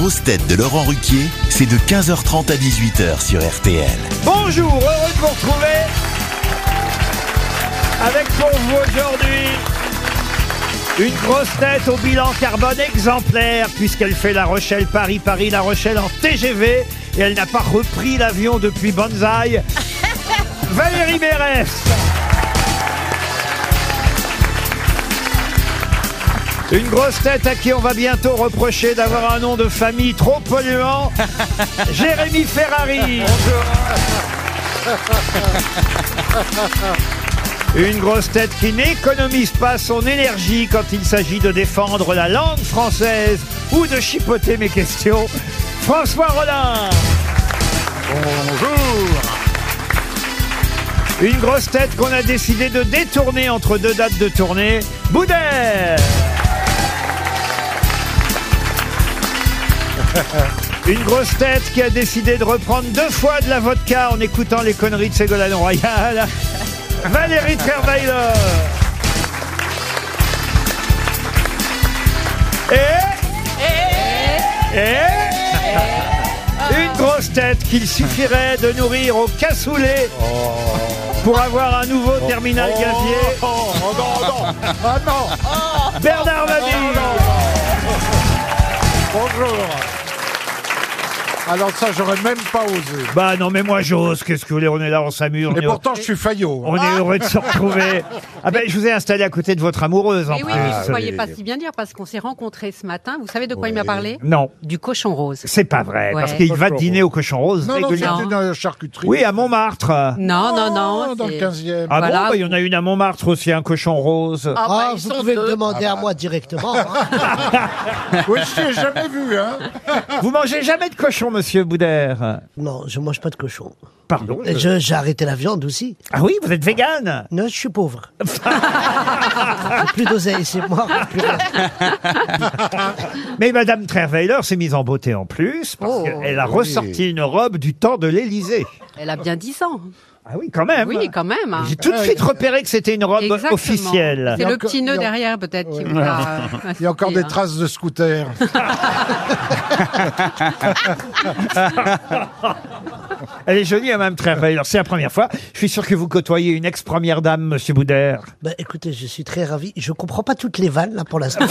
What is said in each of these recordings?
grosses têtes de Laurent Ruquier, c'est de 15h30 à 18h sur RTL. Bonjour, heureux de vous retrouver avec pour vous aujourd'hui une grosse tête au bilan carbone exemplaire puisqu'elle fait La Rochelle-Paris, Paris-La Rochelle en TGV et elle n'a pas repris l'avion depuis Banzai. Valérie Mérès. Une grosse tête à qui on va bientôt reprocher d'avoir un nom de famille trop polluant, Jérémy Ferrari. Une grosse tête qui n'économise pas son énergie quand il s'agit de défendre la langue française ou de chipoter mes questions, François Rollin. Bonjour. Une grosse tête qu'on a décidé de détourner entre deux dates de tournée, Boudère. Une grosse tête qui a décidé de reprendre 2 fois de la vodka en écoutant les conneries de Ségolène Royal, Valérie Trierweiler. Et une grosse tête qu'il suffirait de nourrir au cassoulet pour avoir un nouveau terminal gazier. Bernard Mabille. Bonjour. Alors ça, j'aurais même pas osé. Bah non, mais moi j'ose. Qu'est-ce que vous voulez, on est là, on s'amuse. Et pourtant, je suis faillot. On est heureux de se retrouver. Ah ben, je vous ai installé à côté de votre amoureuse en Et oui, plus. mais vous ne croyez pas si bien dire parce qu'on s'est rencontrés ce matin. Vous savez de quoi il m'a parlé? Non, Du cochon rose. c'est pas vrai, Ouais. parce qu'il va Cochon dîner au cochon rose Non, régulièrement. c'était dans la charcuterie. Oui, à Montmartre. Non. Dans le c'est- 15e. Ah Voilà. bon, bah, il y en a une à Montmartre aussi, un cochon rose. Vous pouvez me demander à moi directement. Oui, je t'ai jamais vu, hein. Vous mangez jamais de cochon, monsieur Boudère? Non, je mange pas de cochon. Pardon. J'ai arrêté la viande aussi. Ah oui, vous êtes végane? Non, je suis pauvre. J'ai plus d'oseille, c'est moi. Plus rien. Mais Madame Trierweiler s'est mise en beauté en plus, parce Oh. qu'elle a ressorti une robe du temps de l'Élysée. Elle a bien 10 ans. Ah oui, quand même. Oui, quand même. hein. J'ai tout de suite repéré que c'était une robe Exactement. officielle. C'est Il y a le encore- petit nœud il y a- derrière peut-être qui vous a... Il y a encore des traces de scooter. Elle est jolie, hein, Mme Trierweiler. C'est la première fois. Je suis sûr que vous côtoyez une ex-première dame, monsieur Boudère. Bah, écoutez, je suis très ravi. Je comprends pas toutes les vannes, là, pour l'instant.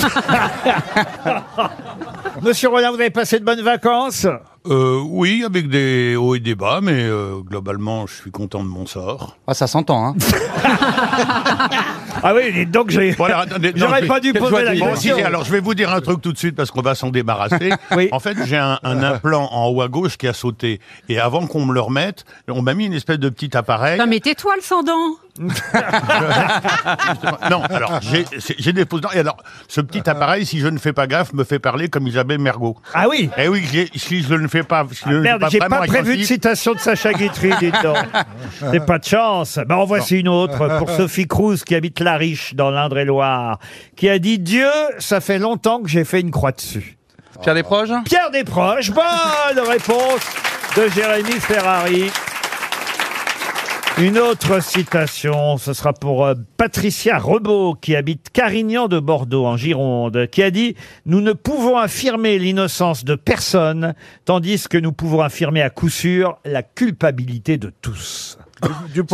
Monsieur Rollin, vous avez passé de bonnes vacances? Oui, avec des hauts et des bas, mais globalement, je suis content de mon sort. Ah, ça s'entend, hein. Ah oui, dites donc, Voilà, attendez, non, j'aurais je- pas dû quelle poser joie la de- Bon, question. si, alors, je vais vous dire un truc tout de suite parce qu'on va s'en débarrasser. Oui. En fait, j'ai un implant en haut à gauche qui a sauté. Et avant qu'on me le remette, on m'a mis une espèce de petit appareil. Non mais tais-toi le sans dents. Non, alors, j'ai des fausses dents. Et alors, ce petit appareil, si je ne fais pas gaffe, me fait parler comme Isabelle Mergo. Ah oui. Eh oui, si je ne fais pas, si je ne fais Merde, j'ai vraiment pas prévu de attentif- citation de Sacha Guitry, dites donc. C'est pas de chance. Ben, en voici une autre pour Sophie Cruz, qui habite La Riche, dans l'Indre-et-Loire, qui a dit « Dieu, ça fait longtemps que j'ai fait une croix dessus Pierre Desproges ». Pierre Desproges, bonne réponse de Jérémy Ferrari. Une autre citation, ce sera pour Patricia Rebaud, qui habite Carignan de Bordeaux, en Gironde, qui a dit « Nous ne pouvons affirmer l'innocence de personne, tandis que nous pouvons affirmer à coup sûr la culpabilité de tous. Dupond-Moretti. »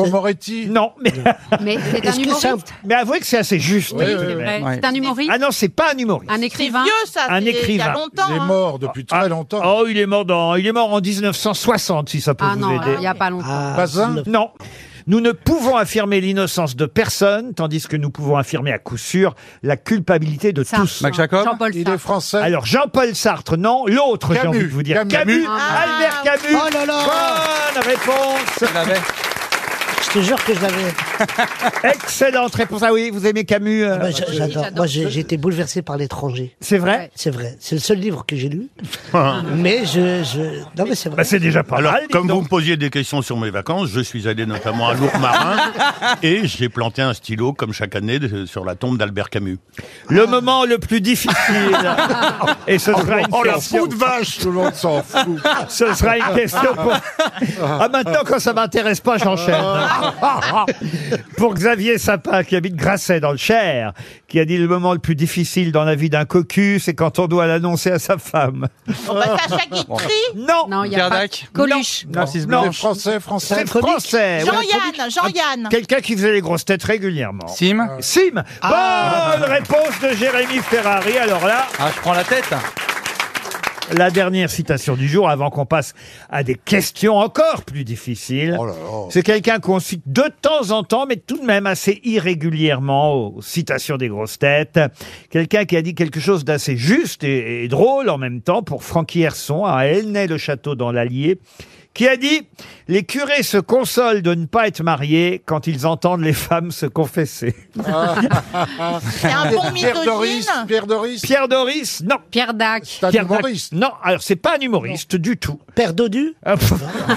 Non, mais, Mais c'est un Est-ce que ça- humoriste. mais avouez que c'est assez juste. Oui, oui, c'est oui. vrai. Ouais. C'est un humoriste. Ah non, c'est pas un humoriste. Un C'est écrivain. vieux, ça. Un c'est- Il y écrivain. a longtemps. Il est hein. mort depuis très longtemps. Oh, il est mort en 1960, si ça peut Ah vous non, aider. il n'y a pas longtemps. Ah, Bazin. Non. Nous ne pouvons affirmer l'innocence de personne, tandis que nous pouvons affirmer à coup sûr la culpabilité de Sartre. tous. Mac Jacob. Jean-Paul Il est Sartre. français. Alors, Jean-Paul Sartre, non. L'autre, j'ai Camus. envie de vous dire. Camus. Albert Camus. Oh là là. Bonne réponse. Je l'avais. Je te jure que je l'avais. Excellente réponse. Ah oui, vous aimez Camus Bah, j'adore. j'adore. Moi, j'ai été bouleversé par l'étranger. C'est vrai. C'est vrai. C'est le seul livre que j'ai lu. Mais non, mais c'est vrai. Bah, c'est déjà pas Alors, mal. dites comme vous donc. me posiez des questions sur mes vacances, je suis allé notamment à Lourmarin et j'ai planté un stylo, comme chaque année, sur la tombe d'Albert Camus. Le moment le plus difficile. Et ce sera une Oh la question. peau de vache, tout le monde s'en fout. Ce sera une question pour. Ah, maintenant, quand ça m'intéresse pas, j'enchaîne. Pour Xavier Sapin, qui habite Grasset dans le Cher, qui a dit le moment le plus difficile dans la vie d'un cocu, c'est quand on doit l'annoncer à sa femme. Sacha Guitry. Non. Non, il y a Pierre pas Dac. Coluche. Narcisse Non. Blanche. Français. C'est français. Jean-Yann. Quelqu'un qui faisait les grosses têtes régulièrement. Sim. Sim. Bonne réponse de Jérémy Ferrari. Alors là, Je prends la tête. la dernière citation du jour, avant qu'on passe à des questions encore plus difficiles. Oh là là. C'est quelqu'un qu'on cite de temps en temps, mais tout de même assez irrégulièrement aux citations des grosses têtes. Quelqu'un qui a dit quelque chose d'assez juste et drôle en même temps pour Francky Herson à Aulnay-le-Château dans l'Allier, qui a dit « Les curés se consolent de ne pas être mariés quand ils entendent les femmes se confesser. C'est un bon Pierre Doris. misogyne. Pierre Doris. » Pierre Doris, non. Pierre Dac. C'est un Pierre Dac, humoriste. non, alors c'est pas un humoriste du tout. Père Dodu Ah, pff,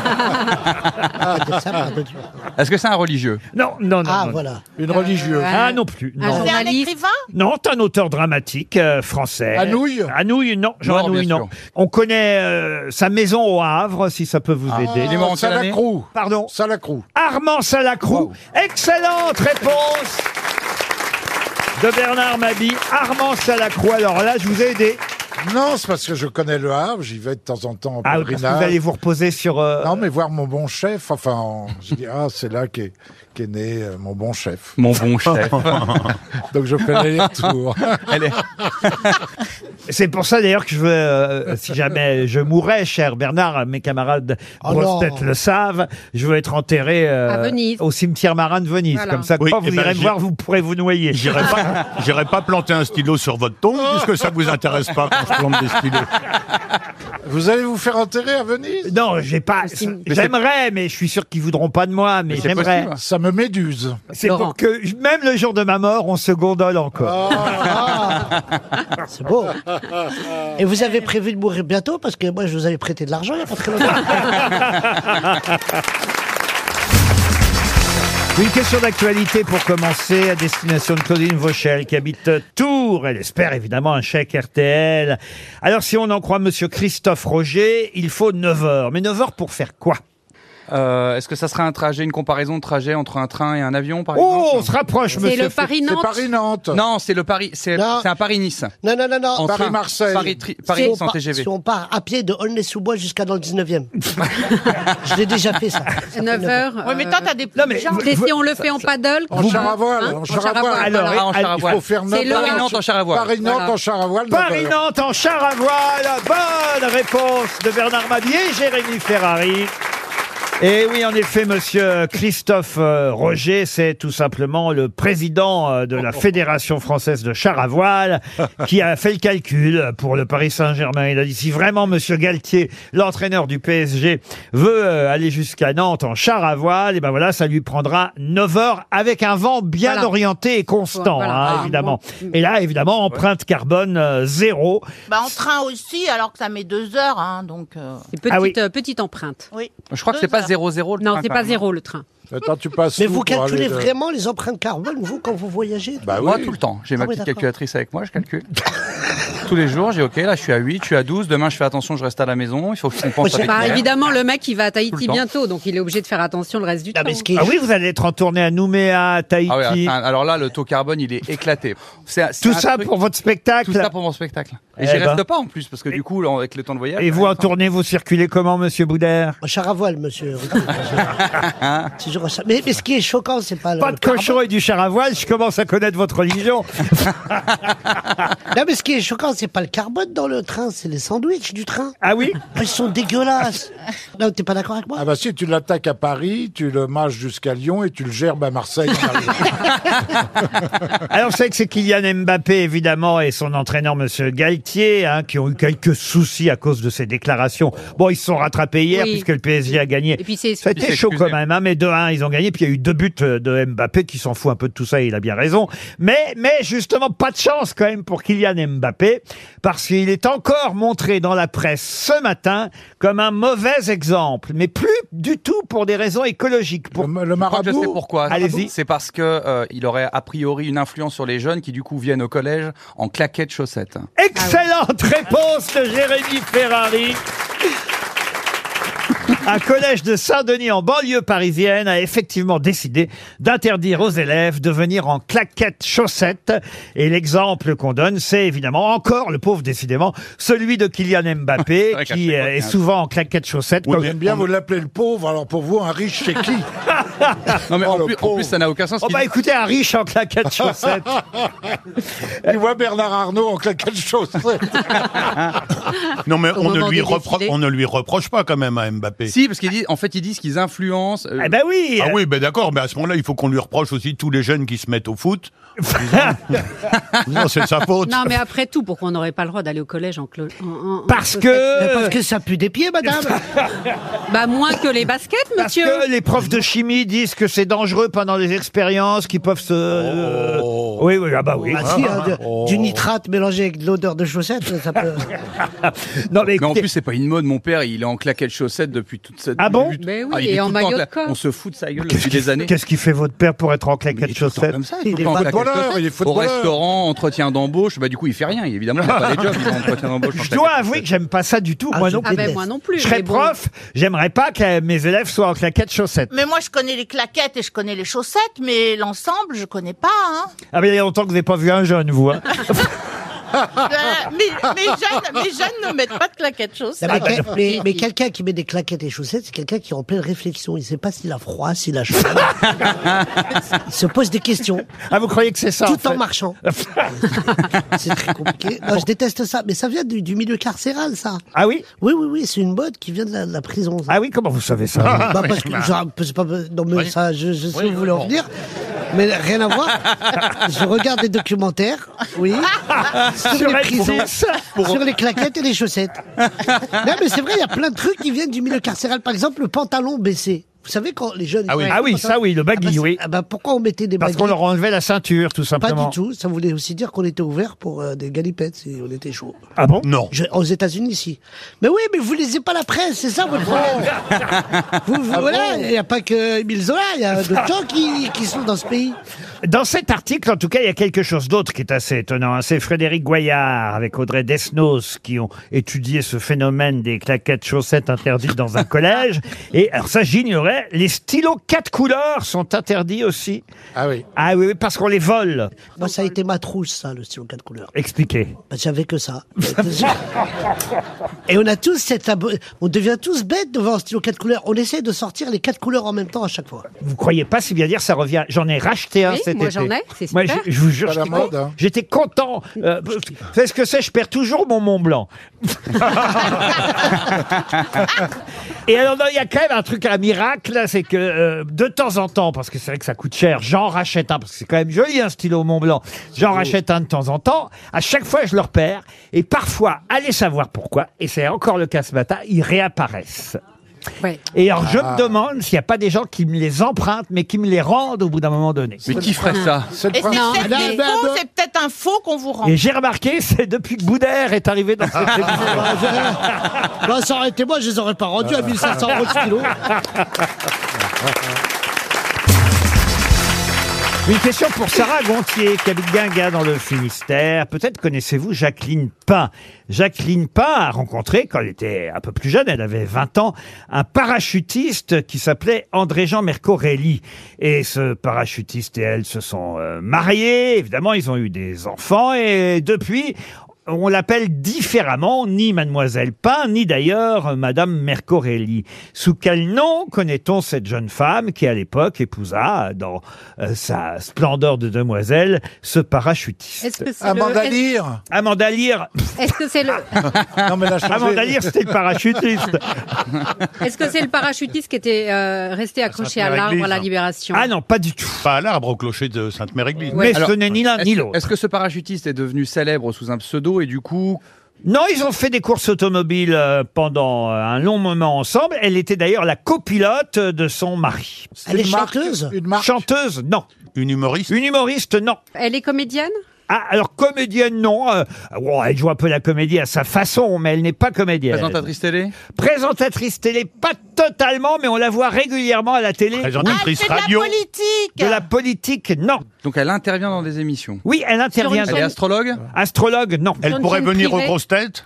ça, Père Dodu. Est-ce que c'est un religieux? non, non, non. Ah, non. voilà. Une religieuse. Ah non plus. Un Non, C'est un journaliste. écrivain. non c'est un auteur dramatique français. Anouilh. Anouilh, non. Jean Mort, Anouilh, bien non. sûr. On connaît sa maison au Havre, si ça peut vous aider. Il est mort en quelle année? Salacrou. Pardon. Salacrou. Armand Salacrou. Excellente réponse de Bernard Mabie. Armand Salacrou. Alors là, je vous ai aidé. Non, c'est parce que je connais le Havre, j'y vais de temps en temps en Ah, parce que pèlerinage. vous allez vous reposer sur... Non, mais voir mon bon chef, je dis, c'est là qu'est né mon bon chef. Mon bon chef. Donc je fais l'aller-retour. Elle est... C'est pour ça d'ailleurs que je veux, si jamais je mourrais, cher Bernard, mes camarades Oh grosses non. têtes le savent, je veux être enterré À Venise. au cimetière marin de Venise. Voilà. Comme ça, Oui, quand eh vous ben, irez me voir, vous pourrez vous noyer. J'irai pas planter un stylo sur votre tombe, puisque ça vous intéresse pas quand je plante des stylos. Vous allez vous faire enterrer à Venise? Non, j'ai pas. J'aimerais, mais je suis sûr qu'ils voudront pas de moi. Mais c'est j'aimerais. possible. Ça me méduse. C'est Laurent. pour que même le jour de ma mort, on se gondole encore. C'est beau. Et vous avez prévu de mourir bientôt? Parce que moi, je vous avais prêté de l'argent il n'y a pas très longtemps. Une question d'actualité pour commencer, à destination de Claudine Vauchel, qui habite Tours. Elle espère évidemment un chèque RTL. Alors, si on en croit Monsieur Christophe Roger, il faut 9 heures. Mais 9 heures pour faire quoi? Est-ce que ça serait une comparaison de trajet entre un train et un avion, par Oh, exemple? on se rapproche, C'est monsieur. le C'est Paris-Nantes. Paris-Nantes. Non, c'est le Paris. C'est Non. un Paris-Nice. Non, non, non, non. En train. Paris-Marseille. Paris-Nice Si en on TGV. Si on part à pied de Aulnay-sous-Bois jusqu'à dans le 19e. Je l'ai déjà fait, ça. 9 heures. Oui, mais toi, t'as des Non, mais gens. vous- Et si on le fait en paddle En char à voile. Hein En char à voile. Alors, voilà. en char à Il voile. faut faire C'est 9 long. heures. Paris-Nantes en char à voile. Paris-Nantes Voilà. en char à voile. 9 heures. Paris-Nantes en char à voile. Bonne réponse de Bernard Mabie et Jérémy Ferrari. Et oui, en effet, monsieur Christophe Roger, c'est tout simplement le président de la Fédération française de char à voile qui a fait le calcul pour le Paris Saint-Germain. Il a dit, si vraiment monsieur Galtier, l'entraîneur du PSG, veut aller jusqu'à Nantes en char à voile, et ben voilà, ça lui prendra 9 heures avec un vent bien Voilà. orienté et constant, Voilà. hein, Ah, évidemment. bon. Et là, évidemment, empreinte carbone zéro. En train aussi, alors que ça met 2 heures, hein, donc. C'est petite, Ah oui. petite empreinte. Oui. Je crois que c'est 2 pas heures. 0-0 le Non, train, c'est quand pas même. 0 le train. Attends, tu passes Mais où vous pour calculez aller de- vraiment les empreintes carbone, vous, quand vous voyagez? Bah Moi, oui. tout le temps. J'ai ma Ah oui, petite d'accord. calculatrice avec moi, je calcule. Tous les jours, j'ai OK, là, je suis à 8, je suis à 12. Demain, je fais attention, je reste à la maison. Il faut que je pense c'est avec Bah, moi. évidemment, le mec, il va à Tout le Tahiti temps. bientôt, donc il est obligé de faire attention le reste du Non, temps. mais ce qui est Ah oui, vous allez être en tournée à Nouméa, à Tahiti. Ah ouais, alors là, le taux carbone, il est éclaté. C'est Tout un ça truc- pour votre spectacle. Tout ça pour mon spectacle. Et Eh j'y ben. reste pas en plus, parce que du coup, là, avec le temps de voyage. Et vous en tournée, vous circulez comment, monsieur Boudère? En char à voile, monsieur. C'est toujours ça. Mais ce qui est choquant, c'est pas Pas le de cochon et du char à voile, je commence à connaître votre religion. Non, mais ce qui est choquant, c'est pas le carbone dans le train, c'est les sandwichs du train. Ah oui? Ah, ils sont dégueulasses. Non, t'es pas d'accord avec moi? Ah bah si, tu l'attaques à Paris, tu le mâches jusqu'à Lyon et tu le gerbes à Marseille. en arrivant. Alors, vous savez que c'est Kylian Mbappé, évidemment, et son entraîneur, monsieur Galtier, hein, qui ont eu quelques soucis à cause de ses déclarations. Bon, ils se sont rattrapés hier, Oui. puisque le PSG a gagné. Et puis c'est Ça a Il été s'est chaud excusé. quand même, hein, mais 2-1, ils ont gagné, puis il y a eu 2 buts de Mbappé, qui s'en fout un peu de tout ça, et il a bien raison. Mais justement, pas de chance quand même pour Kylian Mbappé, parce qu'il est encore montré dans la presse ce matin comme un mauvais exemple, mais plus du tout pour des raisons écologiques. Pour... Le Je crois que je sais marabout. pourquoi. Allez-y. C'est parce que il aurait a priori une influence sur les jeunes qui du coup viennent au collège en claquettes chaussettes. Excellente réponse de Jérémy Ferrari. Un collège de Saint-Denis en banlieue parisienne a effectivement décidé d'interdire aux élèves de venir en claquettes chaussettes. Et l'exemple qu'on donne, c'est évidemment encore, le pauvre décidément, celui de Kylian Mbappé, vrai qu'à qui chaque fois, est c'est un- souvent en claquettes chaussettes. Oui, comme- j'aime bien, vous l'appelez le pauvre, alors pour vous, un riche, c'est qui? Non, mais Oh, en le plus, pauvre. ça n'a aucun sens. Oh qu'il bah dit- écoutez, un riche en claquettes chaussettes. Tu vois Bernard Arnault en claquette chaussettes. Non, mais Au moment des défilés. on ne lui reproche pas quand même à Mbappé. Si, parce qu'ils disent qu'ils influencent. Eh ben oui. Ah oui, ben d'accord, mais à ce moment-là, il faut qu'on lui reproche aussi tous les jeunes qui se mettent au foot. Non, c'est de sa faute. Non, mais après tout, pourquoi on n'aurait pas le droit d'aller au collège en Parce Mais que... parce que ça pue des pieds, madame. Bah, moins que les baskets, Parce monsieur. que les profs de chimie disent que c'est dangereux pendant les expériences qui peuvent se... Oui, oui, ah bah oui. Ah, si, hein, du nitrate mélangé avec de l'odeur de chaussettes, ça peut... Non mais Mais en écoutez, plus, c'est pas une mode. Mon père, il est en claquettes chaussettes depuis toute cette. Ah bon Mais oui, il est et en tout le temps maillot de corps. On se fout de sa gueule depuis des années. qu'est-ce qu'il fait votre père pour être en Il claquettes est tout le temps chaussettes? comme ça, Il tout le est temps en claquettes footballeur, chaussettes. il est Au footballeur. restaurant, entretien d'embauche, bah du coup il fait rien. Évidemment, il n'a pas les jobs, il va en entretien d'embauche. en Je dois claquettes avouer que chaussettes. j'aime pas ça du tout. Ah, Moi je non Ah plus. ben, moi non plus. Je serais mais bon. prof, j'aimerais pas que mes élèves soient en claquettes chaussettes. Mais moi, je connais les claquettes et je connais les chaussettes, mais l'ensemble, je connais pas. Hein. Ah mais il y a longtemps que vous n'avez pas vu un jeune, vous. Hein. Mes jeunes ne mettent pas de claquettes chaussettes. Non, mais quelqu'un qui met des claquettes et chaussettes, c'est quelqu'un qui est en pleine réflexion. Il ne sait pas s'il a froid, s'il a chaud. Il se pose des questions, Ah vous croyez que c'est ça tout en en fait marchant. C'est très compliqué. Non, je déteste ça. Mais ça vient du milieu carcéral, ça. Ah oui. Oui, c'est une mode qui vient de la prison. Ça. Ah oui, comment vous savez ça Bah, parce que, genre, c'est pas, non, mais ça, je sais où vous voulez en venir. Mais rien à voir. Je regarde des documentaires, oui, sur les prisons, sur les claquettes et les chaussettes. Non, mais c'est vrai, il y a plein de trucs qui viennent du milieu carcéral. Par exemple, le pantalon baissé. Vous savez, quand les jeunes... Ah oui. Ah oui, ça oui, le baggy, oui. Ah bah, pourquoi on mettait des Parce baguilles qu'on leur enlevait la ceinture, tout Pas simplement. du tout. Ça voulait aussi dire qu'on était ouvert pour des galipettes si on était chaud. Ah bon Non. Aux États-Unis, ici. Mais oui, mais vous lisez pas la presse, c'est ça votre problème. Voilà, il n'y a pas que Émile Zola, il y a d'autres gens qui sont dans ce pays. Dans cet article, en tout cas, il y a quelque chose d'autre qui est assez étonnant. C'est Frédéric Goyard avec Audrey Desnos qui ont étudié ce phénomène des claquettes chaussettes interdites dans un collège. Et alors ça, j'ignorais, les stylos 4 couleurs sont interdits aussi. Ah oui. Ah oui, parce qu'on les vole. Moi, ça a été ma trousse, ça, le stylo 4 couleurs. Expliquez. Bah, j'avais que ça. Et on a tous on devient tous bêtes devant un stylo 4 couleurs. On essaie de sortir les 4 couleurs en même temps à chaque fois. Vous croyez pas si bien dire, ça revient. J'en ai racheté un Oui, cet moi, été. j'en ai, c'est Moi, super. je vous jure, Pas la j'étais mode, hein. j'étais content. Vous savez ce que c'est? Je perds toujours mon Mont Blanc. Et alors, non, il y a quand même un truc, un miracle, là, c'est que de temps en temps, parce que c'est vrai que ça coûte cher, j'en rachète un, parce que c'est quand même joli un stylo Mont Blanc. J'en rachète un de temps en temps. À chaque fois, je le repère. Et parfois, allez savoir pourquoi, et c'est encore le cas ce matin, ils réapparaissent. Ouais. Et alors, je me demande s'il n'y a pas des gens qui me les empruntent, mais qui me les rendent au bout d'un moment donné. Mais qui ferait ça? C'est le Et c'est principe. peut-être Non, des mais- faux, c'est peut-être un faux qu'on vous rend. Et j'ai remarqué, c'est depuis que Boudère est arrivé dans cette émission. Bah, ça aurait été moi, je les aurais pas rendus à 1500 € de stylo. Une question pour Sarah Gontier, qui habite Guingamp dans le Finistère. Peut-être connaissez-vous Jacqueline Pain. Jacqueline Pain a rencontré, quand elle était un peu plus jeune, elle avait 20 ans, un parachutiste qui s'appelait André-Jean Mercorelli. Et ce parachutiste et elle se sont mariés. Évidemment, ils ont eu des enfants. Et depuis, on l'appelle différemment, ni Mademoiselle Pain, ni d'ailleurs Madame Mercorelli. Sous quel nom connaît-on cette jeune femme qui, à l'époque, épousa, dans sa splendeur de demoiselle, ce parachutiste? Est-ce que c'est Amanda Lear. Amanda Lear. Est-ce que c'est le Non, mais elle a changé. Amanda Lear, c'était le parachutiste. est-ce que c'est le parachutiste qui était resté accroché à l'arbre à la Libération? Ah non, pas du tout. Pas à l'arbre, au clocher de Sainte-Mère-Église. Mais Alors, ce n'est ni l'un ni l'autre. Est-ce que ce parachutiste est devenu célèbre sous un pseudo et du coup, Non, ils ont fait des courses automobiles pendant un long moment ensemble. Elle était d'ailleurs la copilote de son mari. Elle est Une marque, chanteuse. Une marque. Chanteuse, non. Une humoriste. Une humoriste, non. Elle est comédienne? Ah, alors comédienne, non. Bon, elle joue un peu la comédie à sa façon, mais elle n'est pas comédienne. présentatrice télé? Présentatrice télé, pas totalement, mais on la voit régulièrement à la télé. Ah, Présentatrice c'est de la radio. politique. De la politique, non. Donc elle intervient dans des émissions. Oui, elle intervient. Sur Elle est astrologue? Astrologue, non. Elle Sur une pourrait chaîne venir aux privée. grosses têtes.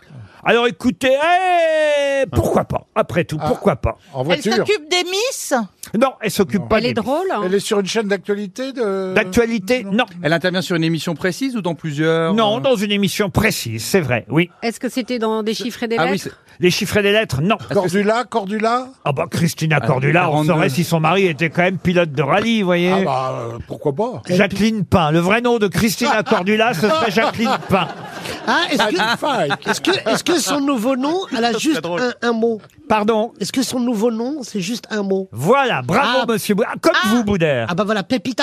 Alors écoutez, pourquoi pas? Après tout, pourquoi pas? En Elle voiture. s'occupe des Miss? Non, elle s'occupe pas Elle est des drôle. hein. Elle est sur une chaîne d'actualité d'actualité. Non, Elle intervient sur une émission précise ou dans plusieurs non, dans une émission précise, c'est vrai. Oui, Est-ce que c'était dans des chiffres et des Ah lettres oui, c'est- les chiffres et les lettres, non. Cordula Ah bah Christina Cordula, on 42. saurait si son mari était quand même pilote de rallye, vous voyez. Ah bah, pourquoi pas Jacqueline Pain. Le vrai nom de Christina Cordula, ce serait Jacqueline Pain. Ah, Magnifique. est-ce que son nouveau nom, elle a juste un mot? Pardon. Est-ce que son nouveau nom, c'est juste un mot? Voilà, bravo monsieur Boudère. Comme vous, Boudère. Ah bah voilà, Pépita.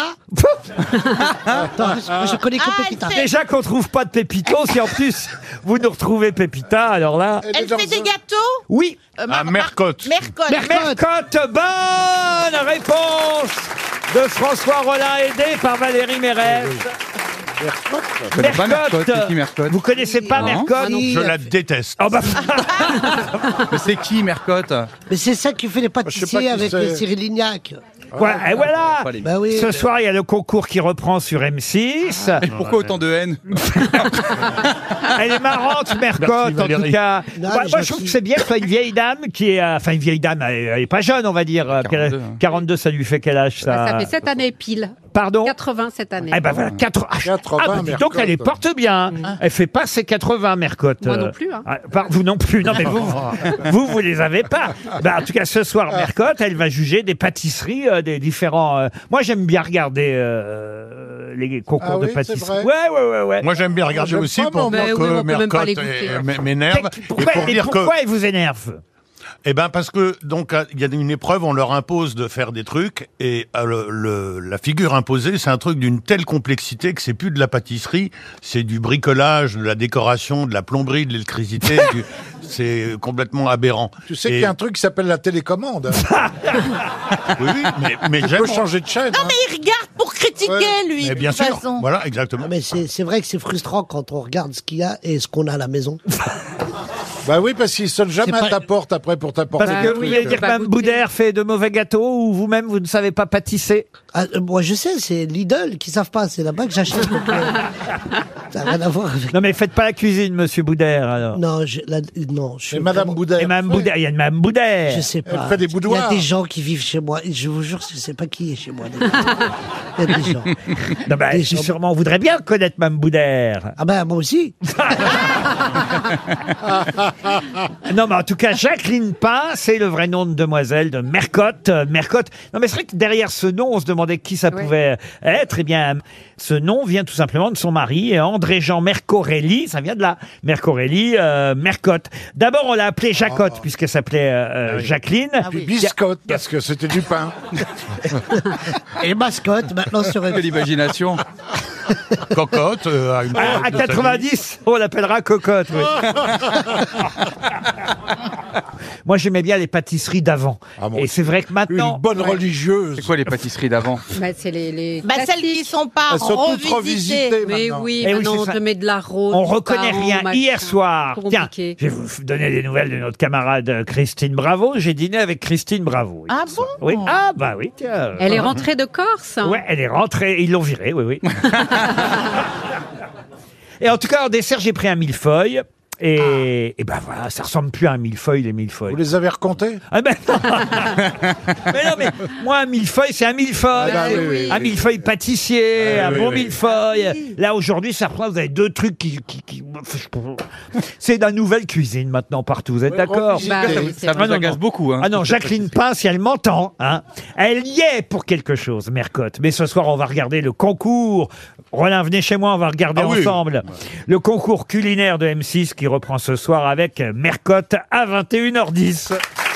Attends, je connais que Pépita. elle fait- Déjà qu'on trouve pas de Pépito, si en plus vous nous retrouvez Pépita, alors là... Elle fait des gâteaux? Oui, Mercotte. Mercotte. Mercotte, bonne réponse de François Rollin, aidé par Valérie Mérès. Je connais pas Mercotte. C'est qui Mercotte? Vous connaissez pas Non. Mercotte? Ah non. Je la déteste. Oh bah, Mais c'est qui Mercotte? Mais c'est ça qui fait les sais pas pâtissiers qui avec c'est. Cyril Lignac. et voilà. Pas les- Bah oui. Ce soir, il y a le concours qui reprend sur M6. Et pourquoi autant de haine? Elle est marrante, Mercotte, Merci, en tout Valérie. cas. Non, Moi, mais je je trouve suis- que c'est bien que ce soit une vieille dame qui est... Enfin, une vieille dame, elle est pas jeune, on va dire. 42, hein. 42, ça lui fait quel âge, ça? Ça fait 7 années pile. Pardon? 80 cette année. Eh ben voilà, 80. 80, Ah, bah, dis donc, elle les porte bien. Elle fait pas ses 80, Mercotte. Moi non plus, hein. Vous non plus. Non, mais vous les avez pas. Bah, en tout cas, ce soir, Mercotte, elle va juger des pâtisseries, des différents... Moi, j'aime bien regarder les concours Ah de oui, pâtisserie. c'est vrai. Ouais. Moi, j'aime bien regarder J'aime aussi pas, pour mais dire oui, que on peut même pas Mercotte l'écouter, hein. m'énerve. Et Pourquoi, pour dire que... pourquoi elle vous énerve? Eh ben parce que donc il y a une épreuve, on leur impose de faire des trucs et la figure imposée, c'est un truc d'une telle complexité que c'est plus de la pâtisserie, c'est du bricolage, de la décoration, de la plomberie, de l'électricité. C'est complètement aberrant. Tu sais qu'il y a un truc qui s'appelle la télécommande. Oui, mais Tu j'aime. peux changer de chaîne. hein. Mais il regarde pour critiquer, Ouais. lui. Mais bien de toute sûr, façon. voilà, exactement. Ah, mais c'est vrai que c'est frustrant quand on regarde ce qu'il y a et ce qu'on a à la maison. Bah oui, parce qu'il sonne jamais C'est pas- à ta porte après pour t'apporter. Parce Bah que des vous oui, trucs. voulez dire que pas Mme goûter. Boudère fait de mauvais gâteaux ou vous-même, vous ne savez pas pâtisser? Ah, moi je sais, c'est Lidl qui savent pas, c'est là-bas que j'achète. Donc, ça n'a rien à voir avec... Non, mais faites pas la cuisine, monsieur Boudère, alors. Non, non, je suis Et Madame vraiment- Boudère. Et Mme Boudère, il y a une Mme Boudère. Je sais pas. Elle fait des Il y a boudoirs. des gens qui vivent chez moi. Et je vous jure, je sais pas qui est chez moi. Il y a des gens. Non, bah, Des si gens- sûrement, on voudrait bien connaître Mme Boudère. Ah ben moi aussi. Non, mais en tout cas, Jacqueline Pain, c'est le vrai nom de demoiselle de Mercotte. Mercotte. Non, mais c'est vrai que derrière ce nom, on se demandait qui ça Ouais. pouvait être. Eh bien, ce nom vient tout simplement de son mari, André-Jean Mercorelli. Ça vient de là. Mercorelli, Mercotte. D'abord, on l'a appelée Jacotte, puisqu'elle s'appelait Jacqueline. Puis biscotte, parce que c'était du pain. Et mascotte, maintenant sur Que l'imagination. Cocotte, à une À 90, on l'appellera Cocotte. Oui. Moi, j'aimais bien les pâtisseries d'avant. Ah, moi Et aussi. c'est vrai que maintenant... Une bonne religieuse. C'est quoi les pâtisseries d'avant? Bah, c'est les Bah, celles qui classiques. sont pas Elles sont toutes revisitées. revisitées Mais maintenant. oui, Eh oui, maintenant c'est on ça. te met de la rose. On du reconnaît parent, rien. machin. Hier soir, tiens, Compliqué. je vais vous donner des nouvelles de notre camarade Christine Bravo. J'ai dîné avec Christine Bravo. Ah hier soir. bon Oui. Ah bah oui, tiens. Elle est rentrée de Corse. hein. Ouais, elle est rentrée. Ils l'ont virée, oui, oui. Et en tout cas, en dessert, j'ai pris un millefeuille. Et ben voilà, ça ressemble plus à un millefeuille, les millefeuilles. Vous les avez recomptés? Ah ben non. Mais non, mais moi, un millefeuille, c'est un millefeuille. Ah bah oui, oui, Un oui. millefeuille pâtissier, Ah un oui, bon oui. millefeuille. Là, aujourd'hui, ça reprend, vous avez deux trucs qui... C'est de la nouvelle cuisine maintenant partout, vous êtes Ouais, d'accord? revisité. Bah oui, c'est Ça vrai. vous agace beaucoup, hein. Ah non, Jacqueline Pain, si elle m'entend, hein, elle y est pour quelque chose, Mercotte. Mais ce soir, on va regarder le concours. Rollin, venez chez moi, on va regarder Ah oui. ensemble le concours culinaire de M6 qui reprend ce soir avec Mercotte à 21h10.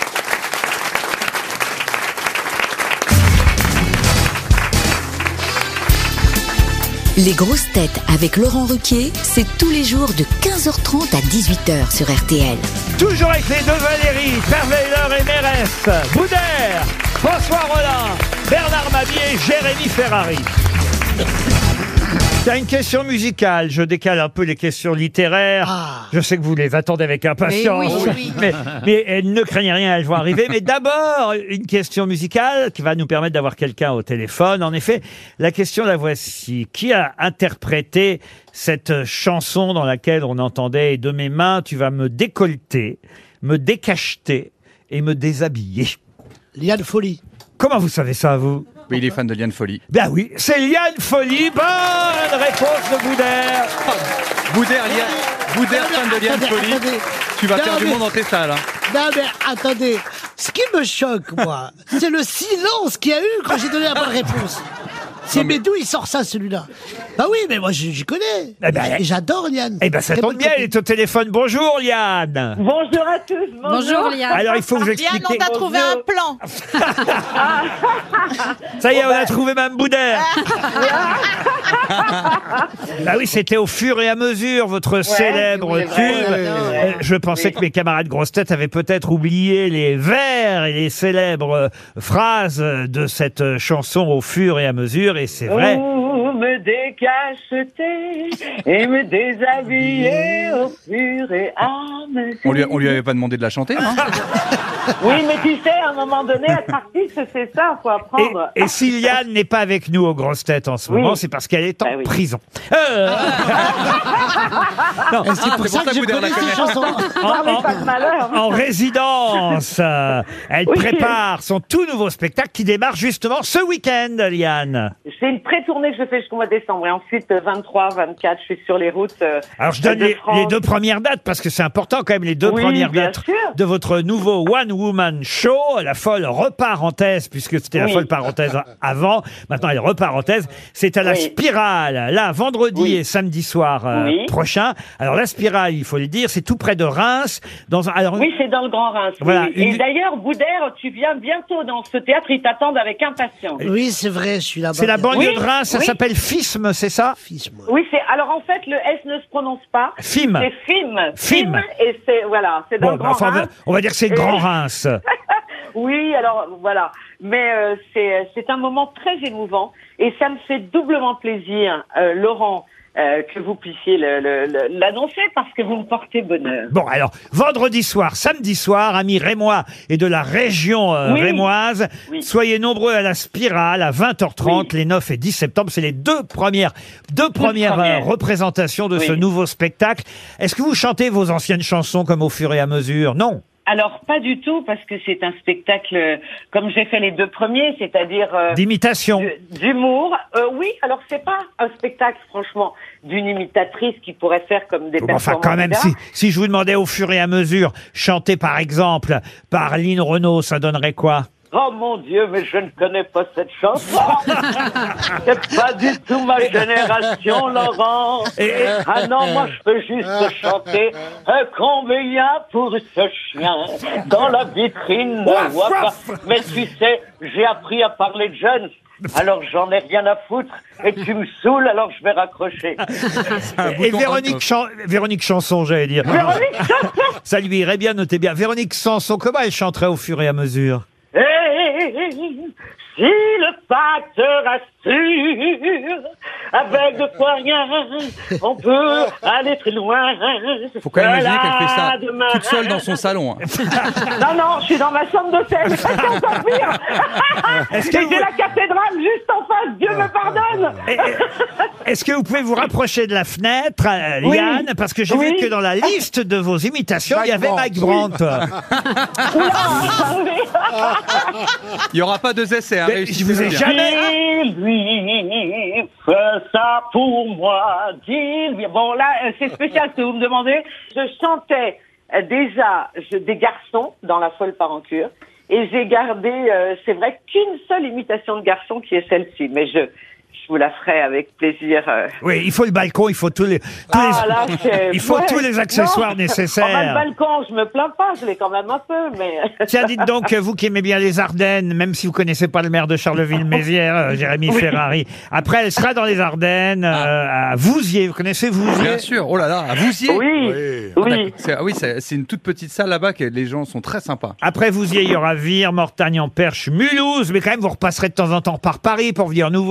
Les grosses têtes avec Laurent Ruquier, c'est tous les jours de 15h30 à 18h sur RTL. Toujours avec les deux Valérie, Perveiller et Mérès, Boudère, François Rollin, Bernard Mabie et Jérémy Ferrari. Tiens, une question musicale. Je décale un peu les questions littéraires. Je sais que vous les attendez avec impatience. Mais ne craignez rien, elles vont arriver. Mais d'abord, une question musicale qui va nous permettre d'avoir quelqu'un au téléphone. En effet, la question la voici. Qui a interprété cette chanson dans laquelle on entendait « De mes mains, tu vas me décolleter, me décacheter et me déshabiller ». Liane Folly. Comment vous savez ça, vous? Oui, il est fan de Liane Folly. Ben oui, c'est Liane Folly. Bonne réponse de Boudère. Boudère, fan de Liane Folly. Tu vas faire du monde dans tes salles. Non mais attendez, ce qui me choque, moi, c'est le silence qu'il y a eu quand j'ai donné la bonne réponse. C'est mais d'où il sort ça, celui-là? Bah oui, mais moi, j'y connais. Et j'adore Liane. Eh ben, ça tombe bien, elle est au téléphone. Bonjour, Liane. Bonjour à tous. Bonjour, Liane. Alors, il faut vous expliquer. Liane, on t'a trouvé un plan. Ça y est, on a trouvé Mme Boudère. Bah oui, c'était Au fur et à mesure, votre célèbre tube. Je pensais que mes camarades grosses têtes avaient peut-être oublié les vers et les célèbres phrases de cette chanson Au fur et à mesure. Et c'est vrai. Me décacheter et me déshabiller au fur et à mesure. On lui avait pas demandé de la chanter, non? Oui, mais tu sais, à un moment donné, être artiste, c'est ça, faut apprendre. Et si Liane n'est pas avec nous aux grosses têtes en ce moment, c'est parce qu'elle est en prison. Non, c'est pour ça que je connais cette chanson. En résidence. Elle prépare son tout nouveau spectacle qui démarre justement ce week-end, Liane. C'est une pré-tournée que je fais jusqu'au mois de décembre. Et ensuite, 23, 24, je suis sur les routes. Alors, je donne les deux premières dates parce que c'est important quand même, les deux premières dates de votre nouveau One Woman Show. La folle reparenthèse, puisque c'était la folle parenthèse avant. Maintenant, elle reparenthèse. C'est à la Spirale, là, vendredi et samedi soir prochain. Alors, la Spirale, il faut le dire, c'est tout près de Reims. Oui, c'est dans le Grand Reims. Voilà, Et d'ailleurs, Boudère, tu viens bientôt dans ce théâtre. Ils t'attendent avec impatience. Oui, c'est vrai, je suis là-bas. C'est la banlieue de Reims, ça s'appelle FISM, c'est ça? FISM. Oui, alors en fait, le S ne se prononce pas. FIM. C'est FIM. FIM. Et c'est dans le Grand Reims. On va dire que c'est le Grand Reims. Oui, alors voilà. Mais c'est un moment très émouvant et ça me fait doublement plaisir, Laurent, que vous puissiez l'annoncer parce que vous me portez bonheur. Bon, alors, vendredi soir, samedi soir, amis rémois et de la région rémoise, soyez nombreux à la Spirale à 20h30, les 9 et 10 septembre. C'est les deux premières représentations de ce nouveau spectacle. Est-ce que vous chantez vos anciennes chansons comme Au fur et à mesure? Non. Alors, pas du tout, parce que c'est un spectacle, comme j'ai fait les deux premiers, c'est-à-dire... d'imitation. D'humour. Oui, alors c'est pas un spectacle, franchement, d'une imitatrice qui pourrait faire comme des performances. Enfin, quand même, si je vous demandais Au fur et à mesure, chanter par exemple par Lynn Renaud, ça donnerait quoi? Oh mon Dieu, mais je ne connais pas cette chanson. C'est pas du tout ma génération, Laurent. Ah non, moi je peux juste chanter combien pour ce chien dans la vitrine ne voit pas. Mais tu sais, j'ai appris à parler de jeunes. Alors j'en ai rien à foutre et tu me saoules, alors je vais raccrocher. Et Véronique Chanson, j'allais dire. Véronique Chanson. Ça lui irait bien, notez bien. Véronique Chanson, comment elle chanterait Au fur et à mesure? Si le pacte rassure, avec de quoi rien, on peut aller très loin. Faut quand même imaginer qu'elle fait ça toute seule dans son salon. Non, je suis dans ma chambre d'hôtel. C'est encore pire. J'ai la cathédrale juste en face. Dieu me pardonne. Est-ce que vous pouvez vous rapprocher de la fenêtre, Liane? Parce que j'ai vu que dans la liste de vos imitations, il y avait Mike Brandt. Il n'y aura pas deux essais. Je vous ai jamais... Lui fait ça pour moi. Bon là, c'est spécial ce que vous me demandez. Je chantais déjà des garçons dans La folle part en cure. Et j'ai gardé, c'est vrai, qu'une seule imitation de garçon qui est celle-ci. Mais je vous la ferai avec plaisir. Oui, il faut le balcon, il faut tous les accessoires nécessaires. Le balcon, je me plains pas, je l'ai quand même un peu, mais... Tiens, dites donc, vous qui aimez bien les Ardennes, même si vous connaissez pas le maire de Charleville-Mézières, Jérémy Ferrari, après, elle sera dans les Ardennes, à Vouziers. Vous connaissez Vouziers? Bien sûr, oh là là, à Vouziers? Oui. C'est une toute petite salle là-bas que les gens sont très sympas. Après Vouziers, il y aura Vire, Mortagne-en-Perche, Mulhouse, mais quand même, vous repasserez de temps en temps par Paris pour venir nous voir. Non,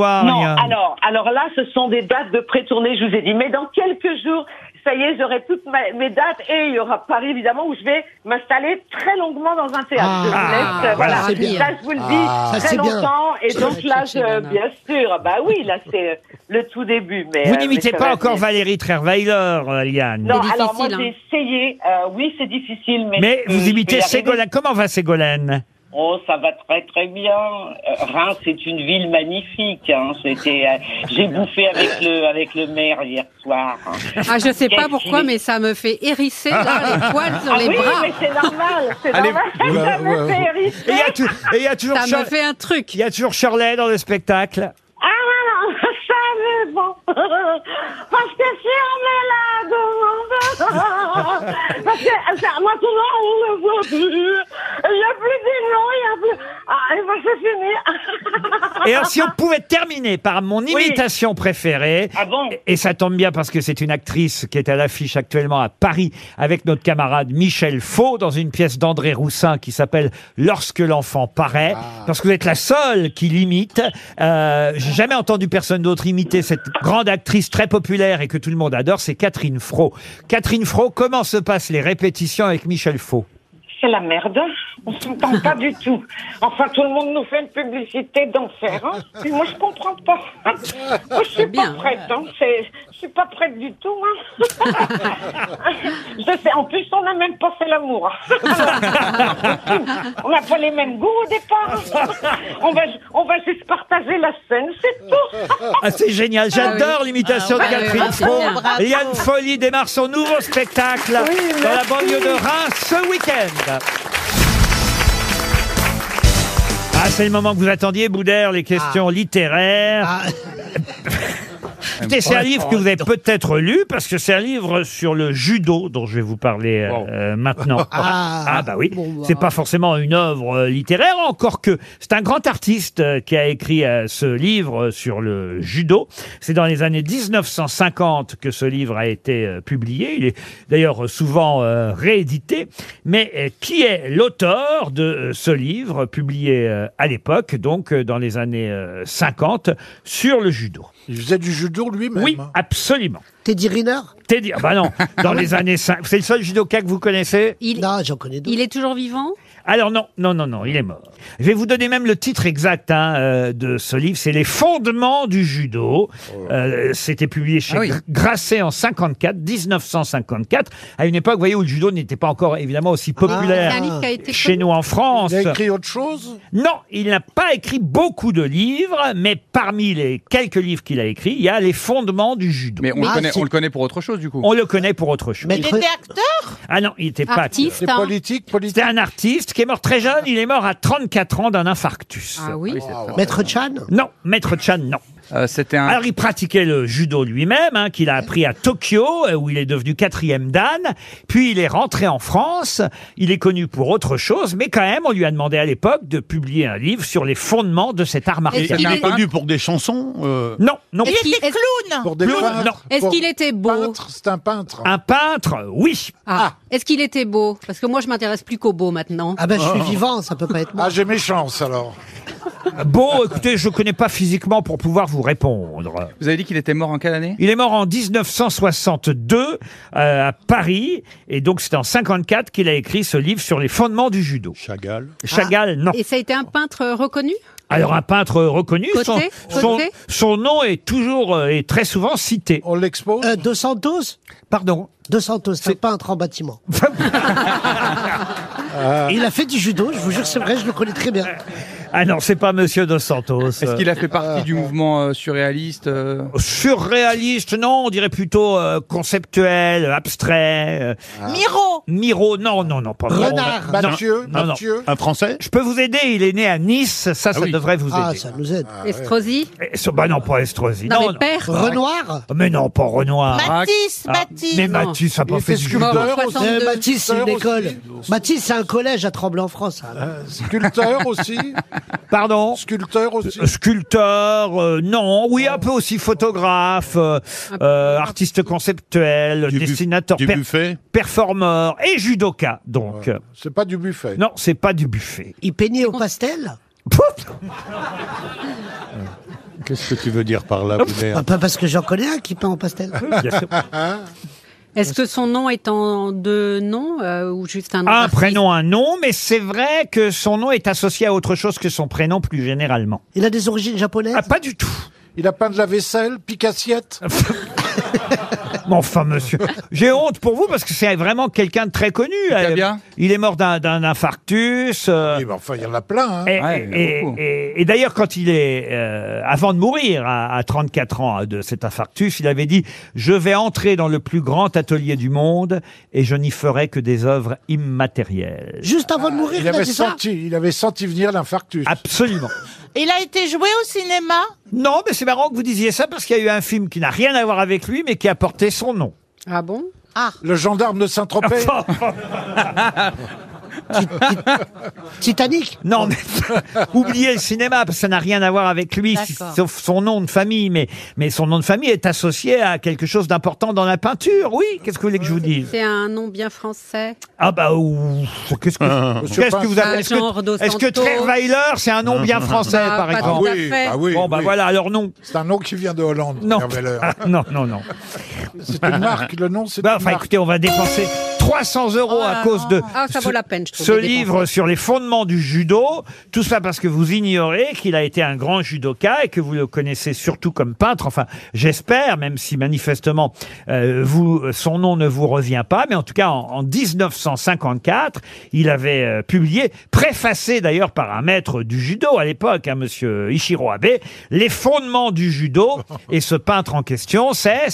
Alors là, ce sont des dates de pré-tournée, je vous ai dit. Mais dans quelques jours, ça y est, j'aurai toutes mes dates et il y aura Paris, évidemment, où je vais m'installer très longuement dans un théâtre. Je vous laisse, voilà. c'est bien. Ça, je vous le dis, très c'est bien. longtemps. Et donc là, bien sûr, bah oui, là, c'est le tout début. Mais, Vous n'imitez mais pas va encore être- Valérie Trierweiler, Liane. Non, C'est alors moi, difficile, j'ai essayé. Oui, c'est difficile, mais... Mais je vous peux imitez y arriver. Ségolène. Comment va Ségolène? Oh, ça va très très bien. Reims, c'est une ville magnifique. Hein. J'ai bouffé avec le maire hier soir. Ah, je sais pas Quel pourquoi, filet. mais ça me fait hérisser là, les poils sur les oui, bras. mais c'est normal. C'est Allez, normal. Ça me fait hérisser. Et il y a toujours Ça me Shirley- fait un truc. il y a toujours Shirley dans le spectacle. Ah non, ça mais bon. Parce que si on est là, parce que moi tout le monde on ne voit plus. Il n'y a plus de noms, il n'y a plus. Ah, et ben c'est fini. Et alors, si on pouvait terminer par mon imitation préférée, Ah bon? et ça tombe bien parce que c'est une actrice qui est à l'affiche actuellement à Paris avec notre camarade Michel Faux dans une pièce d'André Roussin qui s'appelle Lorsque l'enfant paraît, parce que vous êtes la seule qui l'imite. J'ai jamais entendu personne d'autre imiter cette grande actrice très populaire et que tout le monde adore, c'est Catherine Fro. Catherine Fro, comment se passent les répétitions avec Michel Faux? C'est la merde. On s'entend pas du tout. Enfin, tout le monde nous fait une publicité d'enfer. Hein. Puis moi, je comprends pas. Moi, je suis bien. pas prête. Hein. Je suis pas prête du tout. Hein. Je sais. En plus, on n'a même pas fait l'amour. On n'a pas les mêmes goûts au départ. On va juste partager la scène, c'est tout. Ah, c'est génial, j'adore l'imitation de Ah ouais, Catherine ouais, c'est Fro. bien. Liane Folly démarre son nouveau spectacle dans la banlieue de Reims ce week-end. Ah, c'est le moment que vous attendiez, Boudère, les questions littéraires. Ah, Écoutez, c'est un livre que vous avez peut-être lu, parce que c'est un livre sur le judo dont je vais vous parler maintenant. Ah bah oui, Bon, bah. c'est pas forcément une œuvre littéraire, encore que c'est un grand artiste qui a écrit ce livre sur le judo. C'est dans les années 1950 que ce livre a été publié. Il est d'ailleurs souvent réédité. Mais qui est l'auteur de ce livre publié à l'époque, donc dans les années 50, sur le judo? Il faisait du judo lui-même. Oui, absolument. Teddy Riner? Teddy, bah non, dans les années 5. C'est le seul judoka que vous connaissez? Non, j'en connais d'autres. Il est toujours vivant? Alors non, il est mort. Je vais vous donner même le titre exact de ce livre. C'est Les fondements du judo. C'était publié chez Grasset en 1954. À une époque, vous voyez, où le judo n'était pas encore évidemment aussi populaire C'est un livre qui a été chez nous en France. Il a écrit autre chose? Non, il n'a pas écrit beaucoup de livres, mais parmi les quelques livres qu'il a écrits, il y a Les fondements du judo. Mais on le connaît pour autre chose, du coup. On le connaît pour autre chose. Maître- Il était acteur? Ah non, il n'était pas Artiste, acteur. C'est hein. politique. C'était un artiste qui est mort très jeune. Il est mort à 34 ans d'un infarctus. Ah oui. Maître Chan? Non, Maître Chan, non. C'était un. Alors, il pratiquait le judo lui-même, qu'il a appris à Tokyo, où il est devenu 4e dan. Puis, il est rentré en France. Il est connu pour autre chose, mais quand même, on lui a demandé à l'époque de publier un livre sur les fondements de cet art Il martial. Il était est- connu pour des chansons. Non, non. Il était clown? Pour des Clown, peintres. non. Est-ce Pour qu'il était beau? peintre, c'est un peintre. Un peintre, oui. Est-ce qu'il était beau? Parce que moi, je m'intéresse plus qu'au beau maintenant. Ah ben, je suis vivant, ça peut pas être moi. Ah, j'ai mes chances alors. Bon, écoutez, je ne connais pas physiquement pour pouvoir vous répondre. Vous avez dit qu'il était mort en quelle année? Il est mort en 1962 à Paris, et donc c'est en 54 qu'il a écrit ce livre sur les fondements du judo. Chagall. Chagall, non. Et ça a été un peintre reconnu? Alors un peintre reconnu, Côté son nom est toujours et très souvent cité. On l'expose. Dos Santos? Pardon. Dos Santos, c'est un peintre en bâtiment. Il a fait du judo, je vous jure, c'est vrai, je le connais très bien. Ah non, c'est pas Monsieur Dos Santos. Est-ce qu'il a fait partie du mouvement surréaliste Surréaliste, non, on dirait plutôt conceptuel, abstrait. Miro? Miro, non, pas Renard. Non, Mathieu. non. Mathieu. Un Français? Je peux vous aider, il est né à Nice, ça oui. devrait vous Ah, aider. ça nous aide. Estrosi? Bah non, pas Estrosi. Non, mais père. Renoir? Mais non, pas Renoir. Matisse, Ah, Matisse. mais Non. Matisse, ça n'a Il pas fait était du judo. sculpteur Mort en aussi. 62. Matisse, c'est une Sculpteur école. aussi. Matisse, c'est un collège à Tremblay-en-France. Sculpteur aussi. Pardon? Sculpteur aussi. Sculpteur, non. Oui, un peu aussi photographe, artiste conceptuel, dessinateur, Du buffet? performeur et judoka, donc. C'est pas du buffet. Non, c'est pas du buffet. Il peignait au pastel? Qu'est-ce que tu veux dire par là, Boudère? Pas parce que j'en connais un qui peint en pastel. Bien sûr. Est-ce que son nom est en deux noms ou juste un nom Un d'artiste? prénom, un nom, mais c'est vrai que son nom est associé à autre chose que son prénom plus généralement. Il a des origines japonaises? Ah, pas du tout. Il a peint de la vaisselle, pique-assiette. Mais enfin, monsieur, j'ai honte pour vous parce que c'est vraiment quelqu'un de très connu. bien. Il est mort d'un infarctus. Oui, mais enfin, il y en a plein. Hein. Et d'ailleurs, quand il est avant de mourir à 34 ans de cet infarctus, il avait dit « Je vais entrer dans le plus grand atelier du monde et je n'y ferai que des œuvres immatérielles. Juste avant de mourir, Il avait senti venir l'infarctus. » Absolument. Il a été joué au cinéma? Non, mais c'est marrant que vous disiez ça parce qu'il y a eu un film qui n'a rien à voir avec lui, mais qui a porté son nom. Ah bon? Le gendarme de Saint-Tropez. Titanic? Non, mais oubliez le cinéma, parce que ça n'a rien à voir avec lui, D'accord. sauf son nom de famille. Mais son nom de famille est associé à quelque chose d'important dans la peinture. Oui, qu'est-ce que vous voulez que je vous dise? C'est un nom bien français. Ah bah, qu'est-ce que vous appelez? Genre Dos Est-ce que Santos. Trierweiler, c'est un nom bien français, Ah, par pas exemple? tout à fait. oui. Bon, bah voilà, alors non. C'est un nom qui vient de Hollande. Non. Trierweiler. Ah, non. C'est une marque, le nom, c'est Bah, une enfin, marque. écoutez, on va dépenser 300 € à cause de Ah, ça vaut la peine, je trouve. ce de dépenser. livre sur les fondements du judo. Tout ça parce que vous ignorez qu'il a été un grand judoka et que vous le connaissez surtout comme peintre. Enfin, j'espère, même si manifestement son nom ne vous revient pas. Mais en tout cas, en 1954, il avait publié, préfacé d'ailleurs par un maître du judo à l'époque, monsieur Ichiro Abe, les fondements du judo. Et ce peintre en question, c'est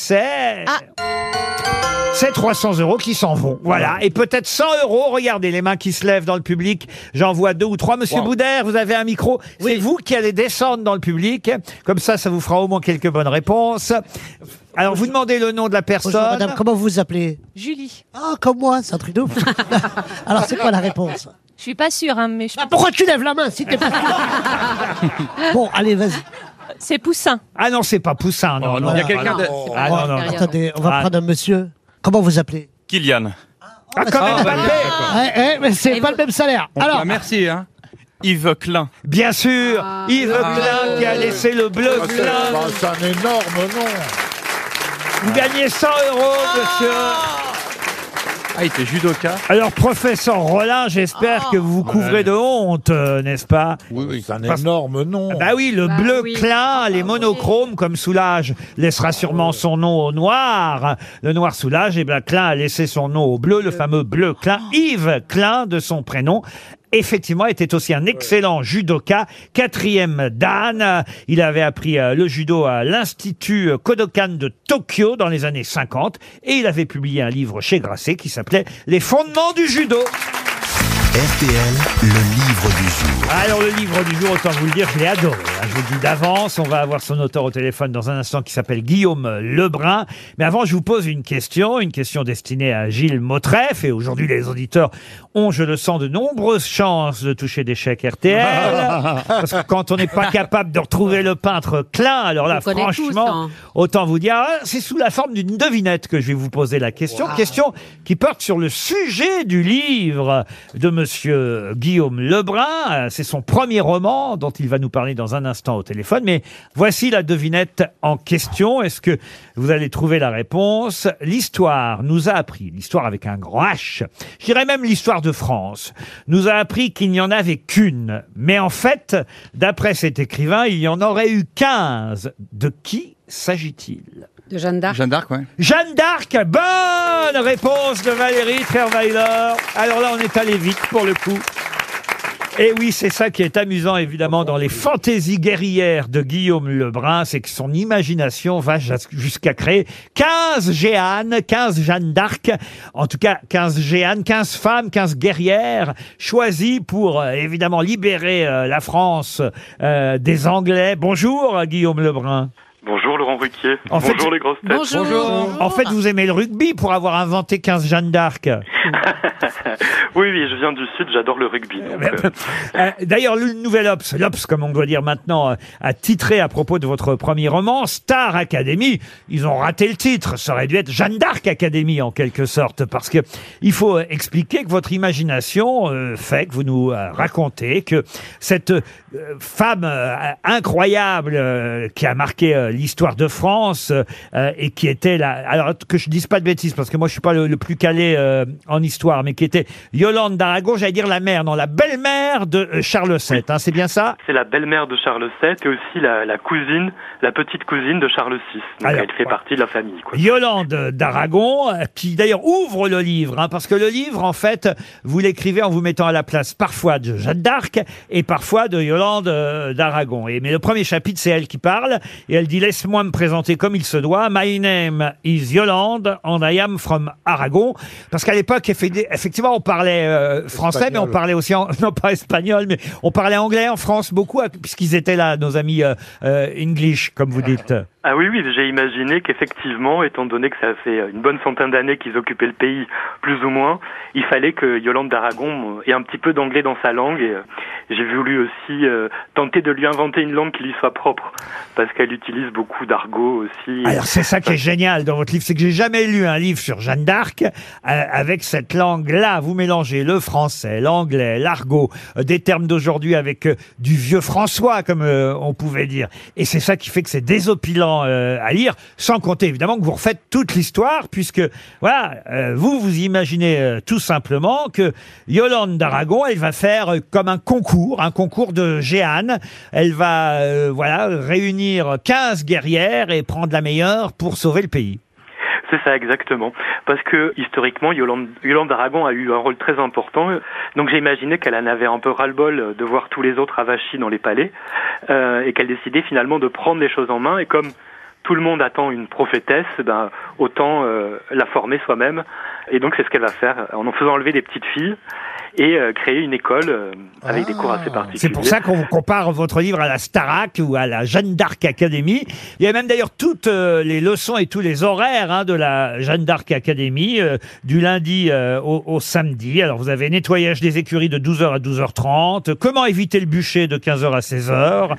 300 € qui s'en vont. Voilà. Et peut-être 100 €. Regardez les mains qui se lèvent dans le public. J'en vois 2 ou 3. Monsieur Boudère, vous avez un micro. C'est vous qui allez descendre dans le public. Comme ça vous fera au moins quelques bonnes réponses. Alors, vous demandez le nom de la personne. Bonjour madame, comment vous vous appelez? Julie. Ah, comme moi, c'est un truc de ouf. Alors, c'est quoi la réponse? Je suis pas sûre, hein, mais Pourquoi tu lèves la main si t'es pas sûr? Bon, allez, vas-y. c'est Poussin. Ah non, c'est pas Poussin. Non, non. Il y a quelqu'un de... Ah non, non. Attendez, on va prendre un monsieur. Comment vous appelez? Kylian. Ah, quand même, Mbappé. Mais c'est pas le même salaire. Alors, Bah, merci, hein. Yves Klein. Bien sûr, Yves Klein qui a laissé le bleu Klein. C'est un énorme nom. Vous gagnez 100 €, monsieur. Ah, il était judoka. Alors, professeur Rollin, j'espère que vous vous couvrez de honte, n'est-ce pas? Oui. C'est un énorme nom. Bah oui, le bleu Klein, les monochromes, comme Soulage laissera sûrement son nom au noir. Le noir Soulage, et bien Klein a laissé son nom au bleu, le fameux bleu Klein. Yves Klein, de son prénom. Effectivement, était aussi un excellent judoka, 4e dan. Il avait appris le judo à l'Institut Kodokan de Tokyo dans les années 50 et il avait publié un livre chez Grasset qui s'appelait Les fondements du judo. RTL, le livre du jour. Alors le livre du jour, autant vous le dire, je l'ai adoré. Je vous le dis d'avance, on va avoir son auteur au téléphone dans un instant qui s'appelle Guillaume Lebrun. Mais avant, je vous pose une question destinée à Gilles Motreff. Et aujourd'hui, les auditeurs ont, je le sens, de nombreuses chances de toucher des chèques RTL. Parce que quand on n'est pas capable de retrouver le peintre Klein, alors là, On connaît franchement, tous, hein. autant vous dire, c'est sous la forme d'une devinette que je vais vous poser la question. Question qui porte sur le sujet du livre de monsieur Guillaume Lebrun. C'est son premier roman dont il va nous parler dans un instant au téléphone. Mais voici la devinette en question. Est-ce que vous allez trouver la réponse? L'histoire nous a appris, l'histoire avec un grand H, je dirais même l'histoire de France, nous a appris qu'il n'y en avait qu'une. Mais en fait, d'après cet écrivain, il y en aurait eu 15. De qui s'agit-il? De Jeanne d'Arc. Jeanne d'Arc, ouais. Jeanne d'Arc, bonne réponse de Valérie Trierweiler. Alors là, on est allé vite pour le coup. Et oui, c'est ça qui est amusant, évidemment, dans les fantaisies guerrières de Guillaume Lebrun, c'est que son imagination va jusqu'à créer 15 Jeanne, 15 Jeanne d'Arc, en tout cas 15 Jeanne, 15 femmes, 15 guerrières, choisies pour, évidemment, libérer la France des Anglais. Bonjour, Guillaume Lebrun. Bonjour Laurent Ruquier. Bonjour les grosses têtes. Bonjour. En fait, vous aimez le rugby pour avoir inventé 15 Jeanne d'Arc. Oui, je viens du Sud, j'adore le rugby. D'ailleurs, le nouvel l'Obs, comme on doit dire maintenant, a titré à propos de votre premier roman, Star Academy. Ils ont raté le titre. Ça aurait dû être Jeanne d'Arc Academy, en quelque sorte, parce que il faut expliquer que votre imagination fait que vous nous racontez que cette femme incroyable qui a marqué l'histoire de France et qui était là, alors que je dise pas de bêtises parce que moi je suis pas le plus calé en histoire, mais qui était Yolande d'Aragon, j'allais dire la belle-mère de Charles VII, hein, c'est bien ça? C'est la belle-mère de Charles VII et aussi la petite cousine de Charles VI. Donc alors, elle fait partie de la famille, quoi. Yolande d'Aragon, qui d'ailleurs ouvre le livre, hein, parce que le livre, en fait, vous l'écrivez en vous mettant à la place parfois de Jeanne d'Arc et parfois de Yolande d'Aragon. Mais le premier chapitre, c'est elle qui parle, et elle dit « Laisse-moi me présenter comme il se doit. My name is Yolande and I am from Aragon ». Parce qu'à l'époque, effectivement, on parlait français, mais on parlait aussi, non pas espagnol, mais on parlait anglais en France beaucoup, puisqu'ils étaient là, nos amis English, comme vous dites. Ah oui, j'ai imaginé qu'effectivement, étant donné que ça fait une bonne centaine d'années qu'ils occupaient le pays, plus ou moins, il fallait que Yolande d'Aragon ait un petit peu d'anglais dans sa langue, et j'ai voulu aussi tenter de lui inventer une langue qui lui soit propre, parce qu'elle utilise beaucoup d'argot aussi. Alors c'est ça qui est génial dans votre livre, c'est que j'ai jamais lu un livre sur Jeanne d'Arc avec cette langue-là. Vous mélangez le français, l'anglais, l'argot, des termes d'aujourd'hui avec du vieux François, comme on pouvait dire. Et c'est ça qui fait que c'est désopilant à lire, sans compter évidemment que vous refaites toute l'histoire, puisque voilà, vous imaginez tout simplement que Yolande d'Aragon, elle va faire comme un concours de Jeanne. Elle va réunir 15 guerrières et prendre la meilleure pour sauver le pays. C'est ça, exactement. Parce que, historiquement, Yolande d'Aragon a eu un rôle très important. Donc j'ai imaginé qu'elle en avait un peu ras-le-bol de voir tous les autres avachis dans les palais, et qu'elle décidait finalement de prendre les choses en main. Et comme tout le monde attend une prophétesse, autant la former soi-même. Et donc c'est ce qu'elle va faire, en faisant enlever des petites filles et créer une école avec des cours assez particuliers. C'est pour ça qu'on compare votre livre à la Starac ou à la Jeanne d'Arc Academy. Il y a même d'ailleurs toutes les leçons et tous les horaires de la Jeanne d'Arc Academy, du lundi au samedi. Alors vous avez nettoyage des écuries de 12h à 12h30, comment éviter le bûcher de 15h à 16h,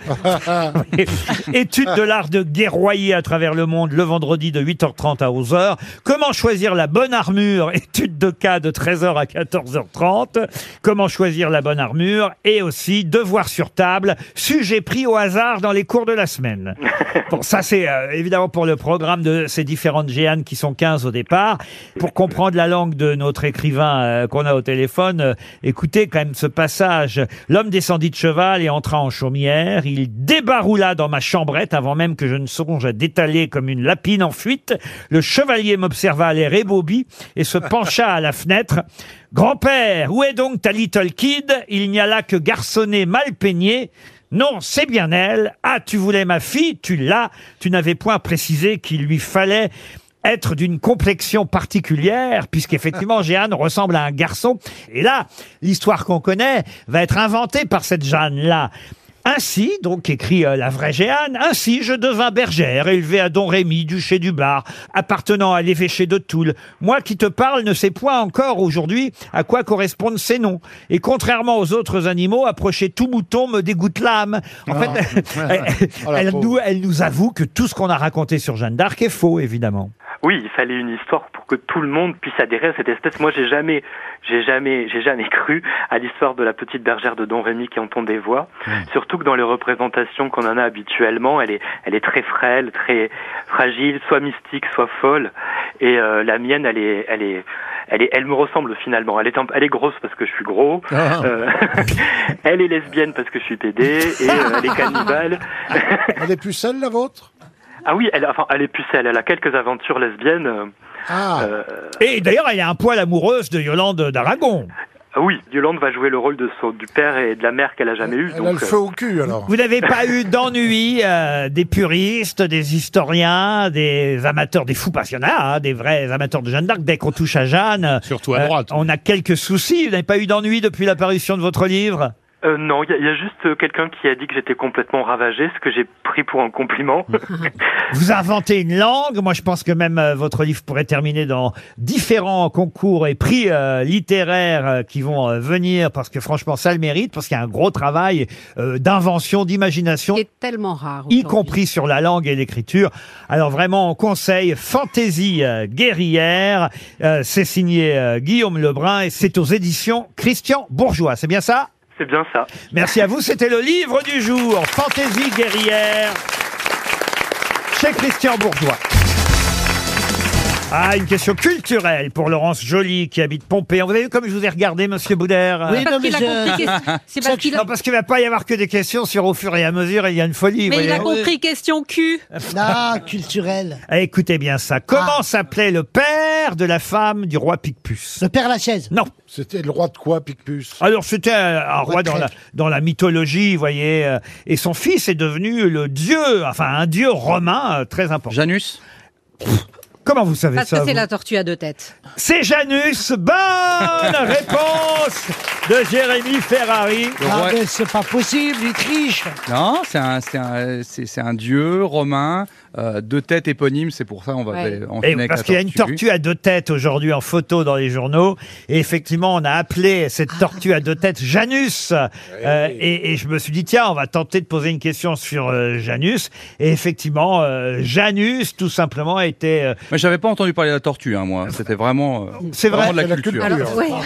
étude de l'art de guerroyer à travers le monde le vendredi de 8h30 à 11h, comment choisir la bonne armure, étude de cas de 13h à 14h30, comment choisir la bonne armure, et aussi devoir sur table, sujet pris au hasard dans les cours de la semaine. Bon, ça c'est évidemment pour le programme de ces différentes Jeannes qui sont 15 au départ. Pour comprendre la langue de notre écrivain qu'on a au téléphone, écoutez quand même ce passage. L'homme descendit de cheval et entra en chaumière. Il débaroula dans ma chambrette avant même que je ne songe à d'étaler comme une lapine en fuite. Le chevalier m'observa à l'air ébaubis et se pencha à la fenêtre. « Grand-père, où est donc ta little kid? Il n'y a là que garçonnet mal peigné. » Non, c'est bien elle. Ah, tu voulais ma fille, tu l'as. Tu n'avais point précisé qu'il lui fallait être d'une complexion particulière, puisqu'effectivement, Jeanne ressemble à un garçon. Et là, l'histoire qu'on connaît va être inventée par cette Jeanne-là. Ainsi, donc, écrit la vraie Jeanne, ainsi je devins bergère, élevée à Don Rémy, duché du Bar, appartenant à l'évêché de Toul. Moi qui te parle ne sais point encore aujourd'hui à quoi correspondent ces noms. Et contrairement aux autres animaux, approcher tout mouton me dégoûte l'âme. En fait, elle nous avoue que tout ce qu'on a raconté sur Jeanne d'Arc est faux, évidemment. Oui, il fallait une histoire pour que tout le monde puisse adhérer à cette espèce. Moi, j'ai jamais cru à l'histoire de la petite bergère de Don Rémy qui entend des voix. Surtout que dans les représentations qu'on en a habituellement, elle est très frêle, très fragile, soit mystique, soit folle. Et la mienne, elle me ressemble finalement. Elle est grosse parce que je suis gros. Elle est lesbienne parce que je suis pédé. Et elle est cannibale. Elle est pucelle, la vôtre? Ah oui, elle est pucelle. Elle a quelques aventures lesbiennes. Et d'ailleurs, elle est un poil amoureuse de Yolande d'Aragon. Oui, Yolande va jouer le rôle du père et de la mère qu'elle a jamais eu. Elle a le feu au cul, alors. Vous n'avez pas eu d'ennui des puristes, des historiens, des amateurs, des fous passionnats, des vrais amateurs de Jeanne d'Arc. Dès qu'on touche à Jeanne, surtout à droite, on a quelques soucis. Vous n'avez pas eu d'ennui depuis l'apparition de votre livre? Non, il y a juste quelqu'un qui a dit que j'étais complètement ravagé, ce que j'ai pris pour un compliment. Vous inventez une langue. Moi, je pense que même votre livre pourrait terminer dans différents concours et prix littéraires qui vont venir, parce que franchement, ça le mérite, parce qu'il y a un gros travail d'invention, d'imagination. Qui est tellement rare. Y compris sur la langue et l'écriture. Alors vraiment, on conseille Fantaisie guerrière. C'est signé Guillaume Lebrun et c'est aux éditions Christian Bourgeois. C'est bien ça ? C'est bien ça. Merci à vous. C'était le livre du jour, Fantaisie guerrière, chez Christian Bourgeois. Ah, une question culturelle pour Laurence Joly qui habite Pompéi. Vous avez vu comme je vous ai regardé, monsieur Boudère? Oui, parce qu'il a compris. C'est parce qu'il a... Non, parce qu'il va pas y avoir que des questions sur au fur et à mesure, il y a une folie. Mais il a voyez. compris question Q. Ah, culturel. Écoutez bien ça. Comment s'appelait le père de la femme du roi Picpus? Le père Lachaise. Non. C'était le roi de quoi, Picpus? Alors, c'était un roi dans la mythologie, vous voyez. Et son fils est devenu le dieu, enfin un dieu romain très important. Janus. Comment vous savez Parce ça que c'est vous la tortue à deux têtes. C'est Janus. Bonne réponse de Jérémy Ferrari. Ah, mais c'est pas possible, il triche. Non, c'est un dieu romain, deux têtes éponymes, c'est pour ça on va enchaîner Et avec parce la qu'il y a une tortue à deux têtes aujourd'hui en photo dans les journaux. Et effectivement, on a appelé cette tortue à deux têtes Janus. Et je me suis dit, tiens, on va tenter de poser une question sur Janus. Et effectivement, Janus, tout simplement, était... Mais j'avais pas entendu parler de la tortue, hein, moi. C'était vraiment, c'est vrai, vraiment de la culture. Alors, ouais.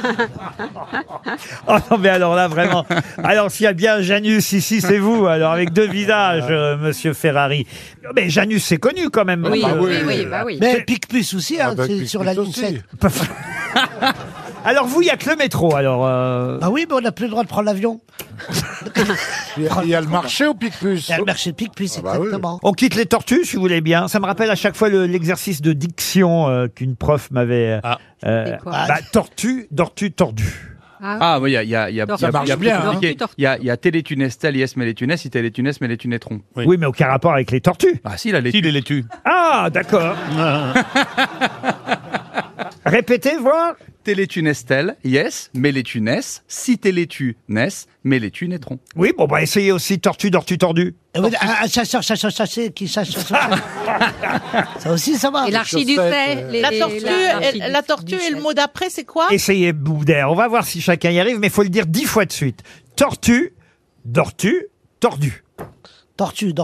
Oh non, mais alors là, vraiment. Alors, s'il y a bien Janus ici, c'est vous. Alors, avec deux visages, monsieur Ferrari. Mais Janus, c'est connu quand même. Oui, bah oui. Mais Picpus aussi, hein, c'est sur la ligne 7. Alors, vous, il n'y a que le métro, alors... Ah oui, mais on n'a plus le droit de prendre l'avion. Il y a le marché au Picpus. Il y a le marché Picpus, exactement. On quitte les tortues, si vous voulez bien. Ça me rappelle à chaque fois l'exercice de diction qu'une prof m'avait... tortue, tordu. Ah oui, il y a Ça marche bien. Hein. Il y a télétunestel, yes, mélétunes, si télétunes, mélétunetron. Oui, mais aucun rapport avec les tortues. Ah si, la laitue. Il est laitue. Ah, d'accord. Répétez, voir. Télétunestel, yes, mélétunes, si télétunes, mélétunetron. Oui, bon, bah essayez aussi tortue, tordu. Un chasseur qui chasse. Ça aussi, ça va. Et l'archiducet. La tortue et le mot d'après, c'est quoi? Essayez Boudère. On va voir si chacun y arrive, mais il faut le dire 10 fois de suite. Tortue, tordu. Tortue,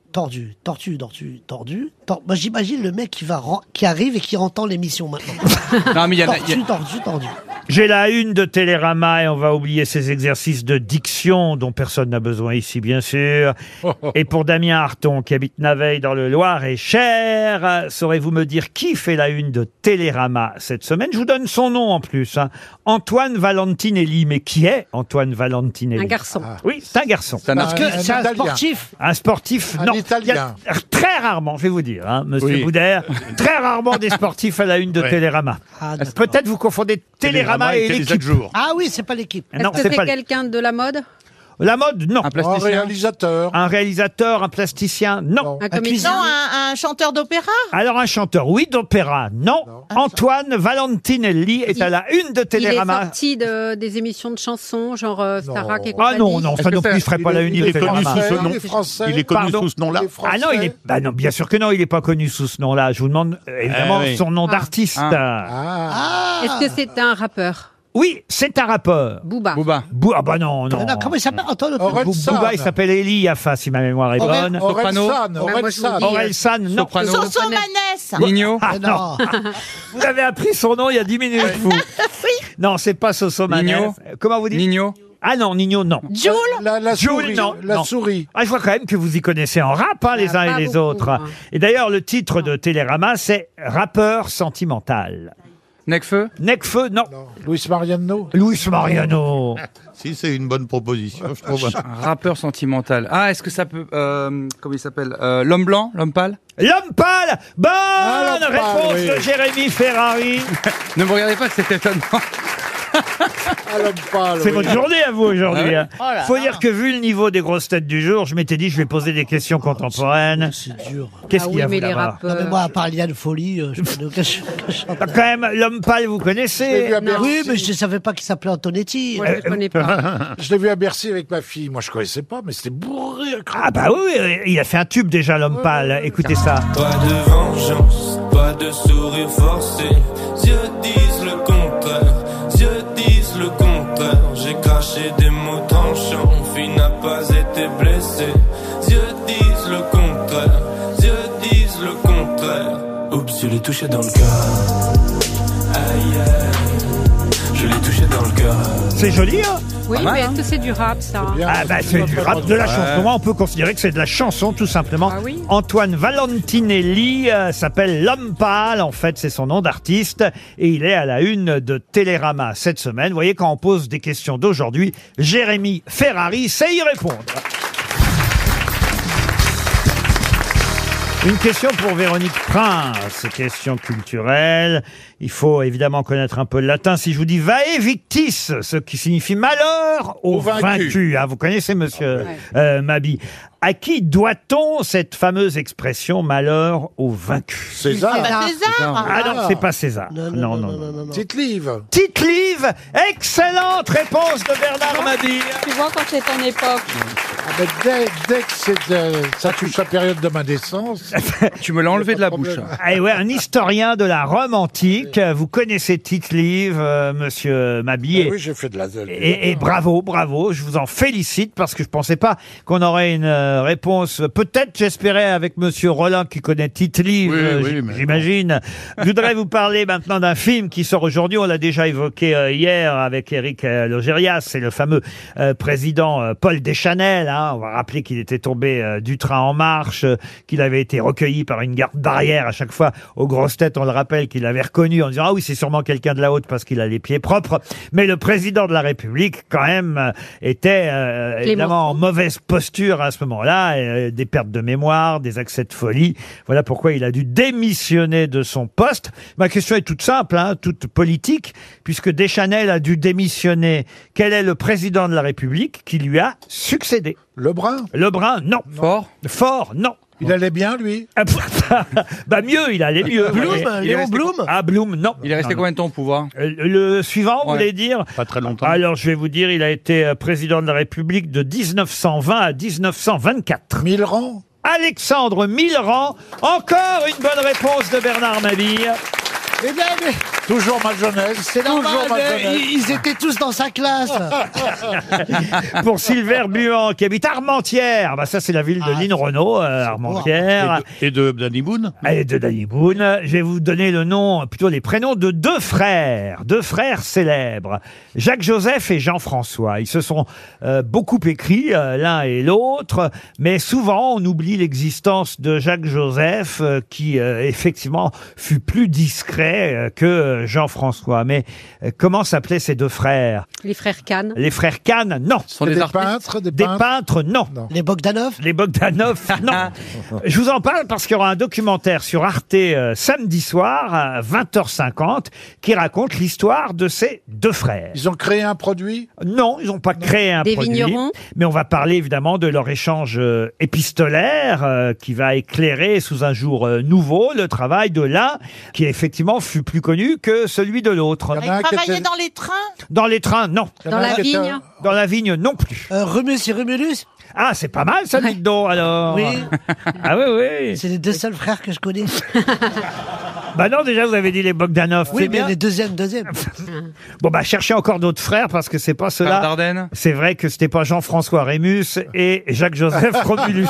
tordu. Moi, j'imagine le mec qui arrive et qui entend l'émission maintenant. Non, mais il y a... Tordu. J'ai la une de Télérama et on va oublier ces exercices de diction dont personne n'a besoin ici, bien sûr. Et pour Damien Harton, qui habite Naveil dans le Loir-et-Cher, saurez-vous me dire qui fait la une de Télérama cette semaine? Je vous donne son nom en plus. Hein. Antoine Valentinelli. Mais qui est Antoine Valentinelli? Un garçon. Oui, c'est un garçon. Parce que c'est un sportif. Un sportif, non. Italien. Il y a très rarement, je vais vous dire, hein, monsieur Boudère, très rarement des sportifs à la une de Télérama. Peut-être vous confondez Télérama et l'équipe. Ah oui, c'est pas l'équipe. Non, Est-ce que c'est pas quelqu'un de la mode? La mode, non. Un plasticien. Un réalisateur, un plasticien, non. Un comédien? Non, un chanteur d'opéra? Alors un chanteur, oui, d'opéra, non. Antoine Valentinelli est à la une de Il est Télérama. sorti des émissions de chansons, genre Starac et compagnie. Ah non, ça non plus, il ferait pas la une Il de est connu Télérama. sous ce nom. Il est connu Pardon. sous ce nom-là. Ah non, non, bien sûr que non, il n'est pas connu sous ce nom-là. Je vous demande évidemment son nom d'artiste. Est-ce que c'est un rappeur? Oui, c'est un rappeur. Booba. Ah bah non. Comment il s'appelle? Booba, il s'appelle Eli Yafa, si ma mémoire est bonne. Orelsan, non. Sosomanès. Nino. Ah non. Vous avez appris son nom il y a 10 minutes, vous. Non, c'est pas Sosomanès. Nino. Comment vous dites? Nino. Ah non, Nino, non. Joule. La Joule, souris. non. La souris. Ah, je vois quand même que vous y connaissez en rap, hein, les uns et pas les beaucoup, autres. hein. Et d'ailleurs, le titre de Télérama, c'est Rappeur sentimental. Necfeu. Necfeu, non. Luis Mariano. Luis Mariano. Si, c'est une bonne proposition, je trouve. Un rappeur sentimental. Ah, est-ce que ça peut... comment il s'appelle L'homme blanc. L'homme pâle. L'homme pâle. Bonne L'homme pâle, réponse oui. de Jérémy Ferrari. Ne me regardez pas, c'est étonnant. l'homme pâle. C'est oui. votre journée à vous aujourd'hui. hein. Oh là Faut là. dire que vu le niveau des grosses têtes du jour, je m'étais dit je vais poser des questions contemporaines. C'est dur. Qu'est-ce Ah qu'il y a oui, mais vous les là-bas Non, mais rappeurs. moi, à part Liane Folie, je peux de cacher. Quand même, l'homme pâle, vous Je l'ai connaissez vu à Bercy. Oui, mais je ne savais pas qu'il s'appelait Antonetti. Moi, je ne connais pas. Je l'ai vu à Bercy avec ma fille. Moi, je connaissais pas, mais c'était bourré à craquer. Ah bah oui, il a fait un tube déjà, l'homme pâle. Écoutez ça. Pas de vengeance, pas de sourire forcé. Yeux disent le contraire, yeux disent le contraire. J'ai craché des mots tranchants, fille n'a pas été blessée. Yeux disent le contraire, yeux disent le contraire. Oups, je l'ai touché dans le cœur. Aïe, aïe, je l'ai touché dans le cœur. C'est joli, hein? Oui, mais est-ce que c'est du rap, ça? Ah bah c'est du rap, de la chanson. Moi, on peut considérer que c'est de la chanson, tout simplement. Ah oui. Antoine Valentinelli s'appelle L'Homme Pâle. En fait, c'est son nom d'artiste. Et il est à la une de Télérama cette semaine. Vous voyez, quand on pose des questions d'aujourd'hui, Jérémy Ferrari sait y répondre. Une question pour Véronique Prince, question culturelle. Il faut évidemment connaître un peu le latin. Si je vous dis vae victis, ce qui signifie malheur aux vaincus. Ah, vous connaissez monsieur Mabi. À qui doit-on cette fameuse expression malheur aux vaincus? César. César. Ah non, c'est pas César. Non. Tite-Livre. Tite-Livre. Excellente réponse de Bernard Mabille. Tu vois, quand c'est ton époque. Ah ben, dès que ça touche la période de ma naissance. Tu me l'as enlevé de la bouche. Ah ouais, un historien de la Rome antique. Vous connaissez Tite-Livre, monsieur Mabille. Oui, j'ai fait de la. Et bravo, je vous en félicite parce que je pensais pas qu'on aurait une réponse. Peut-être, j'espérais, avec monsieur Rollin qui connaît Tite-Livre, j'imagine. Je voudrais vous parler maintenant d'un film qui sort aujourd'hui. On l'a déjà évoqué hier avec Éric Logérias. C'est le fameux président Paul Deschanel. Hein. On va rappeler qu'il était tombé du train en marche, qu'il avait été recueilli par une garde barrière à chaque fois aux grosses têtes. On le rappelle qu'il avait reconnu en disant ah oui, c'est sûrement quelqu'un de la haute parce qu'il a les pieds propres. Mais le président de la République, quand même, était évidemment en mauvaise posture à ce moment-là, des pertes de mémoire, des accès de folie. Voilà pourquoi il a dû démissionner de son poste. Ma question est toute simple, hein, toute politique, puisque Deschanel a dû démissionner. Quel est le président de la République qui lui a succédé? Lebrun. Lebrun, non. Fort, non. Il allait bien, lui? Bah mieux, il allait mieux. Blum, Léon Blum? Ah, Blum, non. Il est resté combien de temps au pouvoir? Le suivant, vous voulez dire? Pas très longtemps. Alors, je vais vous dire, il a été président de la République de 1920 à 1924. Millerand? Alexandre Millerand. Encore une bonne réponse de Bernard Mabille. Eh bien, mais Toujours ma jeunesse. c'est normal, Toujours ma mais jeunesse. ils étaient tous dans sa classe. Pour Sylvain Buan, qui habite Armentières. Bah, ça, c'est la ville de Lynn Renault, Armentières. Et de Danny Boone. Et de Danny Boone. Je vais vous donner le nom, plutôt les prénoms de deux frères célèbres. Jacques-Joseph et Jean-François. Ils se sont beaucoup écrits, l'un et l'autre, mais souvent, on oublie l'existence de Jacques-Joseph, qui, effectivement, fut plus discret que Jean-François. Mais comment s'appelaient ces deux frères? Les frères Kahn. Les frères Kahn, non. Ce sont des artistes. Peintres, Des peintres, non. Les Bogdanov? Les Bogdanov, non. Je vous en parle parce qu'il y aura un documentaire sur Arte samedi soir à 20h50 qui raconte l'histoire de ces deux frères. Ils ont créé un produit? Non, ils n'ont pas créé un Des produit. vignerons? Mais on va parler évidemment de leur échange épistolaire qui va éclairer sous un jour nouveau le travail de l'un qui effectivement fut plus connu que celui de l'autre. Il y en a un Il qui travaillait était- dans les trains. Dans les trains, non. il y en a Dans un la qui était- vigne. Dans la vigne, non plus. Remus et Romulus? Ah, c'est pas mal ça, dites donc, alors. Oui. Ah oui, oui. C'est les deux seuls frères que je connais. Bah non, déjà, vous avez dit les Bogdanov. Oui, c'est mais bien. les deuxièmes. Bon, bah, cherchez encore d'autres frères parce que c'est pas Frère ceux-là. Dardenne. C'est vrai que c'était pas Jean-François Rémus et Jacques-Joseph Romulus.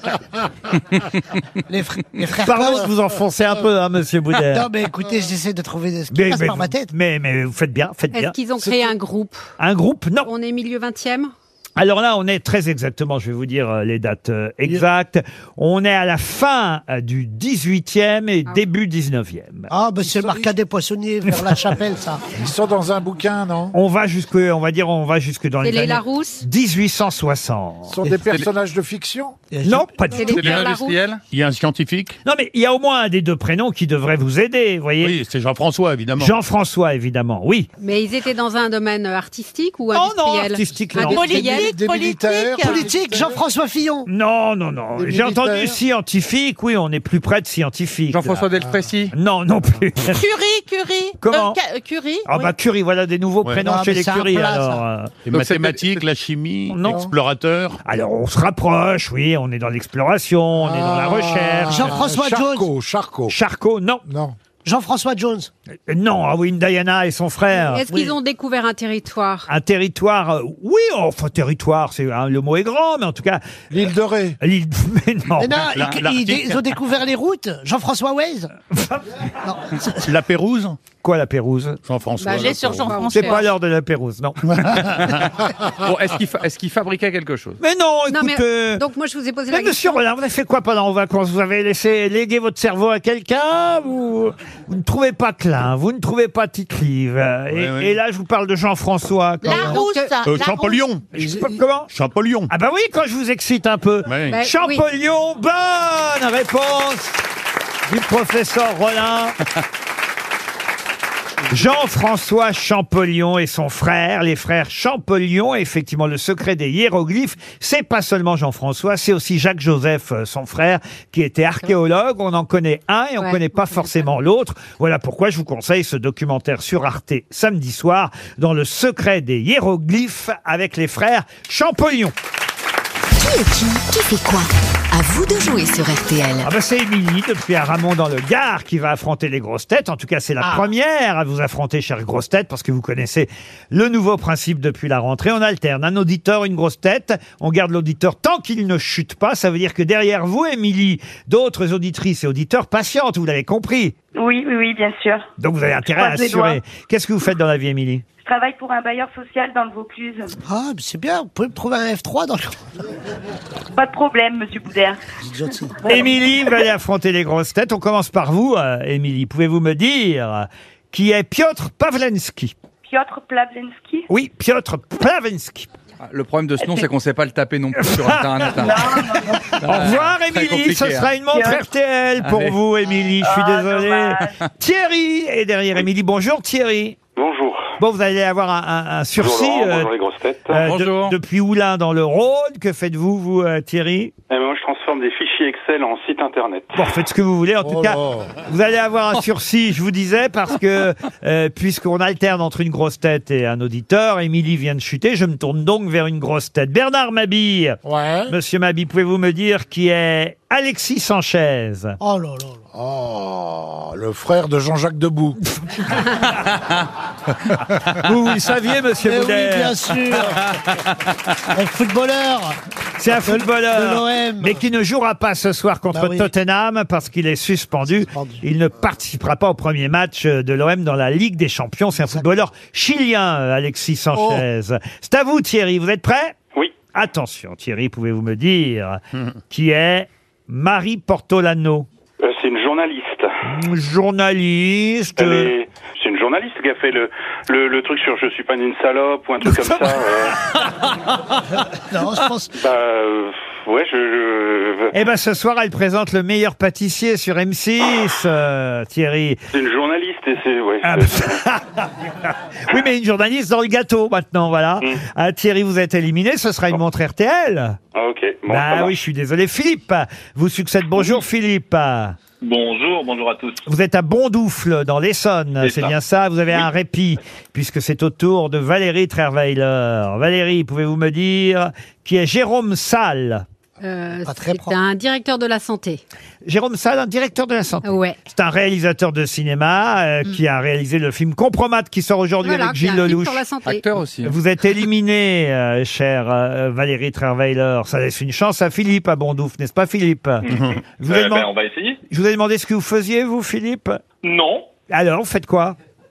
Les frères Pardon Cohen. de vous enfoncer un peu, hein, monsieur Boudère. Non, mais écoutez, j'essaie de trouver ce qui passe par ma tête. mais vous faites bien, faites Est-ce bien. qu'ils ont créé un groupe? Un groupe? Non. On est milieu 20e? Alors là, on est très exactement, je vais vous dire les dates exactes. On est à la fin du 18e et début 19e. Ah, ben c'est le Marcat des Poissonniers, vers la Chapelle, ça. Ils sont dans un bouquin, non? On va jusque dans C'est les les années Larousse 1860. Ce sont des personnages de fiction? Non, pas du C'est tout. les Pierre Larousse. Il y a un scientifique? Non, mais il y a au moins un des deux prénoms qui devrait vous aider, vous voyez. Oui, c'est Jean-François, évidemment. Jean-François, évidemment, oui. Mais ils étaient dans un domaine artistique ou Oh non, industriel? artistique, non. Industriel. Des militaires? Politique, Jean-François Fillon. Non, non, non. Des J'ai entendu militaires. scientifique, oui, on est plus près de scientifique. Jean-François là. Delfrécy. Non, non plus. Curie. Comment Curie. Ah bah Curie, voilà des nouveaux Ouais. prénoms Non, chez mais les c'est un Curie, plat, alors. ça. Les Donc, mathématiques, la chimie, Non. l'explorateur. Alors, on se rapproche, oui, on est dans l'exploration, on est dans la recherche. Jean-François Jones. Charcot. Charcot, non. Non. Jean-François Jones. Non, ah oui, Diana et son frère. Est-ce qu'ils ont découvert un territoire? Un territoire, oui, enfin, territoire, c'est le mot est grand, mais en tout cas, L'île de Ré. l'île, mais non. Mais non, l'Arctique. ils ont découvert les routes. Jean-François Waze. Non. La Pérouse? Quoi, la Pérouse? Jean-François. Bah, j'ai sur Jean-François. C'est pas l'heure de la Pérouse, non. Bon, est-ce qu'il fabriquait quelque chose? Mais non, Non, mais, écoutez. donc moi je vous ai posé Mais la monsieur question. Rollin, vous avez fait quoi pendant vos vacances? Vous avez laissé léguer votre cerveau à quelqu'un? Vous ne trouvez pas Klein, vous ne trouvez pas Tite-Live. oui. Et là, je vous parle de Jean-François. quand même. Larousse. Larousse. Champollion. Je sais pas comment? Champollion. Ah bah oui, quand je vous excite un peu. Ouais. Bah, Champollion, bonne réponse du professeur Rollin. Jean-François Champollion et son frère, les frères Champollion, effectivement, le secret des hiéroglyphes, c'est pas seulement Jean-François, c'est aussi Jacques-Joseph, son frère, qui était archéologue. On en connaît un et on Ouais. connaît pas forcément l'autre. Voilà pourquoi je vous conseille ce documentaire sur Arte samedi soir, dans le secret des hiéroglyphes avec les frères Champollion. Qui est qui fait quoi? À vous de jouer sur RTL. Ah bah c'est Émilie, depuis Aramon dans le Gard, qui va affronter les grosses têtes. En tout cas, c'est la première à vous affronter, chères grosses têtes, parce que vous connaissez le nouveau principe depuis la rentrée. On alterne un auditeur, une grosse tête. On garde l'auditeur tant qu'il ne chute pas. Ça veut dire que derrière vous, Émilie, d'autres auditrices et auditeurs patientent, vous l'avez compris. Oui, bien sûr. Donc vous avez intérêt à Croise les doigts. assurer. Qu'est-ce que vous faites dans la vie, Émilie? Je travaille pour un bailleur social dans le Vaucluse. Ah, mais c'est bien. Vous pouvez me trouver un F3 dans le... Pas de problème, monsieur Boudère. Émilie, vous allez affronter les grosses têtes. On commence par vous, Émilie. Pouvez-vous me dire qui est Piotr Pawlenski? Piotr Pawlenski. Oui, Piotr Pawlenski. Le problème de ce nom, c'est qu'on ne sait pas le taper non plus sur Internet. hein. Au revoir, Très Émilie. compliqué, Ce sera hein. une montre RTL pour Allez. vous, Émilie. Je suis Ah, désolé. dommage. Thierry est derrière Émilie. Bonjour, Thierry. Bonjour. Bon, vous allez avoir un sursis Bonjour Laurent, bonjour les grosses têtes. Bonjour. depuis Oulin dans le Rhône. Que faites-vous, vous, Thierry? Eh ben, moi, je transforme des fichiers Excel en site internet. Bon, faites ce que vous voulez. En tout cas, vous allez avoir un sursis, je vous disais, parce que puisqu'on alterne entre une grosse tête et un auditeur, Émilie vient de chuter. Je me tourne donc vers une grosse tête. Bernard Mabille. Ouais. Monsieur Mabille, pouvez-vous me dire qui est Alexis Sanchez? Oh là là. Oh, le frère de Jean-Jacques Debout. Vous le saviez, monsieur Eh oui, Boudet? bien sûr. Un footballeur. C'est un footballeur, de l'OM. mais qui ne jouera pas ce soir contre Bah oui. Tottenham parce qu'il est suspendu. Il ne participera pas au premier match de l'OM dans la Ligue des Champions. C'est un footballeur chilien, Alexis Sanchez. C'est à vous, Thierry. Vous êtes prêt? Oui. Attention, Thierry, pouvez-vous me dire qui est Marie Portolano? C'est une journaliste. Journaliste. C'est une journaliste qui a fait le truc sur Je suis pas une salope ou un truc comme ça. Non, je pense... Ouais, Eh ben, ce soir, elle présente le meilleur pâtissier sur M6, Thierry. C'est une journaliste et c'est... Ouais, Ah, oui, mais une journaliste dans le gâteau, maintenant, voilà. Ah, Thierry, vous êtes éliminé, ce sera une montre RTL. Ah, ok. Bon, ça Ah marche. oui, je suis désolé. Philippe, vous succède. Bonjour, Philippe. Bonjour à tous. Vous êtes à Bondoufle, dans l'Essonne, c'est ça. bien ça? Vous avez un répit, puisque c'est au tour de Valérie Trierweiler. Valérie, pouvez-vous me dire qui est Jérôme Salle? C'est un directeur de la santé. Jérôme Salle, un directeur de la santé. Ouais. C'est un réalisateur de cinéma qui a réalisé le film Compromat qui sort aujourd'hui Voilà, avec qui est Gilles un film Lelouch. sur la santé. Acteur aussi. Vous êtes éliminé, chère Valérie Trierweiler. Ça laisse une chance à Philippe à Bondoufle, n'est-ce pas, Philippe? Je vous ai On va essayer. je vous ai demandé ce que vous faisiez, vous, Philippe? Non. Alors, vous faites quoi?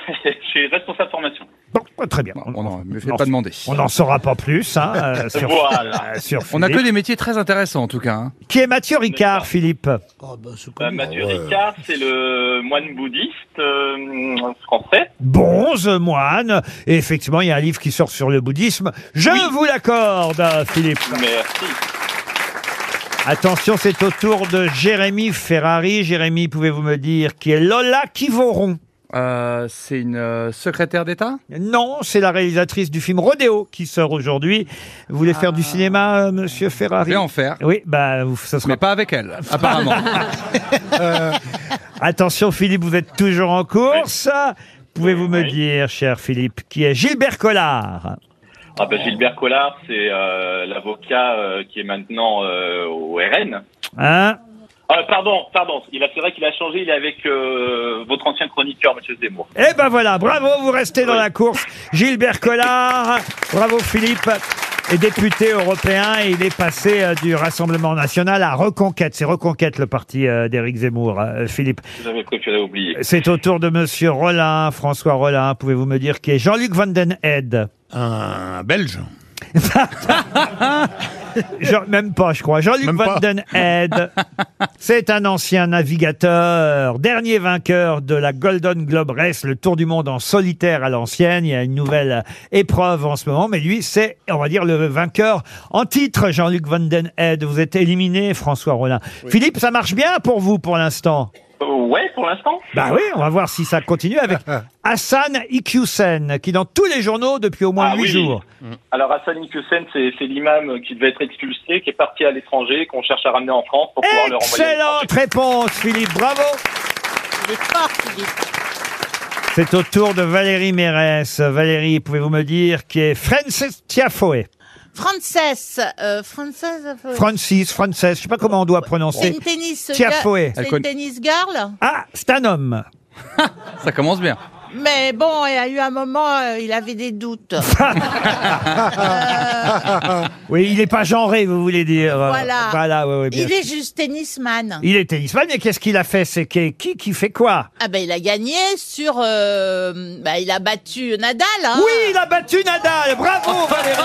Je suis responsable formation. Bon, très bien. On ne me fait pas demander. On n'en saura pas plus. Sur On n'a que Philippe. des métiers très intéressants en tout cas. Hein. Qui est Mathieu Ricard, Philippe? Mathieu Ricard, c'est le moine bouddhiste français. Bonze moine. Et effectivement, il y a un livre qui sort sur le bouddhisme. Je vous l'accorde, Philippe. Merci. Attention, c'est au tour de Jérémy Ferrari. Jérémy, pouvez-vous me dire qui est Lola Kivoron? C'est une secrétaire d'État? Non, c'est la réalisatrice du film Rodéo qui sort aujourd'hui. Vous voulez faire du cinéma, monsieur Ferrari? Je vais en faire. Oui, ça sera... Mais pas avec elle, apparemment. Attention, Philippe, vous êtes toujours en course. Pouvez-vous me dire, cher Philippe, qui est Gilbert Collard? Gilbert Collard, c'est l'avocat qui est maintenant au RN. Hein? Pardon. C'est vrai qu'il a changé. Il est avec votre ancien chroniqueur, monsieur Zemmour. Eh ben voilà, bravo, vous restez dans la course. Gilbert Collard, bravo Philippe, est député européen et il est passé du Rassemblement National à Reconquête. C'est Reconquête, le parti d'Éric Zemmour, Philippe. J'avais préféré oublier. C'est au tour de monsieur Rollin, François Rollin. Pouvez-vous me dire qui est Jean-Luc Van Den Heide? Un Belge. Même pas, je crois. Jean-Luc Van Den Heide, c'est un ancien navigateur, dernier vainqueur de la Golden Globe Race, le tour du monde en solitaire à l'ancienne. Il y a une nouvelle épreuve en ce moment, mais lui, c'est, on va dire, le vainqueur en titre, Jean-Luc Van Den Heide. Vous êtes éliminé, François Rollin. Oui. Philippe, ça marche bien pour vous pour l'instant? Ouais, pour l'instant. Bah oui, on va voir si ça continue avec Hassan Iqiyoussen, qui dans tous les journaux depuis au moins 8 jours. Alors Hassan Iqiyoussen, c'est l'imam qui devait être expulsé, qui est parti à l'étranger, qu'on cherche à ramener en France pour pouvoir le renvoyer. Excellente réponse, Philippe, bravo. Il est fort, Philippe. C'est au tour de Valérie Mérès. Valérie, pouvez-vous me dire qui est Frances Tiafoe? Frances, je sais pas comment on doit prononcer. C'est une tennis Tiafoe. C'est une tennis girl. Ah, c'est un homme. Ça commence bien. Mais bon, il y a eu un moment, il avait des doutes. Oui, il n'est pas genré, vous voulez dire. Voilà. Ouais, bien il est juste tennisman. Il est tennisman, mais qu'est-ce qu'il a fait? C'est qui fait quoi? Il a gagné sur... il a battu Nadal. Hein. Oui, il a battu Nadal. Bravo, Valérie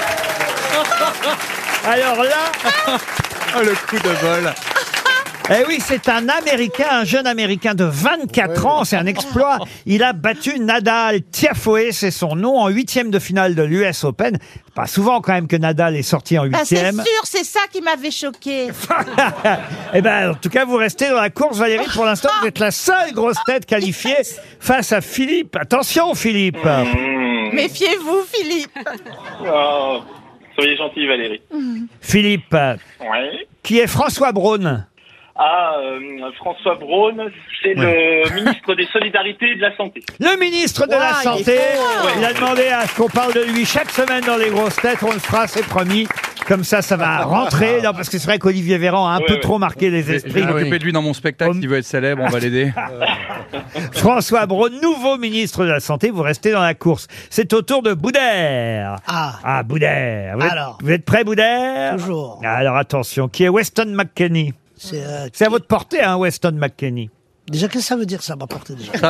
Mérès. Alors là... le coup de bol. Eh oui, c'est un Américain, un jeune Américain de 24 ans, c'est un exploit. Il a battu Nadal. Tiafoe, c'est son nom, en 8e de finale de l'US Open. Pas souvent quand même que Nadal est sorti en 8e. C'est sûr, c'est ça qui m'avait choqué. Eh ben, en tout cas, vous restez dans la course, Valérie. Pour l'instant, vous êtes la seule grosse tête qualifiée face à Philippe. Attention, Philippe. Méfiez-vous, Philippe. Oh, soyez gentil, Valérie. Philippe. Ouais. Qui est François Braun? François Braun, c'est le ministre des Solidarités et de la Santé. Le ministre de la Santé, il a demandé à ce qu'on parle de lui chaque semaine dans les grosses têtes, on le fera, c'est promis. Comme ça va rentrer, non, parce que c'est vrai qu'Olivier Véran a un peu trop marqué les esprits. Je vais m'occuper de lui dans mon spectacle, s'il veut être célèbre, on va l'aider. François Braun, nouveau ministre de la Santé, vous restez dans la course. C'est au tour de Boudère. Ah, Boudère. Vous êtes prêt, Boudère? Toujours. Alors attention, qui est Weston McKennie? C'est à votre portée, hein, Weston McKennie. Déjà, qu'est-ce que ça veut dire, ça, ma portée, déjà?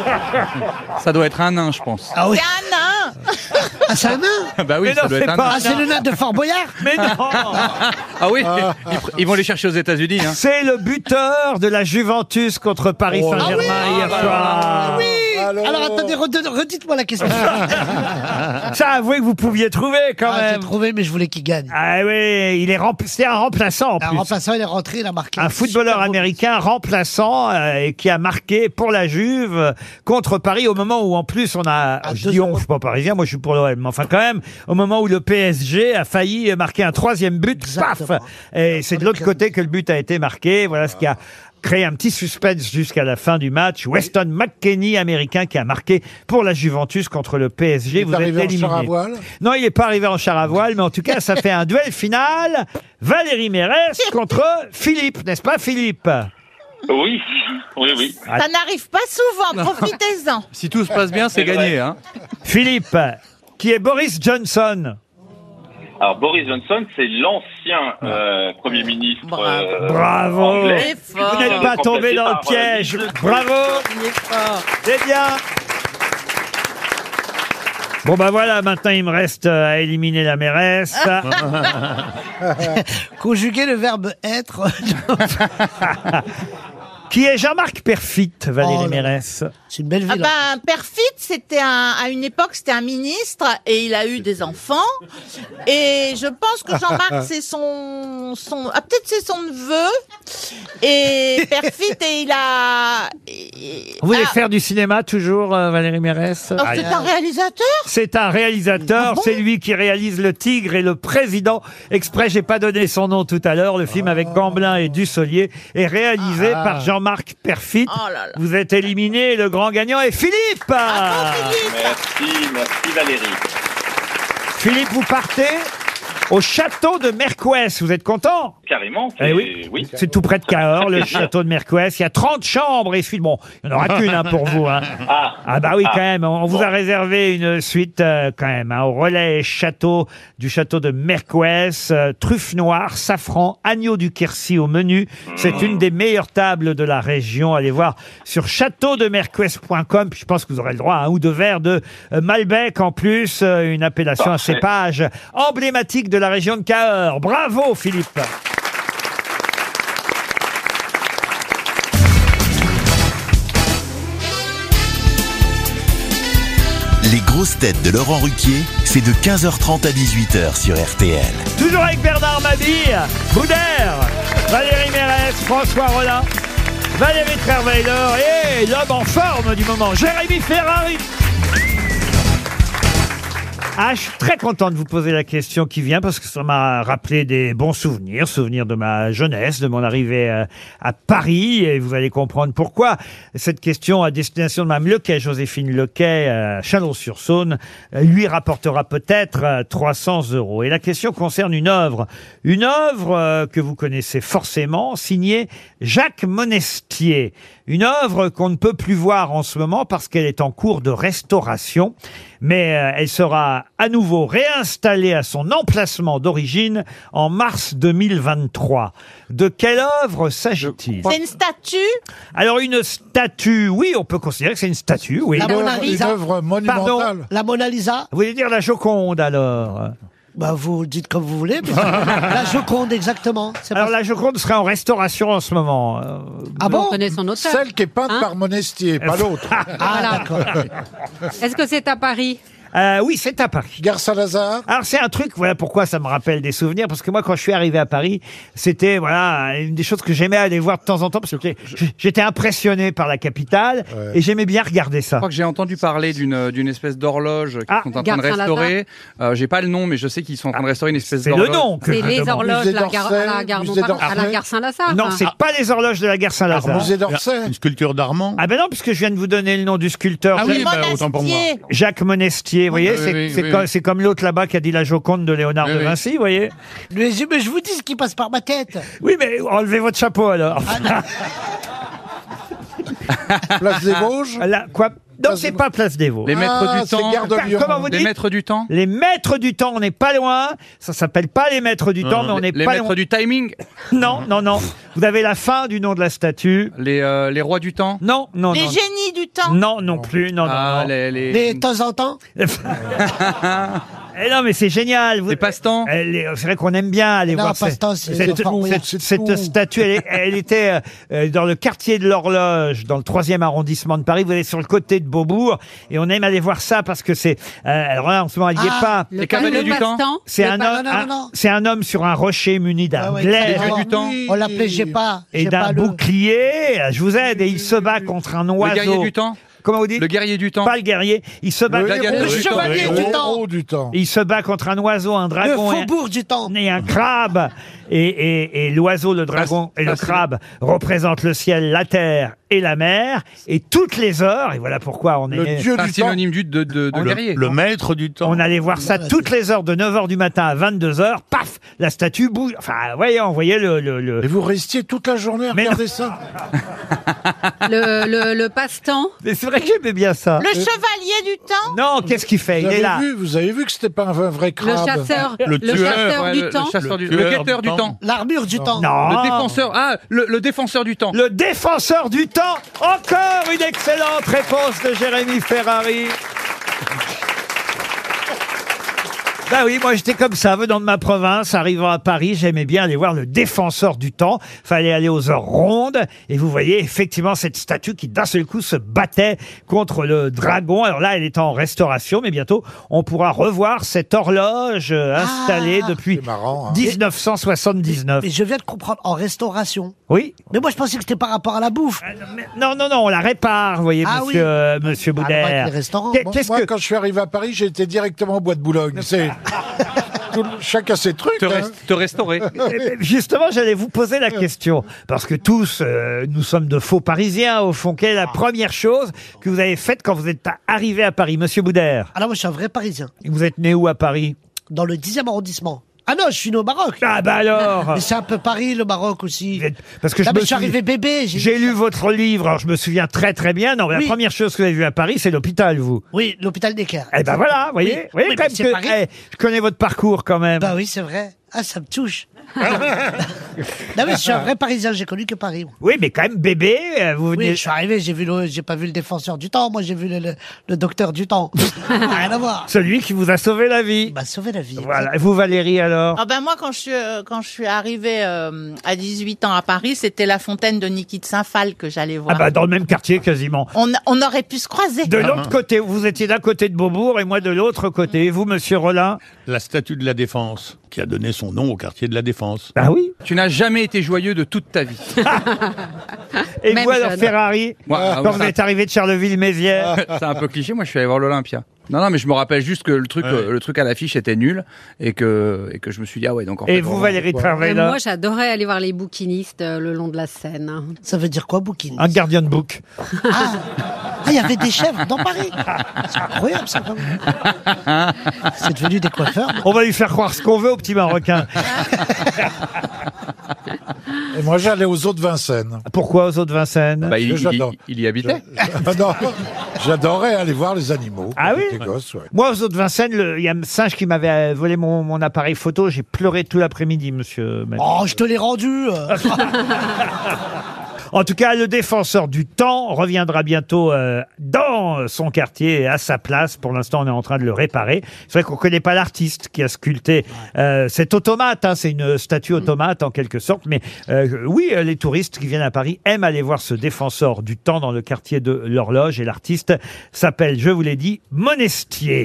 Ça doit être un nain, je pense. Ah oui. C'est un nain. Ah, c'est un nain? Bah oui, mais ça non, doit être un nain. Ah, c'est le nain de Fort Boyard? Mais non. Ah oui, ils vont les chercher aux États-Unis. Hein. C'est le buteur de la Juventus contre Paris Saint-Germain hier soir. Oui. Alors attendez, redites-moi la question. Ça, avouez que vous pouviez trouver quand même. J'ai trouvé, mais je voulais qu'il gagne. Ah oui, c'est un remplaçant en plus. Un remplaçant, il est rentré, il a marqué. Un footballeur américain remplaçant et qui a marqué pour la Juve contre Paris au moment où en plus on a... je dis on, je suis pas parisien, moi je suis pour l'OM, mais enfin quand même, au moment où le PSG a failli marquer un 3e but, paf. Et c'est de l'autre côté que le but a été marqué. Voilà ce qui a créé un petit suspense jusqu'à la fin du match. Weston McKennie, américain, qui a marqué pour la Juventus contre le PSG. Vous êtes arrivé en char à voile? Non, il n'est pas arrivé en char à voile, mais en tout cas, ça fait un duel final. Valérie Mérès contre Philippe, n'est-ce pas, Philippe? Oui. Ça n'arrive pas souvent, profitez-en. Si tout se passe bien, c'est gagné. Hein. Philippe, qui est Boris Johnson? Alors Boris Johnson, c'est l'ancien Premier ministre Bravo. anglais. Vous n'êtes pas tombé dans le piège. Bravo. Il est fort. C'est bien. Bon bah voilà, maintenant il me reste à éliminer la mairesse. Conjuguer le verbe être. Qui est Jean-Marc Perfit, Valérie Oh là. Mérès. C'est une belle ville. Perfit, c'était à une époque, c'était un ministre et il a eu des enfants. Et je pense que Jean-Marc, c'est peut-être c'est son neveu. Et Perfit, et il a. Vous voulez faire du cinéma toujours, Valérie Mérès? Oh, c'est un réalisateur? C'est un réalisateur, c'est lui qui réalise Le Tigre et le Président. Exprès, j'ai pas donné son nom tout à l'heure. Le film avec Gamblin et Dussolier est réalisé par Jean-Marc Perfit. Oh là là. Vous êtes éliminé, le grand gagnant est Philippe. Merci Valérie. Philippe, vous partez au château de Mercoès. Vous êtes content? Carrément. Eh oui, c'est tout près de Cahors, le château de Mercoès. Il y a 30 chambres et suites. Bon, il n'y en aura qu'une pour vous. Hein. Ah bah oui, quand même. On vous a réservé une suite quand même au relais château du château de Mercoès. Truffes noires, safran, agneau du Quercy au menu. C'est une des meilleures tables de la région. Allez voir sur châteaudemercoès.com. Je pense que vous aurez le droit à un ou deux verres de Malbec en plus. Une appellation à cépage emblématique de la région de Cahors. Bravo Philippe. Les grosses têtes de Laurent Ruquier, c'est de 15h30 à 18h sur RTL. Toujours avec Bernard Mabille, Boudère, Valérie Mérès, François Rollin, Valérie Trierweiler et l'homme en forme du moment, Jérémy Ferrari. Ah, je suis très content de vous poser la question qui vient parce que ça m'a rappelé des bons souvenirs de ma jeunesse, de mon arrivée à Paris, et vous allez comprendre pourquoi. Cette question à destination de Mme Lequet, Joséphine Lequet, à Chalon-sur-Saône, lui rapportera peut-être 300 €. Et la question concerne une œuvre que vous connaissez forcément, signée Jacques Monestier. Une œuvre qu'on ne peut plus voir en ce moment parce qu'elle est en cours de restauration, mais elle sera à nouveau réinstallée à son emplacement d'origine en mars 2023. De quelle œuvre s'agit-il? C'est une statue? Alors une statue, oui, on peut considérer que c'est une statue, oui. La Mona Lisa. Une œuvre monumentale. Pardon, La Mona Lisa. vous voulez dire la Joconde alors? Bah, vous dites comme vous voulez. Mais la Joconde, exactement. C'est Alors pas- la Joconde serait en restauration en ce moment. Ah bon? On connaît son auteur. Celle qui est peinte Hein par Monestier, pas l'autre. Ah, d'accord. Est-ce que c'est à Paris? Oui, c'est à Paris. Gare Saint-Lazare. Alors c'est un truc, voilà pourquoi ça me rappelle des souvenirs, parce que moi quand je suis arrivé à Paris, c'était voilà une des choses que j'aimais aller voir de temps en temps, parce que j'étais impressionné par la capitale et j'aimais bien regarder ça. Je crois que j'ai entendu parler d'une espèce d'horloge qu'ils sont en train de Gare restaurer. J'ai pas le nom, mais je sais qu'ils sont en train de restaurer une espèce C'est d'horloge. le nom que C'est je les demande. horloges Musée de la gare, d'Orsay, à la gare musée Montparnasse, à la d'Orsay. gare Saint-Lazare. Non, c'est pas les horloges de la gare Saint-Lazare. Musée d'Orsay. Une sculpture d'Armand. Ah ben non, puisque je viens de vous donner le nom du sculpteur. Ah oui, bah, autant pour moi. Monestier. Jacques Monestier, vous voyez, Oui, c'est oui, c'est oui, comme, oui. c'est comme l'autre là-bas qui a dit la Joconde de Léonard Oui, de oui. Vinci, vous voyez. Mais je vous dis ce qui passe par ma tête. Oui, mais enlevez votre chapeau alors. Place des Vosges. Là, quoi? Non, c'est pas Place des Vosges. Les maîtres Ah, du c'est temps. Gare de Lyon. Comment vous Les dites? maîtres du temps. Les maîtres du temps, on n'est pas loin. Ça s'appelle pas les maîtres du temps, mais on n'est Les pas maîtres loin. du timing. Non, non, non. Vous avez la fin du nom de la statue. Les rois du temps. Non, non, Les non. génies du temps? Non, non plus, non, Ah, non, non. Mais de temps en temps. Eh non, mais c'est génial. Les passe-temps. C'est vrai qu'on aime bien aller Non, voir passe-temps, cette, c'est cette- fort, oui. cette statue. Elle était dans le quartier de l'Horloge, dans le 3e arrondissement de Paris. Vous allez sur le côté de Beaubourg. Et on aime aller voir ça parce que c'est... alors là, en ce moment, elle n'y est pas. Le Les cavaliers du temps. passe-temps. C'est un, non, homme, non, non, non. c'est un homme sur un rocher muni d'un Ah ouais, glaive c'est du temps. On l'appelait J'ai pas. et J'ai d'un pas le- bouclier. Je vous aide. Et il se bat contre un oiseau. Le guerrier du temps. Comment vous dites? Le guerrier du temps. Pas le guerrier. Il se bat. Le gladiateur héros du temps. chevalier Le du héros temps. du temps. Il se bat contre un oiseau, un Le dragon. faubourg du temps. Et un crabe. Et l'oiseau, le dragon et le crabe représentent le ciel, la terre et la mer. Et toutes les heures, et voilà pourquoi on Le est... dieu Un du temps. synonyme de guerrier. Le maître du temps. On allait voir ça toutes les heures, de 9h du matin à 22h. Paf, la statue bouge. Enfin, voyez, on voyait le... Et vous restiez toute la journée à Mais regarder ça. Le passe-temps. Mais c'est vrai que j'aimais bien ça. Le chevalier du temps? Non, qu'est-ce qu'il fait? Il est là. Vous avez vu que c'était pas un vrai Le crabe. chasseur. Le Le tueur, chasseur Ouais, du le temps. chasseur Le le tueur guetteur du du temps. temps. L'armure du temps. Non. Le défenseur. Ah, le défenseur du temps. Le défenseur du temps. Encore une excellente réponse de Jérémy Ferrari. Bah oui, moi j'étais comme ça, venant de ma province, arrivant à Paris, j'aimais bien aller voir le défenseur du temps. Fallait aller aux heures rondes et vous voyez effectivement cette statue qui d'un seul coup se battait contre le dragon. Alors là, elle est en restauration, mais bientôt on pourra revoir cette horloge installée depuis C'est marrant, hein. 1979. Mais je viens de comprendre, en restauration. Oui. Mais moi, je pensais que c'était par rapport à la bouffe. Non, on la répare, vous voyez, Ah monsieur Boudère. avec les restaurants. Bon, moi, quand je suis arrivé à Paris, j'ai été directement au Bois de Boulogne. Chacun ses trucs. Te restaurer. Justement, j'allais vous poser la question, parce que tous, nous sommes de faux Parisiens, au fond. Quelle est la première chose que vous avez faite quand vous êtes arrivé à Paris, monsieur Boudère? Alors moi, je suis un vrai Parisien. Vous êtes né où à Paris? Dans le 10e arrondissement. Ah non, je suis né au Maroc. Ah bah alors. Mais c'est un peu Paris, le Maroc aussi. Parce que je suis arrivé bébé. J'ai lu votre livre, alors je me souviens très très bien. Non, mais Oui. la première chose que vous avez vue à Paris, c'est l'hôpital, vous. Oui, l'hôpital Necker. Eh ben voilà, vous voyez, Oui. vous voyez Oui, quand mais même c'est que Paris. je connais votre parcours quand même. Bah oui, c'est vrai. Ah, ça me touche. Non mais je suis un vrai Parisien, j'ai connu que Paris. Moi. Oui, mais quand même bébé, vous venez... Oui, je suis arrivé, j'ai pas vu le défenseur du temps, moi j'ai vu le docteur du temps. Rien à voir. Celui qui vous a sauvé la vie. Il m'a sauvé la vie. Voilà. Et vous, Valérie, alors? Ah ben moi, quand je suis arrivée à 18 ans à Paris, c'était la fontaine de Niki de Saint-Phal que j'allais voir. Ah bah dans le même quartier quasiment. On aurait pu se croiser. De l'autre côté, vous étiez d'un côté de Beaubourg et moi de l'autre côté. Et vous, monsieur Rollin? La statue de la Défense, qui a donné son nom au quartier de la Défense. Ah oui. Tu n'as jamais été joyeux de toute ta vie. Et Même vous alors, jeune. Ferrari, quand vous êtes arrivé de Charleville-Mézières? C'est un peu cliché, moi je suis allé voir l'Olympia. Non, mais je me rappelle juste que le truc à l'affiche était nul et que je me suis dit, ah ouais, donc en fait. Et vous, Valérie Trierweiler? Moi, j'adorais aller voir les bouquinistes le long de la Seine. Ça veut dire quoi, bouquin? Un gardien de bouc. Ah, il y avait des chèvres dans Paris. C'est incroyable ça. Quand même. C'est devenu des coiffeurs. On va lui faire croire ce qu'on veut au petit Marocain. Et moi, j'allais aux eaux de Vincennes. Pourquoi aux eaux de Vincennes? Bah, J'adore. il y habitait. Non, j'adorais aller voir les animaux. Ah oui? J'étais gosse, ouais. Moi, aux eaux de Vincennes, il y a un singe qui m'avait volé mon appareil photo. J'ai pleuré tout l'après-midi, monsieur. Oh, je te l'ai rendu. En tout cas, le défenseur du temps reviendra bientôt dans son quartier, à sa place. Pour l'instant, on est en train de le réparer. C'est vrai qu'on connaît pas l'artiste qui a sculpté cet automate. Hein, c'est une statue automate en quelque sorte. Mais oui, les touristes qui viennent à Paris aiment aller voir ce défenseur du temps dans le quartier de l'Horloge. Et l'artiste s'appelle, je vous l'ai dit, Monestier.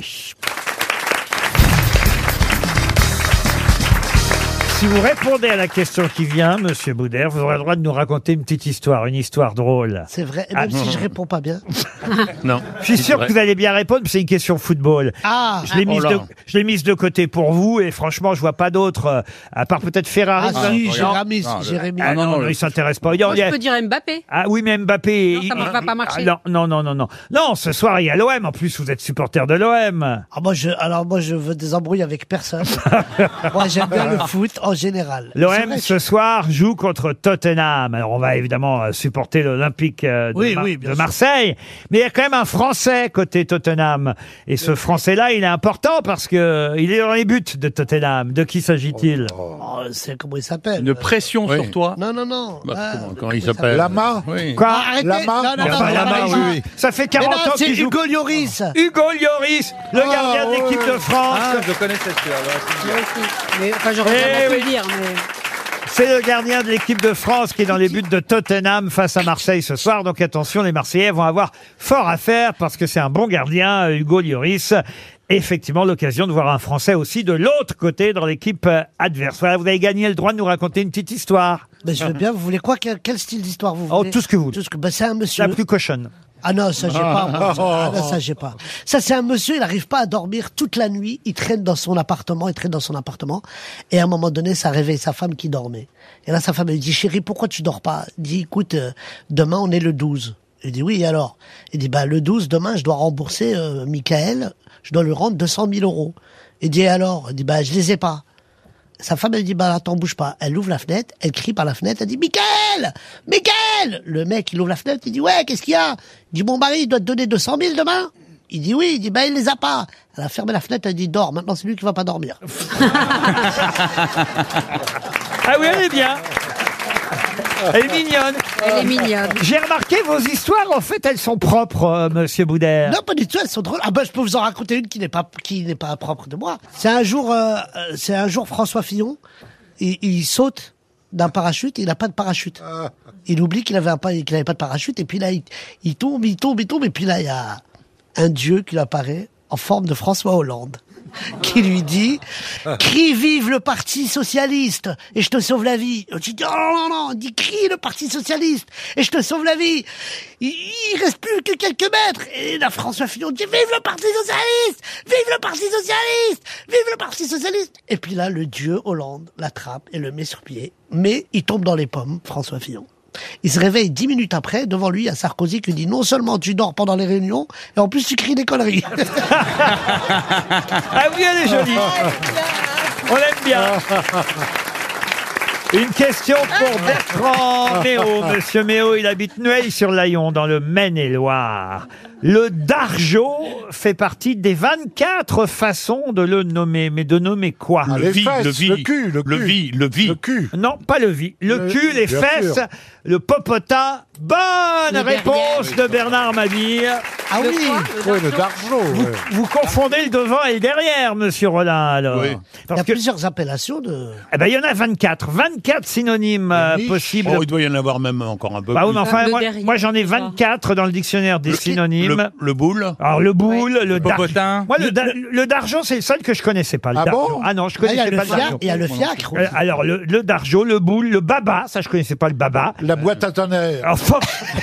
Si vous répondez à la question qui vient, monsieur Boudère, vous aurez le droit de nous raconter une petite histoire, une histoire drôle. C'est vrai, même si je réponds pas bien. Non. Je suis sûr que vous allez bien répondre, mais c'est une question football. Ah, Je l'ai mise de côté pour vous, et franchement, je vois pas d'autres, à part peut-être Ferrari. Ah si, regarde. Jérémy. Ah non, il s'intéresse pas. Moi, je peux dire Mbappé. Ah oui, mais Mbappé... Non, ça va pas marcher. Non. Non, ce soir, il y a l'OM. En plus, vous êtes supporter de l'OM. Ah, moi, je veux des embrouilles avec personne. Moi, j'aime bien le foot en général. C'est L'OM, vrai, ce soir, joue contre Tottenham. Alors, on va évidemment supporter l'Olympique de Marseille. Mais il y a quand même un Français côté Tottenham. Et ce Français-là, il est important parce que il est dans les buts de Tottenham. De qui s'agit-il? Oh, c'est comment il s'appelle? Une pression sur toi. Non. Comment il s'appelle? Lama. Oui. Quoi? Arrêtez. Lama. Non, Lama, non, oui. Ça fait 40 ans c'est qu'il joue. Hugo Lloris. Hugo Lloris, le gardien de l'équipe de France. Ah, je connaissais celui-là. Moi aussi. Mais enfin, j'aurais Eh pu oui. le dire. Mais... C'est le gardien de l'équipe de France qui est dans les buts de Tottenham face à Marseille ce soir. Donc attention, les Marseillais vont avoir fort à faire parce que c'est un bon gardien, Hugo Lloris. Effectivement, l'occasion de voir un Français aussi de l'autre côté dans l'équipe adverse. Voilà, vous avez gagné le droit de nous raconter une petite histoire. Ben, je veux bien, vous voulez quoi? Quel style d'histoire vous voulez? Tout ce que vous voulez. Ben, c'est un monsieur. La plus cochonne. Ah non, ça j'ai pas. Ah, non, ça j'ai pas. Ça c'est un monsieur, il n'arrive pas à dormir toute la nuit. Il traîne dans son appartement, et à un moment donné, ça réveille sa femme qui dormait. Et là, sa femme elle dit, chérie, pourquoi tu dors pas? Il dit, écoute, demain on est le 12. Il dit, oui, alors? Il dit, le 12, demain, je dois rembourser Michael, je dois lui rendre 200 000 euros. Il dit, alors? Il dit, je les ai pas. Sa femme, elle dit, attends, bouge pas. Elle ouvre la fenêtre, elle crie par la fenêtre, elle dit, Michael! Le mec, il ouvre la fenêtre, il dit, ouais, qu'est-ce qu'il y a? Il dit, mon mari, il doit te donner 200 000 demain? Il dit, oui, il dit, il les a pas. Elle a fermé la fenêtre, elle dit, dors, maintenant c'est lui qui va pas dormir. Ah oui, elle est bien. Elle est mignonne. Elle est mignonne. J'ai remarqué vos histoires, en fait, elles sont propres, monsieur Boudère. Non, pas du tout, elles sont drôles. Ah bah, je peux vous en raconter une qui n'est pas propre de moi. C'est un jour François Fillon, il saute d'un parachute, il n'a pas de parachute. Il oublie qu'il n'avait pas de parachute, et puis là, il tombe, et puis là, il y a un dieu qui apparaît en forme de François Hollande, qui lui dit « Crie vive le Parti Socialiste et je te sauve la vie !» Tu dis « Oh non, il dit « Crie le Parti Socialiste et je te sauve la vie !» Il reste plus que quelques mètres. Et là, François Fillon dit « Vive le Parti Socialiste ! Vive le Parti Socialiste ! Vive le Parti Socialiste !» Et puis là, le dieu Hollande l'attrape et le met sur pied. Mais il tombe dans les pommes, François Fillon. Il se réveille 10 minutes après, devant lui, il y a Sarkozy qui dit « Non seulement tu dors pendant les réunions, et en plus tu cries des conneries. » Ah oui, elle est jolie. On l'aime bien. Une question pour Bertrand Méo. Monsieur Méo, il habite Nueil-sur-Layon, dans le Maine-et-Loire. Le dargeau fait partie des 24 façons de le nommer. Mais de nommer quoi? Le cul. Le cul. Non, pas le vi. Le cul, les bien fesses, sûr. le popotin. Bonne réponse de Bernard Mabille. Ah oui, Le dargeau. Vous confondez le devant et le derrière, monsieur Rollin, alors. Oui. il y a plusieurs appellations de... Eh ben, il y en a 24. 24 synonymes possibles. Oh, il doit y en avoir même encore un peu Bah oui, plus. mais enfin, Le moi, derrière, moi, j'en ai 24 dans le dictionnaire des synonymes. Le boule. Alors, le boule, le popotin. Moi, le dargeau, c'est le seul que je connaissais pas. Le Ah dargeau. bon Ah non, je Ah, il y a connaissais le pas le dargeau. il y a le fiacre. aussi. Alors, le dargeau, le boule, le baba, ça, je connaissais pas le baba. La boîte à tonnerre. Enfin,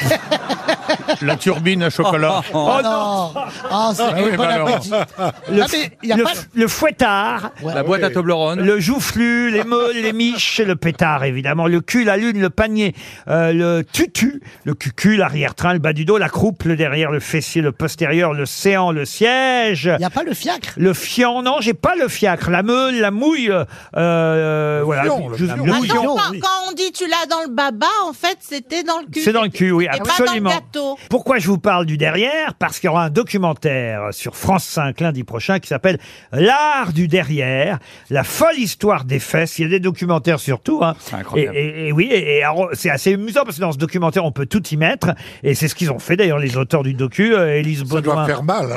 La turbine à chocolat. oh non, non. Ah, c'est oui, bon alors. appétit. le, Ah, mais il y a le- pas... le fouettard, La boîte à Toblerone. le joufflu, les meules, les miches, le pétard, évidemment, le cul, la lune, le panier, le tutu, le cucu, l'arrière-train, le bas du dos, la croupe, le derrière, le fessier, le postérieur, le séant, le siège. Il n'y a pas le fiacre. Le fian, non, j'ai pas le fiacre. La meule, la mouille, voilà. fion, le Je- fion. le Ah, fion. non, Quand, oui. quand on dit tu l'as dans le baba, en fait, c'était dans le cul. C'est dans le cul, oui, Et absolument. pas dans le gâteau. Pourquoi je vous parle du derrière? Parce qu'il y aura un documentaire sur France 5 lundi prochain qui s'appelle L'art du derrière, la folle histoire des fesses. Il y a des documentaires sur tout. Hein. C'est incroyable. Et oui, alors, c'est assez amusant parce que dans ce documentaire, on peut tout y mettre. Et c'est ce qu'ils ont fait d'ailleurs, les auteurs du docu, Élise Ça Baudouin. doit faire mal.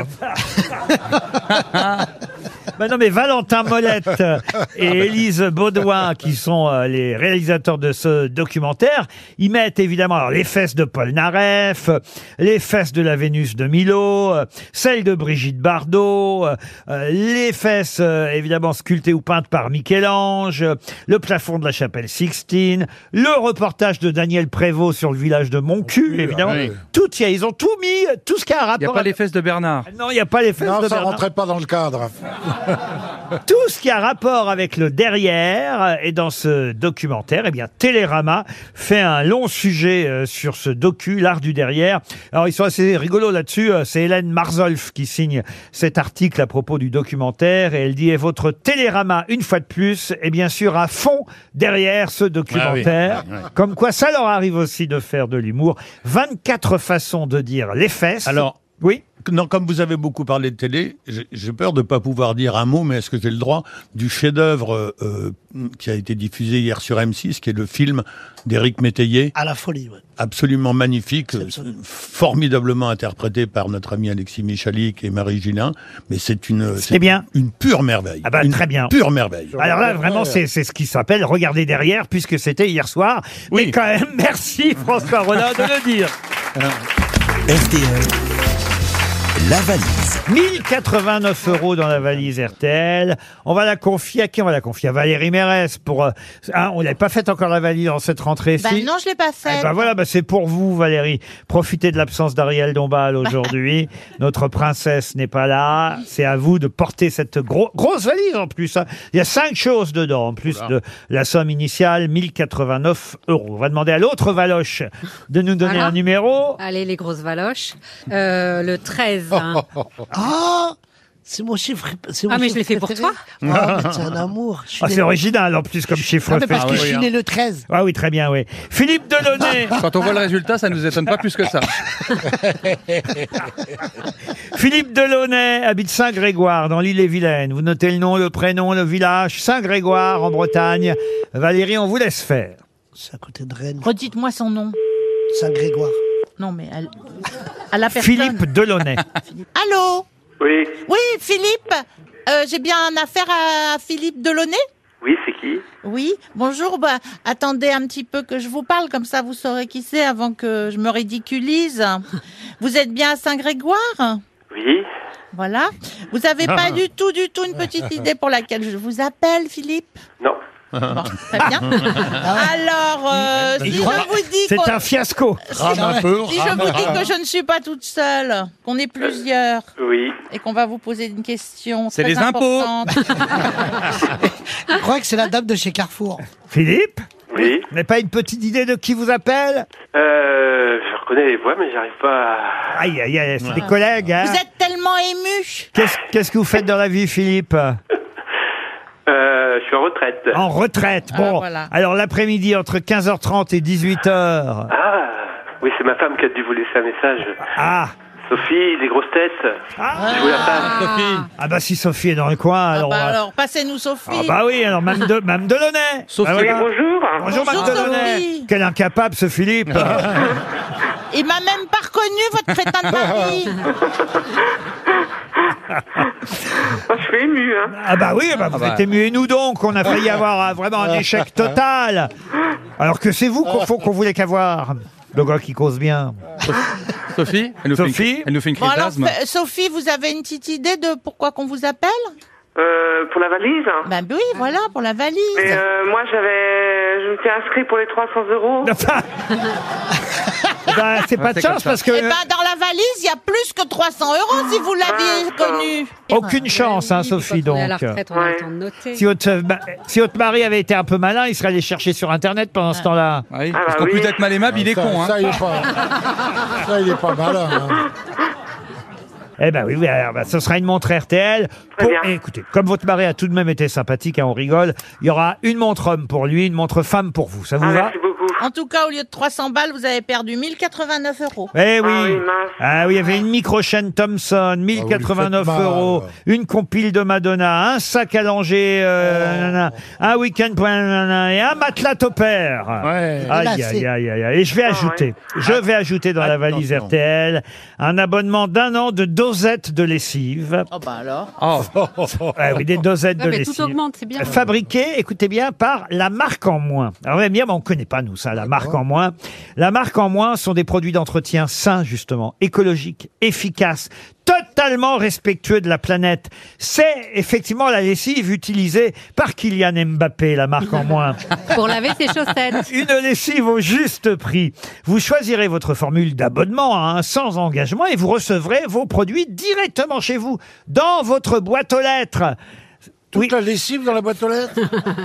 Hein. Ben non, mais Valentin Molette et Élise Baudouin, qui sont les réalisateurs de ce documentaire, ils mettent évidemment alors, les fesses de Paul Naref, les fesses de la Vénus de Milo, celles de Brigitte Bardot, les fesses évidemment sculptées ou peintes par Michel-Ange, le plafond de la chapelle Sixtine, le reportage de Daniel Prévost sur le village de Montcu, évidemment. oui. Tout y a, ils ont tout mis, tout ce qui a un Il n'y a rapport. pas les fesses de Bernard. Non, il n'y a pas les fesses Non, de ça Bernard. rentrait pas dans le cadre. Tout ce qui a rapport avec le derrière et dans ce documentaire, eh bien Télérama fait un long sujet sur ce docu, l'art du derrière. Alors ils sont assez rigolos là-dessus. C'est Hélène Marzolf qui signe cet article à propos du documentaire et elle dit et votre Télérama une fois de plus est bien sûr à fond derrière ce documentaire. Ah oui. Comme quoi ça leur arrive aussi de faire de l'humour. 24 façons de dire les fesses. Alors, oui. Non, comme vous avez beaucoup parlé de télé, j'ai peur de ne pas pouvoir dire un mot, mais est-ce que j'ai le droit du chef-d'œuvre qui a été diffusé hier sur M6, qui est le film d'Éric Métayer, À la folie, ouais. absolument magnifique, C'est absolument. formidablement interprété par notre ami Alexis Michalik et Marie Gillin, mais c'est bien. une pure merveille. Ah bah, une très bien. Pure merveille. Alors là, vraiment, c'est ce qui s'appelle regarder derrière, puisque c'était hier soir. Oui. Mais quand même, merci François Rollin de le dire. RTL, la valise. 1089 € dans la valise RTL. On va la confier à qui? On va la confier à Valérie Mérès pour... on l'avait pas faite encore la valise en cette rentrée. Bah si. non, je l'ai pas fait. Eh ben voilà, c'est pour vous, Valérie. Profitez de l'absence d'Ariel Dombal aujourd'hui. Notre princesse n'est pas là. C'est à vous de porter cette grosse valise en plus. Hein. Il y a 5 choses dedans, en plus de la somme initiale, 1089 €. On va demander à l'autre Valoche de nous donner Voilà. un numéro. Allez, les grosses valoches. Le 13. Hein. Ah, c'est mon chiffre. C'est mon Ah, mais je chiffre l'ai fait pour préféré. toi. Oh, mais c'est un amour. Je suis Ah, né- c'est original en plus comme chiffre. Ah, mais parce que je fait. suis né le 13. Ah oui, très bien, oui. Philippe Delaunay. Quand on voit le résultat, ça nous étonne pas plus que ça. Philippe Delaunay habite Saint-Grégoire dans l'Île-et-Vilaine. Vous notez le nom, le prénom, le village. Saint-Grégoire en Bretagne. Valérie, on vous laisse faire. C'est à côté de Rennes. Redites-moi son nom. Saint-Grégoire. Non, mais à la personne. Philippe Delaunay. Allô? Oui. Oui, Philippe. J'ai bien affaire à Philippe Delaunay? Oui, c'est qui? Oui, bonjour. Bah, attendez un petit peu que je vous parle, comme ça vous saurez qui c'est avant que je me ridiculise. Vous êtes bien à Saint-Grégoire? Oui. Voilà. Vous avez pas du tout une petite idée pour laquelle je vous appelle, Philippe? Non. Bon, très bien. Alors, si je vous dis C'est un fiasco. si je vous dis que je ne suis pas toute seule, qu'on est plusieurs, Oui. et qu'on va vous poser une question C'est très les impôts. importante. Je crois que c'est la dame de chez Carrefour. Philippe, Oui. vous n'avez pas une petite idée de qui vous appelle? Je reconnais les voix, mais j'arrive pas à... Aïe, aïe, aïe, c'est des collègues, hein. Vous êtes tellement ému. Qu'est-ce que vous faites dans la vie, Philippe? Je suis en retraite. En retraite. Bon, voilà. alors l'après-midi, entre 15h30 et 18h. Ah, oui, c'est ma femme qui a dû vous laisser un message. Ah, Sophie, les grosses têtes. Je vous la passe. Sophie. ah bah si Sophie est dans le coin, alors... Alors, passez-nous Sophie. Ah bah oui, alors Mme Delaunay. Sophie. Ah, Oui, voilà. bonjour. Bonjour Mme Bonjour, Delaunay. Sophie. Quel incapable ce Philippe. Il m'a même pas reconnu, votre crétin de mari. Je suis ému, hein. Ah bah oui, bah vous êtes ému et nous donc, on a failli avoir vraiment un échec total. Alors que c'est vous qu'on voulait qu'avoir. Le gars qui cause bien. Sophie, elle nous Sophie. elle nous fait une Bon, crise alors, d'asthme. Sophie, vous avez une petite idée de pourquoi qu'on vous appelle? Pour la valise. Ben oui, voilà, pour la valise. Mais moi, je me suis inscrit pour les 300 €. Bah, c'est pas de chance parce que... Eh ben, dans la valise, il y a plus que 300 € si vous l'aviez connu. Aucune chance, hein, Sophie, donc. À la retraite, on a le temps de noter. Si votre mari avait été un peu malin, il serait allé chercher sur Internet pendant ce temps-là. Oui, parce qu'en plus d'être mal aimable, il est con. Hein. Ça, il est pas, ça, il est pas malin. Hein. Eh ben oui, alors, bah, ce sera une montre RTL. Et écoutez, comme votre mari a tout de même été sympathique, hein, on rigole, il y aura une montre homme pour lui, une montre femme pour vous. Ça vous va? Merci beaucoup. En tout cas, au lieu de 300 balles, vous avez perdu 1089 €. Eh oui. Ah oui, mince. Ah oui, il y avait une micro-chaîne Thomson, 1089 €, une compile de Madonna, un sac à langer, nanana, un week-end pour nanana, et un matelas Topper. Ouais. Aïe, aïe, aïe, aïe, aïe. Et je vais ajouter dans la valise RTL un abonnement d'1 an de dosettes de lessive. Oh bah alors. Oh. Ah oui, des dosettes de Ouais, mais lessive. tout augmente, c'est bien. Fabriquées, écoutez bien, par La Marque en Moins. Alors, vous allez me dire, mais on ne connaît pas, nous, ça, La Marque en Moins. La Marque en Moins sont des produits d'entretien sains, justement, écologiques, efficaces, totalement respectueux de la planète. C'est effectivement la lessive utilisée par Kylian Mbappé, La Marque en Moins. Pour laver ses chaussettes. Une lessive au juste prix. Vous choisirez votre formule d'abonnement, hein, sans engagement, et vous recevrez vos produits directement chez vous, dans votre boîte aux lettres. Toute la lessive dans la boîte aux lettres.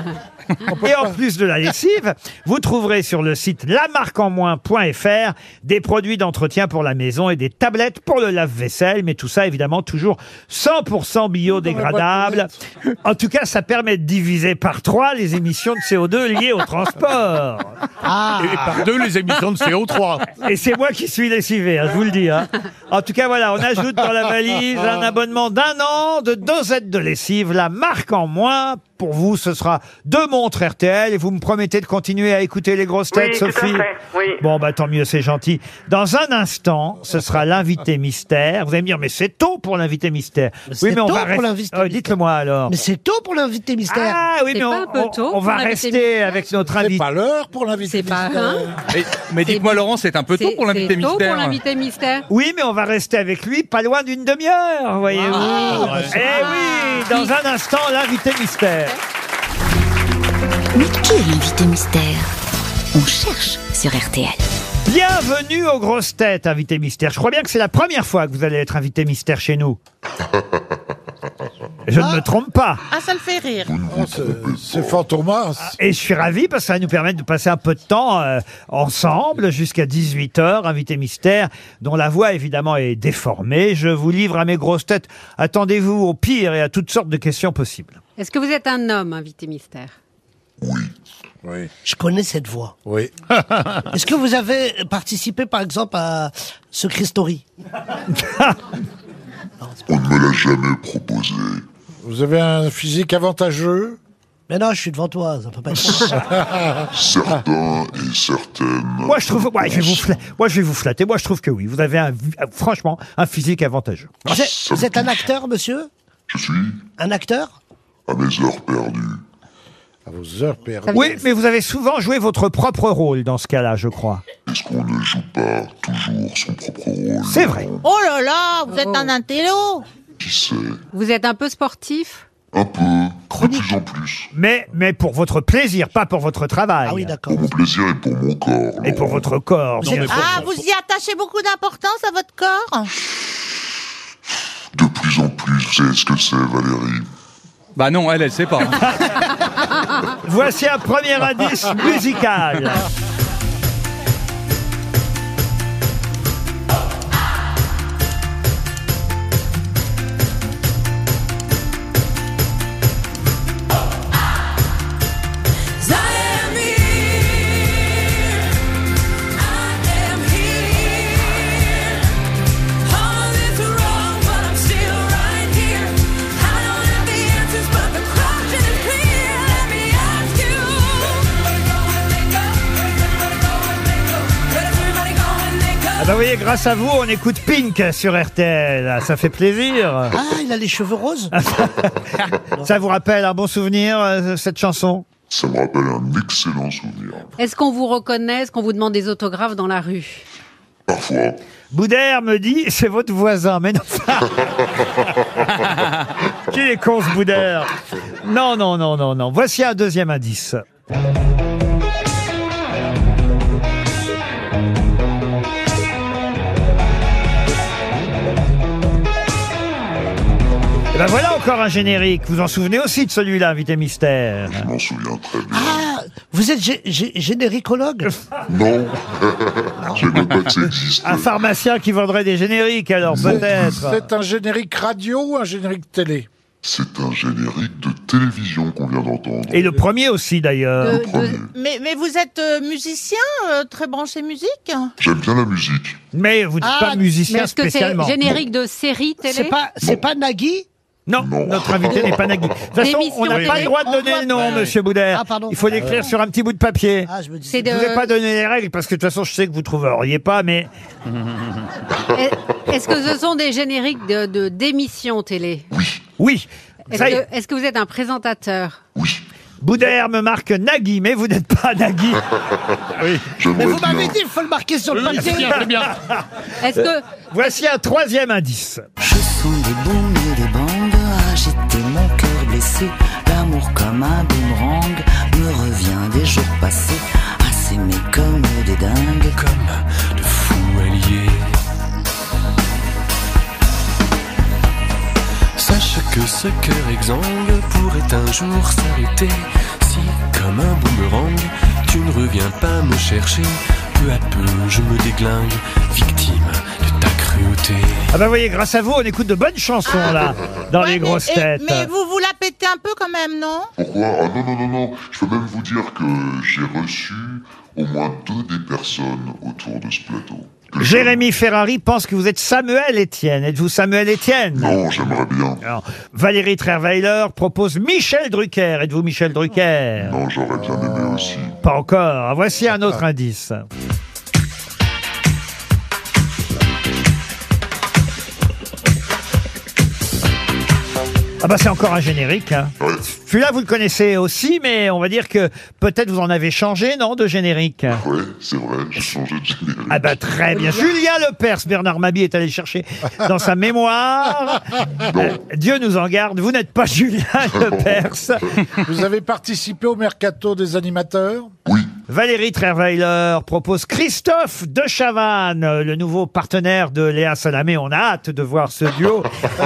Et en plus de la lessive, vous trouverez sur le site lamarqueenmoins.fr des produits d'entretien pour la maison et des tablettes pour le lave-vaisselle, mais tout ça évidemment toujours 100% biodégradable. En tout cas, ça permet de diviser par 3 les émissions de CO2 liées au transport. Et par 2 les émissions de CO3. Et c'est moi qui suis lessivé, hein, je vous le dis. Hein. En tout cas, voilà, on ajoute dans la valise un abonnement d'1 an de dosettes de lessive, La Marque en Moins. Pour vous, ce sera 2 montres RTL et vous me promettez de continuer à écouter les grosses têtes, Oui, tout à Sophie. fait, oui. Bon, bah tant mieux, c'est gentil. Dans un instant, ce sera l'invité mystère. Vous allez me dire, mais c'est tôt pour l'invité mystère. C'est tôt pour l'invité mystère. Dites-le-moi alors. Mais c'est tôt pour l'invité mystère. Ah oui, mais on va rester avec notre invité. C'est pas l'heure pour l'invité C'est pas mystère. Mais dites-moi, Laurent, c'est un peu tôt pour l'invité C'est tôt mystère. pour l'invité mystère. Oui, mais on va rester avec lui pas loin d'une demi-heure, voyez-vous. Eh oui, dans un instant, l'invité mystère. Mais qui est l'invité mystère? On cherche sur RTL. Bienvenue aux grosses têtes, invité mystère. Je crois bien que c'est la première fois que vous allez être invité mystère chez nous. Je ne me trompe pas. Ah, ça le fait rire. C'est Fantomas. Et je suis ravi parce que ça va nous permettre de passer un peu de temps ensemble jusqu'à 18h. Invité mystère, dont la voix évidemment est déformée. Je vous livre à mes grosses têtes. Attendez-vous au pire et à toutes sortes de questions possibles. Est-ce que vous êtes un homme, invité mystère? Oui. Je connais cette voix. Oui. Est-ce que vous avez participé, par exemple, à Secret Story? On ne me l'a jamais proposé. Vous avez un physique avantageux? Mais non, je suis devant toi, ça peut pas être Certains et certaines. Moi, je trouve, je vais vous flatter. Moi, je trouve que oui. Vous avez franchement un physique avantageux. Vous êtes un acteur, monsieur? Je suis Un acteur? à mes heures perdues. À vos heures perdues. Oui, mais vous avez souvent joué votre propre rôle dans ce cas-là, je crois. Est-ce qu'on ne joue pas toujours son propre rôle? C'est vrai. Oh là là, vous êtes un intello. Qui sait? Vous êtes un peu sportif? Un peu, de plus en plus. Mais pour votre plaisir, pas pour votre travail. Ah oui, d'accord. Pour mon plaisir et pour mon corps. Et pour votre corps. Non, mais pour- Ah, vous y attachez beaucoup d'importance à votre corps? De plus en plus, vous savez ce que c'est, Valérie? Bah non, elle sait pas. Voici un premier indice musical. Ah bah vous voyez, grâce à vous, on écoute Pink sur RTL. Ça fait plaisir. Ah, il a les cheveux roses? Ça vous rappelle un bon souvenir, cette chanson? Ça me rappelle un excellent souvenir. Est-ce qu'on vous reconnaît? Est-ce qu'on vous demande des autographes dans la rue? Parfois. Boudère me dit, c'est votre voisin. Mais non. Qui est con, ce Boudère? Non, non, non, non, non. Voici un deuxième indice. Et ben voilà encore un générique. Vous en souvenez aussi de celui-là, Invité Mystère? Je m'en souviens très bien. Ah, vous êtes généricologue? Non, je ne veux pas que ça existe. Un pharmacien qui vendrait des génériques, alors peut-être. C'est un générique radio ou un générique télé? C'est un générique de télévision qu'on vient d'entendre. Et le premier aussi, d'ailleurs. Mais vous êtes musicien, très branché musique? J'aime bien la musique. Mais vous dites pas musicien Mais est-ce que c'est spécialement. générique de série télé? C'est pas Nagui? Non, notre invité n'est pas Nagui. De toute façon, on n'a pas le droit de donner le nom, monsieur Boudère. Ah, pardon. Il faut l'écrire sur un petit bout de papier. Ah, je me dis. C'est Je ne vais de... pas donner les règles, parce que de toute façon, je sais que vous ne trouveriez pas, mais... Est-ce que ce sont des génériques d'émissions télé? Oui. Ça y est. Est-ce que vous êtes un présentateur? Boudère me marque Nagui, mais vous n'êtes pas Nagui. Oui. Mais vous m'avez dit, il faut le marquer sur le papier. C'est bien. Est-ce que... Voici un troisième indice. Je sens des booms et des bangs agiter mon cœur blessé. L'amour comme un boomerang me revient des jours passés. À s'aimer comme des dingues, comme de fous alliés. Sache que ce cœur exsangue pourrait un jour s'arrêter. Si, comme un boomerang, tu ne reviens pas me chercher, peu à peu je me déglingue, victime de ta cruauté. Ah bah vous voyez, grâce à vous, on écoute de bonnes chansons, là, dans les grosses têtes. Mais vous la pétez un peu quand même, non? Pourquoi? Ah non. Je peux même vous dire que j'ai reçu au moins 2 des personnes autour de ce plateau. Jérémy Ferrari pense que vous êtes Samuel Etienne. Êtes-vous Samuel Etienne? Non, j'aimerais bien. Alors, Valérie Trierweiler propose Michel Drucker. Êtes-vous Michel Drucker? Non, j'aurais bien aimé aussi. Pas encore. Voici un autre indice. Ah bah c'est encore un générique. Hein. Ouais. Celui-là, vous le connaissez aussi, mais on va dire que peut-être vous en avez changé, non, de générique? Oui, c'est vrai, j'ai changé de générique. Ah bah très bien. Julien Lepers, Bernard Mabie est allé chercher dans sa mémoire. Dieu nous en garde, vous n'êtes pas Julien Lepers. Vous avez participé au mercato des animateurs? Oui. Valérie Trierweiler propose Christophe de Chavannes, le nouveau partenaire de Léa Salamé. On a hâte de voir ce duo.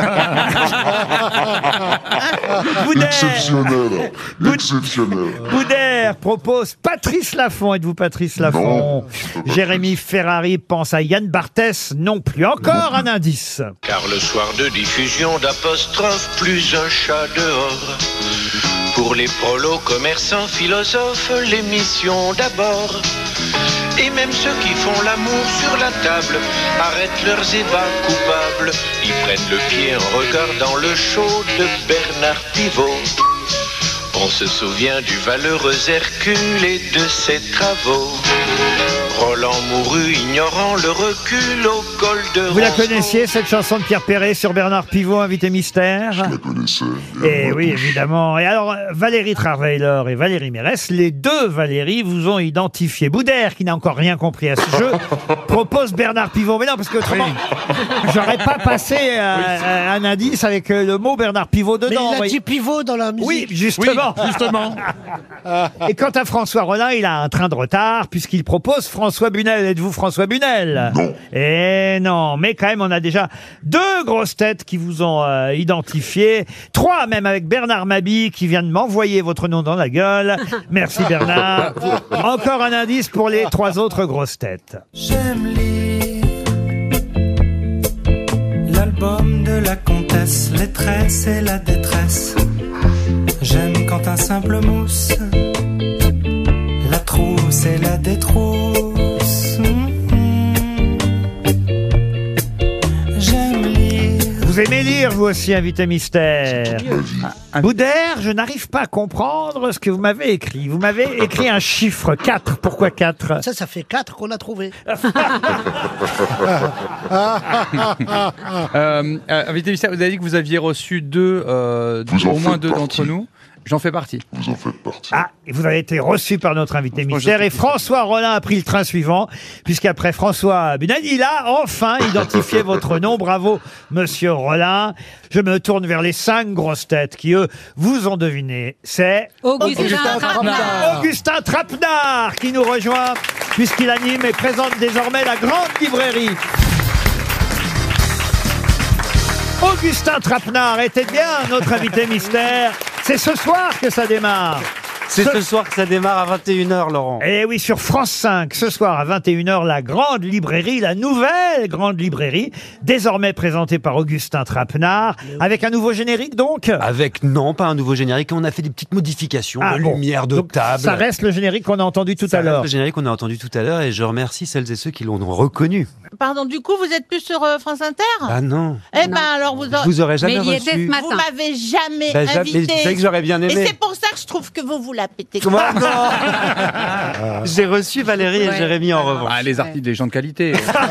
Exceptionnel. Exceptionnel. Boudère propose Patrice Laffont. Êtes-vous Patrice Laffont? Jérémy Ferrari pense à Yann Barthès. Non plus. Encore un indice. Car le soir de diffusion d'apostrophe, plus un chat dehors. Pour les prolos, commerçants, philosophes, l'émission d'abord. Et même ceux qui font l'amour sur la table arrêtent leurs ébats coupables. Ils prennent le pied en regardant le show de Bernard Pivot. On se souvient du valeureux Hercule et de ses travaux. Roland mourut ignorant le recul au col de Vous la Ronceau. connaissiez, cette chanson de Pierre Perret sur Bernard Pivot, invité mystère? Je la connaissais. Et oui, évidemment. Et alors, Valérie Trierweiler et Valérie Mérès, les deux Valérie vous ont identifié. Boudère, qui n'a encore rien compris à ce jeu, propose Bernard Pivot. Mais non, parce que autrement, j'aurais pas passé un indice avec le mot Bernard Pivot Mais dedans. il a dit pivot dans la musique. Oui, justement. Oui, justement. Et quant à François Rollin, il a un train de retard puisqu'il propose François Bunel. Êtes-vous François Bunel? Non. Eh non, mais quand même, on a déjà 2 grosses têtes qui vous ont identifié. 3 même avec Bernard Mabille qui vient de m'envoyer votre nom dans la gueule. Merci Bernard. Encore un indice pour les 3 autres grosses têtes. J'aime lire l'album de la comtesse, les tresses et la détresse. J'aime quand un simple mousse, la trousse et la détrousse. J'aime lire. Vous aimez lire, vous aussi, invité mystère? Boudère, je n'arrive pas à comprendre ce que vous m'avez écrit. Vous m'avez écrit un chiffre, 4. Pourquoi 4? Ça fait 4 qu'on a trouvé. Invité mystère, vous avez dit que vous aviez reçu au moins deux d'entre nous. J'en fais partie. Vous en faites partie. Ah, et vous avez été reçu par notre invité mystère et François Rollin a pris le train suivant, puisqu'après François Bunel, il a enfin identifié votre nom. Bravo, monsieur Rollin. Je me tourne vers les 5 grosses têtes qui, eux, vous ont deviné. C'est Augustin Trapenard. Augustin Trapenard qui nous rejoint, puisqu'il anime et présente désormais la grande librairie. Augustin Trapenard était bien notre invité mystère. C'est ce soir que ça démarre. C'est ce soir que ça démarre à 21h, Laurent. Et oui, sur France 5, ce soir à 21h, la grande librairie, la nouvelle grande librairie, désormais présentée par Augustin Trapenard, avec un nouveau générique donc. Avec, non, pas un nouveau générique, on a fait des petites modifications, de lumière, de donc, table. Ça reste le générique qu'on a entendu tout à l'heure. Le générique qu'on a entendu tout à l'heure, et je remercie celles et ceux qui l'ont reconnu. Pardon, du coup, vous êtes plus sur France Inter? Ah non. Eh ben alors, Je vous aurais jamais reçu. Vous m'avez jamais Bah, invité. mais c'est que j'aurais bien aimé. Et c'est pour ça que je trouve que vous la pétez. Comment non. J'ai reçu Valérie et Jérémy en revanche. Ah, les artistes, des gens de qualité.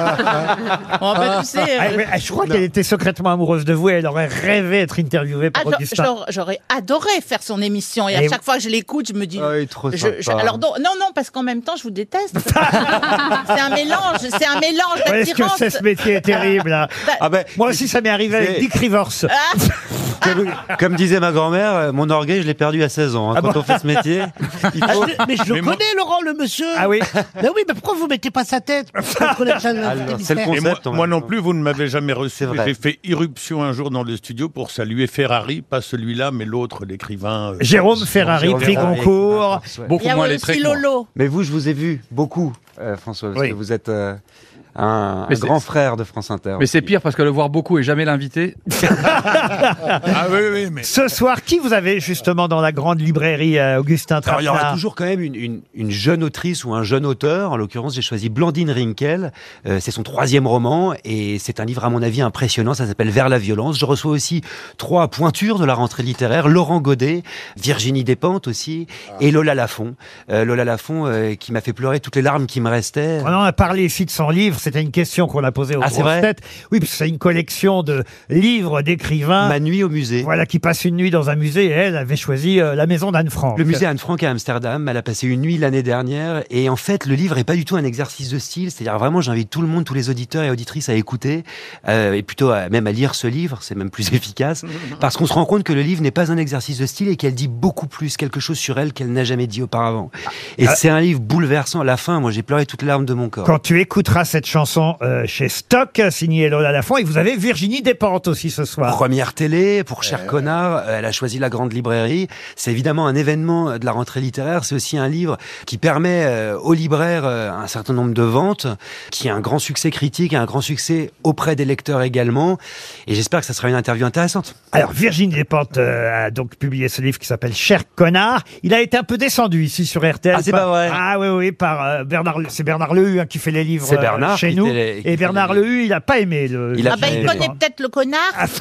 Oh, bah, tu sais, je crois qu'elle était secrètement amoureuse de vous et elle aurait rêvé d'être interviewée par Augustin. J'aurais adoré faire son émission et à chaque fois que je l'écoute, je me dis. il est trop sympa. Alors non, parce qu'en même temps, je vous déteste. c'est un mélange Est-ce que d'attirance. ce métier est terrible hein. Moi aussi, ça m'est arrivé avec Dick Rivers. Comme disait ma grand-mère, mon orgueil, je l'ai perdu à 16 ans. Quand on fait ce métier, il faut... Mais je le connais, Laurent, le monsieur. Ah oui. Mais oui, mais pourquoi vous mettez pas sa tête? C'est le concept. Moi non plus, vous ne m'avez jamais reçu. vrai. J'ai fait irruption un jour dans le studio pour saluer Ferrari, pas celui-là, mais l'autre, l'écrivain. Jérôme Ferrari, Jérôme prix Ferrari, Goncourt. Beaucoup moins lettré que moi. Lolo. Mais vous, je vous ai vu beaucoup, François, parce Oui. que vous êtes un Mais c'est- grand frère de France Inter. Mais c'est pire parce que le voir beaucoup et jamais l'inviter. Ah oui, mais. Ce soir, qui vous avez justement dans la grande librairie Augustin Alors, il y aura Trapenard? toujours quand même une jeune autrice ou un jeune auteur. En l'occurrence, j'ai choisi Blandine Rinkel. C'est son 3e roman et c'est un livre, à mon avis, impressionnant. Ça s'appelle Vers la violence. Je reçois aussi 3 pointures de la rentrée littéraire. Laurent Godet, Virginie Despentes aussi, et Lola Lafont. Lola Lafont qui m'a fait pleurer toutes les larmes qui me restaient. On en a parlé ici de son livre. C'était une question qu'on a posée aux Ah, c'est grosses vrai têtes. Oui, parce que c'est une collection de livres d'écrivains. Ma nuit au musée. Voilà, qui passe une nuit dans un musée et elle avait choisi la maison d'Anne Frank. Le musée Anne Frank à Amsterdam, elle a passé une nuit l'année dernière et en fait le livre est pas du tout un exercice de style, c'est-à-dire vraiment j'invite tout le monde, tous les auditeurs et auditrices à écouter et plutôt même à lire ce livre, c'est même plus efficace parce qu'on se rend compte que le livre n'est pas un exercice de style et qu'elle dit beaucoup plus quelque chose sur elle qu'elle n'a jamais dit auparavant. Et c'est un livre bouleversant, à la fin moi j'ai pleuré toutes les larmes de mon corps. Quand tu écouteras cette chanson chez Stock, signée Lola Lafont, et vous avez Virginie Despentes aussi ce soir. Première télé pour Cher Connard, elle a choisi la grande librairie. C'est évidemment un événement de la rentrée littéraire. C'est aussi un livre qui permet aux libraires un certain nombre de ventes, qui a un grand succès critique et un grand succès auprès des lecteurs également. Et j'espère que ça sera une interview intéressante. Alors Virginie Despentes a donc publié ce livre qui s'appelle Cher Connard. Il a été un peu descendu ici sur RTL. Ah, c'est pas vrai. Ah oui, par Bernard. C'est Bernard Lehu qui fait les livres. C'est Bernard. chez quitté nous. les- Et Bernard Lehu, il n'a pas aimé le. Il a Ah ben, il connaît peut-être le connard.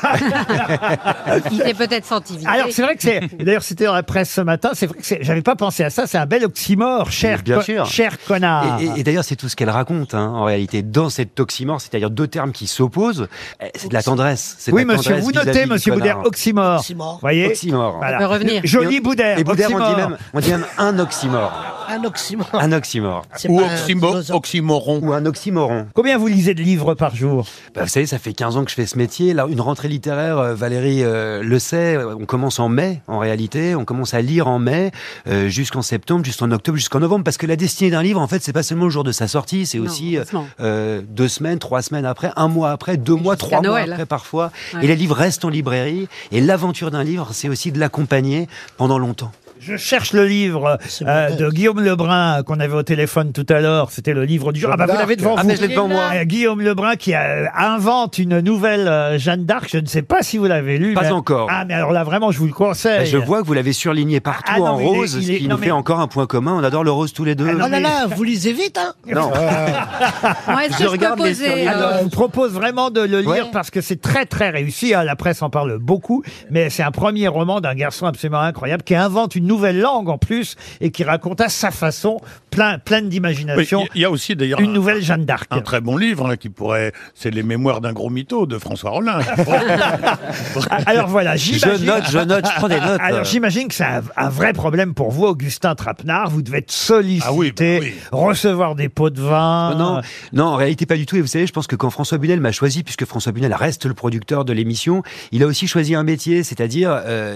Il s'est peut-être senti visé. Alors c'est vrai que c'est. D'ailleurs c'était dans la presse ce matin. C'est vrai que j'avais pas pensé à ça. C'est un bel oxymore, Bien sûr. cher connard. Et d'ailleurs, c'est tout ce qu'elle raconte, hein, en réalité, dans cette oxymore, c'est-à-dire deux termes qui s'opposent. C'est de la tendresse. C'est de Oui, la monsieur, tendresse vous vis-à-vis notez, du monsieur connard. Boudère, oxymore. Oxymore. Voyez. Oxymore. Voilà. On peut revenir. Joli Boudère. Et Boudère, oxymore. on dit même un oxymore. Un oxymore. Un oxymore. C'est Ou pas un philosophe. oxymoron. Ou un oxymoron. Combien vous lisez de livres par jour? Bah, vous savez, ça fait 15 ans que je fais ce métier. Là, une rentrée littéraire, Valérie le sait, on commence en mai, en réalité. On commence à lire en mai, jusqu'en septembre, jusqu'en octobre, jusqu'en novembre. Parce que la destinée d'un livre, en fait, c'est pas seulement le jour de sa sortie, c'est aussi heureusement. 2 semaines, 3 semaines après, 1 mois après, 2 mois, Jusqu'à 3 mois Noël. après parfois. Ouais. Et les livres restent en librairie. Et l'aventure d'un livre, c'est aussi de l'accompagner pendant longtemps. Je cherche le livre de Guillaume Lebrun qu'on avait au téléphone tout à l'heure. C'était le livre du jour. Ah bah vous l'avez devant Ah, vous. mais je l'ai devant moi. Guillaume Lebrun qui invente une nouvelle Jeanne d'Arc. Je ne sais pas si vous l'avez lu. Pas mais- encore. Ah mais alors là vraiment je vous le conseille. Je vois que vous l'avez surligné partout Ah non, en mais il est- rose, il ce est- qui non, nous mais- fait encore un point commun. On adore le rose tous les deux. Ah non, Oh là là, vous lisez vite, hein. Non. Bon, est-ce que je peux poser Alors, je vous propose vraiment de le lire Ouais. parce que c'est très très réussi. La presse en parle beaucoup, mais c'est un premier roman d'un garçon absolument incroyable qui invente une nouvelle langue en plus et qui raconte à sa façon, pleine Oui, d'imagination, il y a aussi d'ailleurs une nouvelle Jeanne d'Arc. un très bon livre hein, qui pourrait, c'est Les Mémoires d'un gros mytho de François Rollin. Alors voilà, Je j'imagine. note, je prends des notes. Alors j'imagine que c'est un vrai problème pour vous, Augustin Trapenard. Vous devez être sollicité, Ah oui, bah oui. recevoir des pots de vin. Non, en réalité pas du tout. Et vous savez, je pense que quand François Bunel m'a choisi, puisque François Bunel reste le producteur de l'émission, il a aussi choisi un métier, c'est-à-dire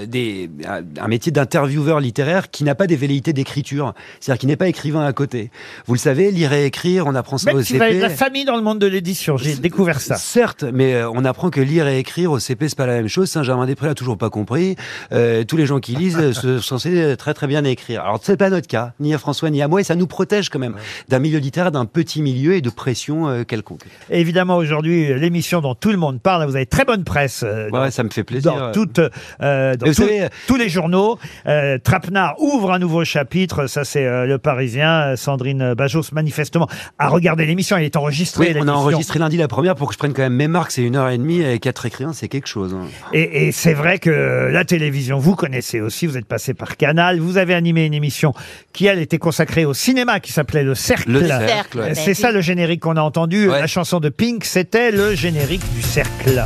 un métier d'intervieweur littéraire qui n'a pas des velléités d'écriture, c'est-à-dire qui n'est pas écrivain à côté. Vous le savez, lire et écrire, on apprend ça Même au si vous avez de la CP. famille dans le monde de l'édition, j'ai découvert ça. Certes, mais on apprend que lire et écrire au CP, c'est pas la même chose. Saint-Germain-des-Prés a toujours pas compris. Tous les gens qui lisent sont censés très très bien écrire. Alors c'est pas notre cas, ni à François ni à moi, et ça nous protège quand même d'un milieu littéraire, d'un petit milieu et de pression quelconque. Et évidemment, aujourd'hui, l'émission dont tout le monde parle, vous avez très bonne presse. Ouais, ça me fait plaisir. Dans, dans vous savez, tous les journaux. Trapenard ouvre un nouveau chapitre, ça c'est Le Parisien. Sandrine Bajos, manifestement, a regardé l'émission, elle est enregistrée. Oui, on a l'émission. enregistré lundi la première pour que je prenne quand même mes marques. C'est 1h30 et 4 écrivains, c'est quelque chose. Hein. Et c'est vrai que la télévision, vous connaissez aussi, vous êtes passé par Canal, vous avez animé une émission qui, elle, était consacrée au cinéma, qui s'appelait Le Cercle. Le Cercle, ouais. C'est ça le générique qu'on a entendu. Ouais. La chanson de Pink, c'était le générique du Cercle.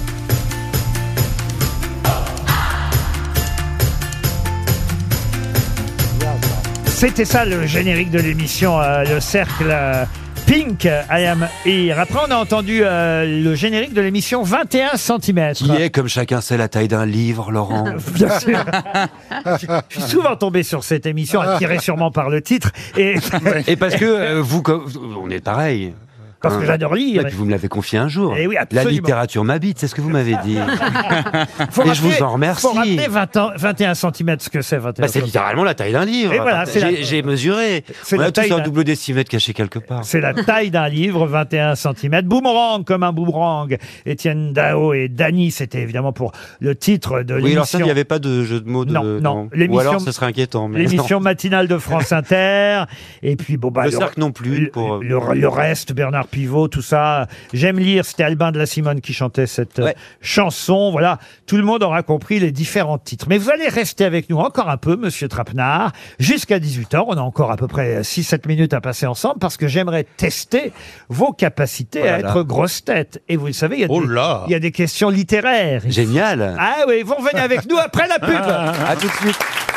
C'était ça le générique de l'émission Le Cercle. Pink, I Am Here. Après, on a entendu le générique de l'émission 21 cm. Qui est, comme chacun sait, la taille d'un livre, Laurent. Bien sûr. Je suis souvent tombé sur cette émission, attiré sûrement par le titre. Et parce que vous, on est pareil. Parce que j'adore lire. Et puis vous me l'avez confié un jour. Eh oui, la absolument. littérature m'habite, c'est ce que vous m'avez dit. Faut je vous en remercie. Faut rappeler 21 cm ce que c'est 21 c'est littéralement la taille d'un livre. Et voilà, c'est j'ai mesuré. c'est On la a tous taille un d'un- double décimètre caché quelque part. C'est la taille d'un livre, 21 cm. Boomerang comme un boomerang. Étienne Dao et Dany, c'était évidemment pour le titre de l'émission. Oui, alors ça, il n'y avait pas de jeu de mots. Non. Ou L'émission- alors, ce serait inquiétant. Mais L'émission non. matinale de France Inter. Et puis, bon, bah, Le cercle non plus. le reste, Bernard Pivot, tout ça. J'aime lire, c'était Albin de la Simone qui chantait cette chanson. Voilà, tout le monde aura compris les différents titres. Mais vous allez rester avec nous encore un peu, monsieur Trapenard, jusqu'à 18h. On a encore à peu près 6-7 minutes à passer ensemble parce que j'aimerais tester vos capacités à être grosse tête. Et vous le savez, il y a des questions littéraires. Génial. Ah oui, vous revenez avec nous après la pub. À tout de suite.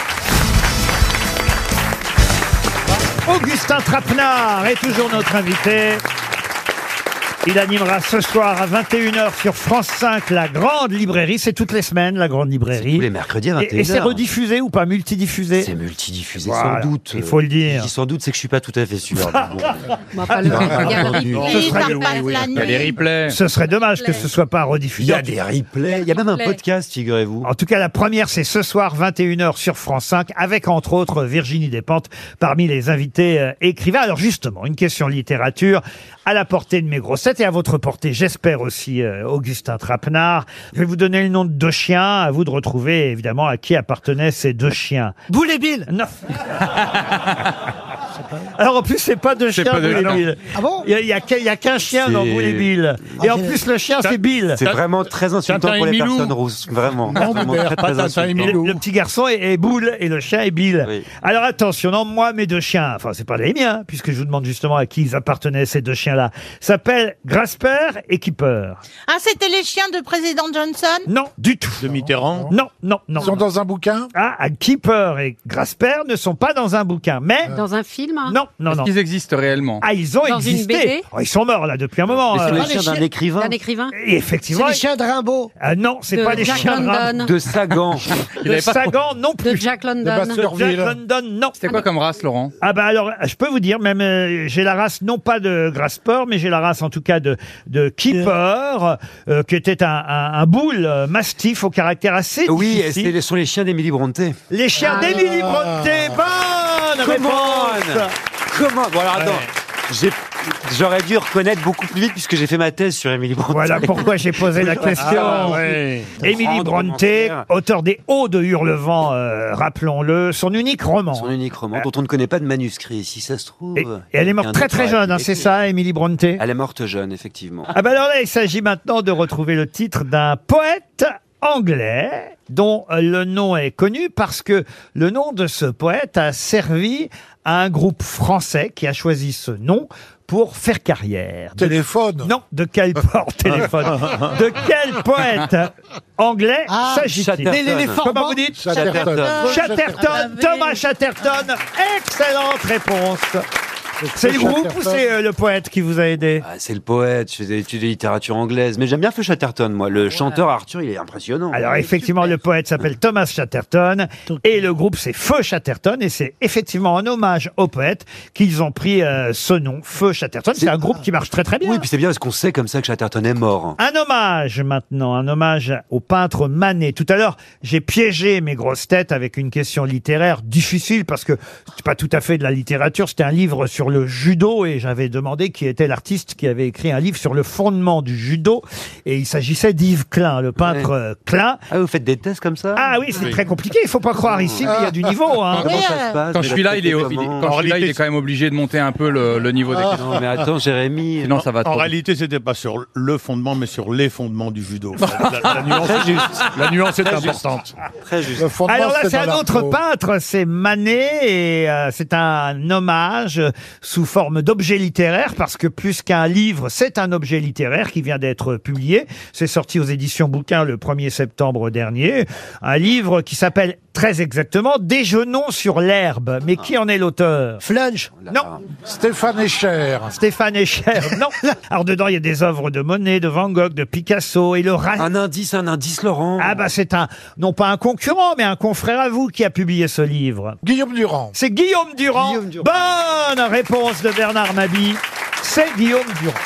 Augustin Trapenard est toujours notre invité. Il animera ce soir à 21h sur France 5 la Grande Librairie. C'est toutes les semaines, la Grande Librairie. Tous les mercredis à 21h. Et c'est rediffusé ou pas multidiffusé? C'est multidiffusé, Voilà, sans doute. il faut le dire. Je dis sans doute, c'est que je suis pas tout à fait sûr. Ce serait dommage que ce soit pas rediffusé. Il y a des replays. Il y a même un podcast, figurez-vous. En tout cas, la première, c'est ce soir, 21h sur France 5, avec entre autres Virginie Despentes parmi les invités écrivains. Alors justement, une question littérature à la portée de mes grossettes et à votre portée, j'espère aussi, Augustin Trapenard. Je vais vous donner le nom de deux chiens, à vous de retrouver évidemment à qui appartenaient ces deux chiens. Boule et Bill. Non. Alors en plus, c'est pas deux C'est chiens, pas deux Boule et chiens. Bill. Ah bon? Il y a qu'un chien dans C'est- Boule et Bill. Et en plus, le chien, c'est Bill. C'est vraiment très insultant Tintin pour et les Milou. personnes rousses. Vraiment. Non, Vraiment Boubert, très, pas très Tintin et insultant. Milou. Le petit garçon est Boule et le chien est Bill. Oui. Alors attention, non, moi, mes deux chiens, enfin, c'est pas les miens, puisque je vous demande justement à qui ils appartenaient, ces deux chiens-là, s'appellent Grasper et Keeper. Ah, c'était les chiens de président Johnson? Non, du tout. De Mitterrand. Non, non, non. Ils sont dans un bouquin? Ah, Keeper et Grasper ne sont pas dans un bouquin, mais... Dans un film hein Non, non, Est-ce non. qu'ils existent réellement? Ah, ils ont Dans une existé. BD? Oh, ils sont morts, là, depuis un moment. Mais c'est Ah, les les chiens d'un chiens- écrivain. D'un écrivain Et C'est effectivement... les chiens de Rimbaud. Ah non, c'est De pas les Jack chiens de Rimbaud. London. De Sagan. De Sagan non plus. De Jack London. Bastien- De Jack Orville. London, non. C'était quoi comme race, Laurent? Ah bah alors, je peux vous dire, même j'ai la race non pas de Grasper, mais j'ai la race en tout cas de Keeper, qui était un boule mastiff au caractère assez Oui, difficile. ce sont les chiens d'Emily Brontë. Les chiens d'Emily Brontë, bonne Come réponse. Comment? Bon, alors, attends. J'aurais dû reconnaître beaucoup plus vite puisque j'ai fait ma thèse sur Emily Brontë. Voilà pourquoi j'ai posé la question. Ah, ouais. Emily Grande Brontë, romancière. auteur des Hauts de Hurlevent, rappelons-le, son unique roman. Son unique roman dont on ne connaît pas de manuscrit, si ça se trouve. Et elle est morte très très jeune, hein, c'est ça, Emily Brontë? Elle est morte jeune, effectivement. Ah ben alors là, il s'agit maintenant de retrouver le titre d'un poète anglais dont le nom est connu parce que le nom de ce poète a servi à un groupe français qui a choisi ce nom pour faire carrière. Téléphone. Non, de quel téléphone? De quel poète anglais s'agit-il? L'éléphant Comment blanc. vous dites? Chatterton. Chatterton, Thomas Chatterton. Excellente réponse. C'est le groupe ou c'est le poète qui vous a aidé? Ah, c'est le poète, je fais des études de littérature anglaise. Mais j'aime bien Feu Chatterton, moi. Le chanteur Arthur, il est impressionnant. Alors effectivement, le poète s'appelle Thomas Chatterton et le groupe c'est Feu Chatterton et c'est effectivement en hommage au poète qu'ils ont pris ce nom, Feu Chatterton. C'est un groupe qui marche très très bien. Oui, puis c'est bien parce qu'on sait comme ça que Chatterton est mort. Un hommage maintenant, un hommage au peintre Manet. Tout à l'heure, j'ai piégé mes grosses têtes avec une question littéraire difficile parce que c'est pas tout à fait de la littérature, c'était un livre sur le judo et j'avais demandé qui était l'artiste qui avait écrit un livre sur le fondement du judo et il s'agissait d'Yves Klein, le peintre Klein. Ah, vous faites des tests comme ça? Ah oui, c'est très compliqué, il faut pas croire ici, mais il y a du niveau. Hein. Comment ça se passe? Quand je suis là, il est quand même obligé de monter un peu le niveau des questions. Non, mais attends, Jérémy. Sinon, ça va trop. En réalité, c'était pas sur le fondement, mais sur les fondements du judo. La nuance est importante. Très juste. Le fondement, Alors là, c'est dans un autre l'arbre. peintre, c'est Manet, et c'est un hommage sous forme d'objet littéraire, parce que plus qu'un livre, c'est un objet littéraire qui vient d'être publié. C'est sorti aux éditions Bouquin le 1er septembre dernier. Un livre qui s'appelle très exactement Déjeunons sur l'herbe. Mais qui en est l'auteur? Flunch. Non. Stéphane Escher. Stéphane Escher, non. Alors dedans, il y a des œuvres de Monet, de Van Gogh, de Picasso et le Un indice, Laurent. Ah bah c'est non pas un concurrent, mais un confrère à vous qui a publié ce livre. Guillaume Durand. C'est Guillaume Durand. Bonne réponse de Bernard Mabie. C'est Guillaume Durand.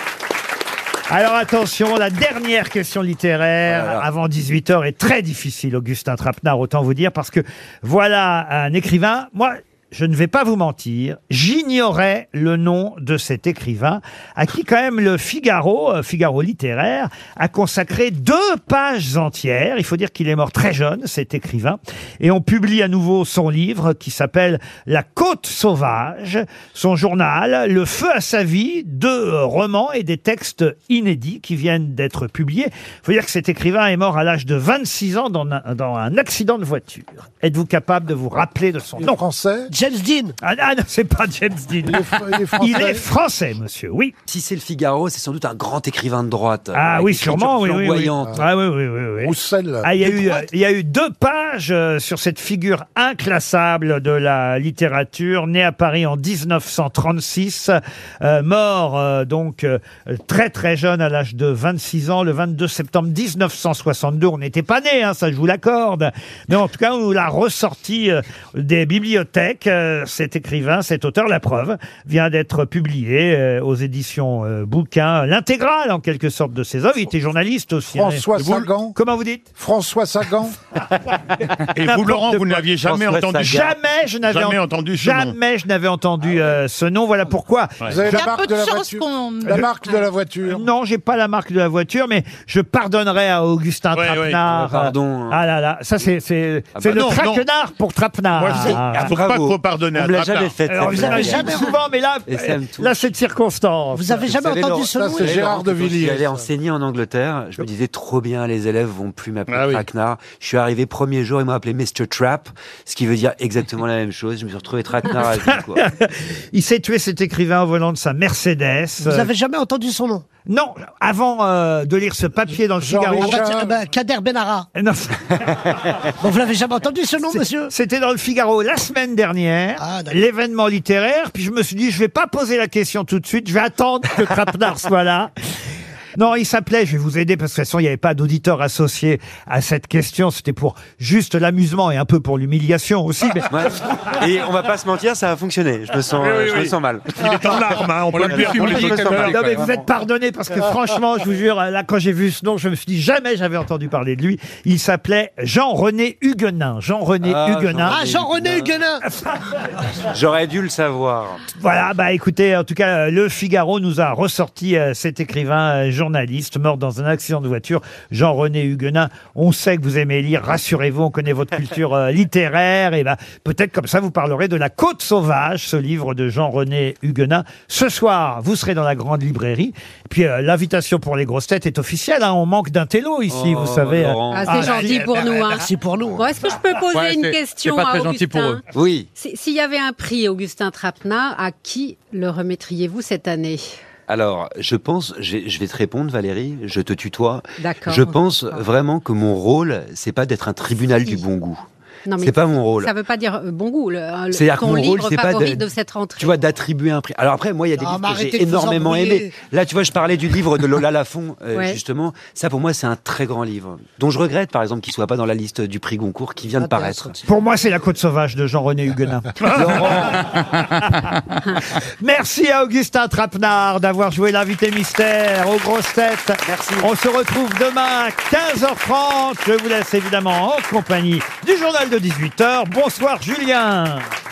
Alors attention, la dernière question littéraire avant 18h est très difficile, Augustin Trapenard, autant vous dire, parce que voilà un écrivain. Moi, je ne vais pas vous mentir, j'ignorais le nom de cet écrivain à qui quand même le Figaro littéraire, a consacré 2 pages entières. Il faut dire qu'il est mort très jeune, cet écrivain. Et on publie à nouveau son livre qui s'appelle La Côte sauvage, son journal, Le feu à sa vie, 2 romans et des textes inédits qui viennent d'être publiés. Il faut dire que cet écrivain est mort à l'âge de 26 ans dans un accident de voiture. Êtes-vous capable de vous rappeler de son nom? Français? James Dean. Ah non, c'est pas James Dean. Il est français, monsieur, oui. Si c'est le Figaro, c'est sans doute un grand écrivain de droite. Ah avec oui, une écriture sûrement, oui, oui, oui. flamboyante. Ah oui, oui, oui, oui. Roussel. Ah, il y a eu 2 pages sur cette figure inclassable de la littérature, né à Paris en 1936, mort donc très très jeune à l'âge de 26 ans, le 22 septembre 1962. On n'était pas nés, hein, ça je vous l'accorde. Mais en tout cas, on l'a ressorti des bibliothèques. Cet écrivain, cet auteur, la preuve, vient d'être publié aux éditions Bouquin, l'intégrale en quelque sorte de ses œuvres. Il était journaliste aussi. François hein. Sagan. Comment vous dites? François Sagan. Et vous, Laurent, vous ne l'aviez jamais entendu? Jamais je n'avais entendu ce nom. Jamais je n'avais entendu ce nom. Voilà pourquoi. Vous avez la marque de la voiture? La marque de la voiture? Non, j'ai pas la marque de la voiture, mais je pardonnerai à Augustin Trapenard. Pardon. Ah là là, ça c'est le traquenard pour Trapenard. Il ne faut pas trop pardonner à On me l'a Trapenard. jamais fait. Alors, vous avez jamais souvent, mais là, c'est de circonstance. Vous avez jamais entendu ce nom? C'est Gérard de Villiers. J'allais enseigner en Angleterre. Je me disais trop bien, les élèves vont plus m'appeler Traquenard. Je suis arrivé premier jour, ils m'ont appelé Mr. Trap, ce qui veut dire exactement la même chose. Je me suis retrouvé Traquenard à vie, quoi. Il s'est tué, cet écrivain, au volant de sa Mercedes. Vous avez jamais entendu son nom? Non, avant de lire ce papier dans le Figaro. Kader Benara. Non. Bon, vous l'avez jamais entendu ce nom, monsieur? C'était dans le Figaro la semaine dernière, l'événement littéraire. Puis je me suis dit, je vais pas poser la question tout de suite, je vais attendre que Trapenard soit là. Non, il s'appelait, je vais vous aider parce que de toute façon, il n'y avait pas d'auditeur associé à cette question. C'était pour juste l'amusement et un peu pour l'humiliation aussi. Mais... Ouais. Et on va pas se mentir, ça a fonctionné. Je me sens, je me sens mal. Il est en larmes, hein, on peut le dire pour les auditeurs. Non, mais vous êtes pardonnés parce que franchement, je vous jure, là, quand j'ai vu ce nom, je me suis dit, jamais j'avais entendu parler de lui. Il s'appelait Jean-René Huguenin. Jean-René Huguenin. Ah, Jean-René Huguenin. J'aurais dû le savoir. Voilà, bah écoutez, en tout cas, le Figaro nous a ressorti cet écrivain journaliste mort dans un accident de voiture, Jean-René Huguenin. On sait que vous aimez lire, rassurez-vous, on connaît votre culture littéraire, et ben peut-être comme ça vous parlerez de La Côte Sauvage, ce livre de Jean-René Huguenin. Ce soir, vous serez dans la grande librairie. Et puis l'invitation pour les grosses têtes est officielle, hein. On manque d'un télo ici, vous savez. C'est gentil pour nous. Hein. Merci pour nous. Bon, est-ce que je peux poser une question à Augustin? Pour eux. Oui. S'il y avait un prix, Augustin Trapenard, à qui le remettriez-vous cette année? Alors, je pense, je vais te répondre, Valérie, je te tutoie. D'accord. Je pense vraiment que mon rôle, c'est pas d'être un tribunal du bon goût. Non, mais c'est pas mon rôle. Ça veut pas dire bon goût. C'est-à-dire que ton mon livre rôle, c'est pas favori de cette rentrée. Tu vois, d'attribuer un prix. Alors après, moi, il y a des livres que j'ai énormément aimés. Là, tu vois, je parlais du livre de Lola Lafont, justement. Ça, pour moi, c'est un très grand livre, dont je regrette, par exemple, qu'il soit pas dans la liste du prix Goncourt qui vient de paraître. Pour moi, c'est La Côte Sauvage de Jean-René Huguenin. Merci à Augustin Trapenard d'avoir joué l'invité mystère aux grosses têtes. Merci. On se retrouve demain à 15h30. Je vous laisse évidemment en compagnie du journal de 18h. Bonsoir Julien.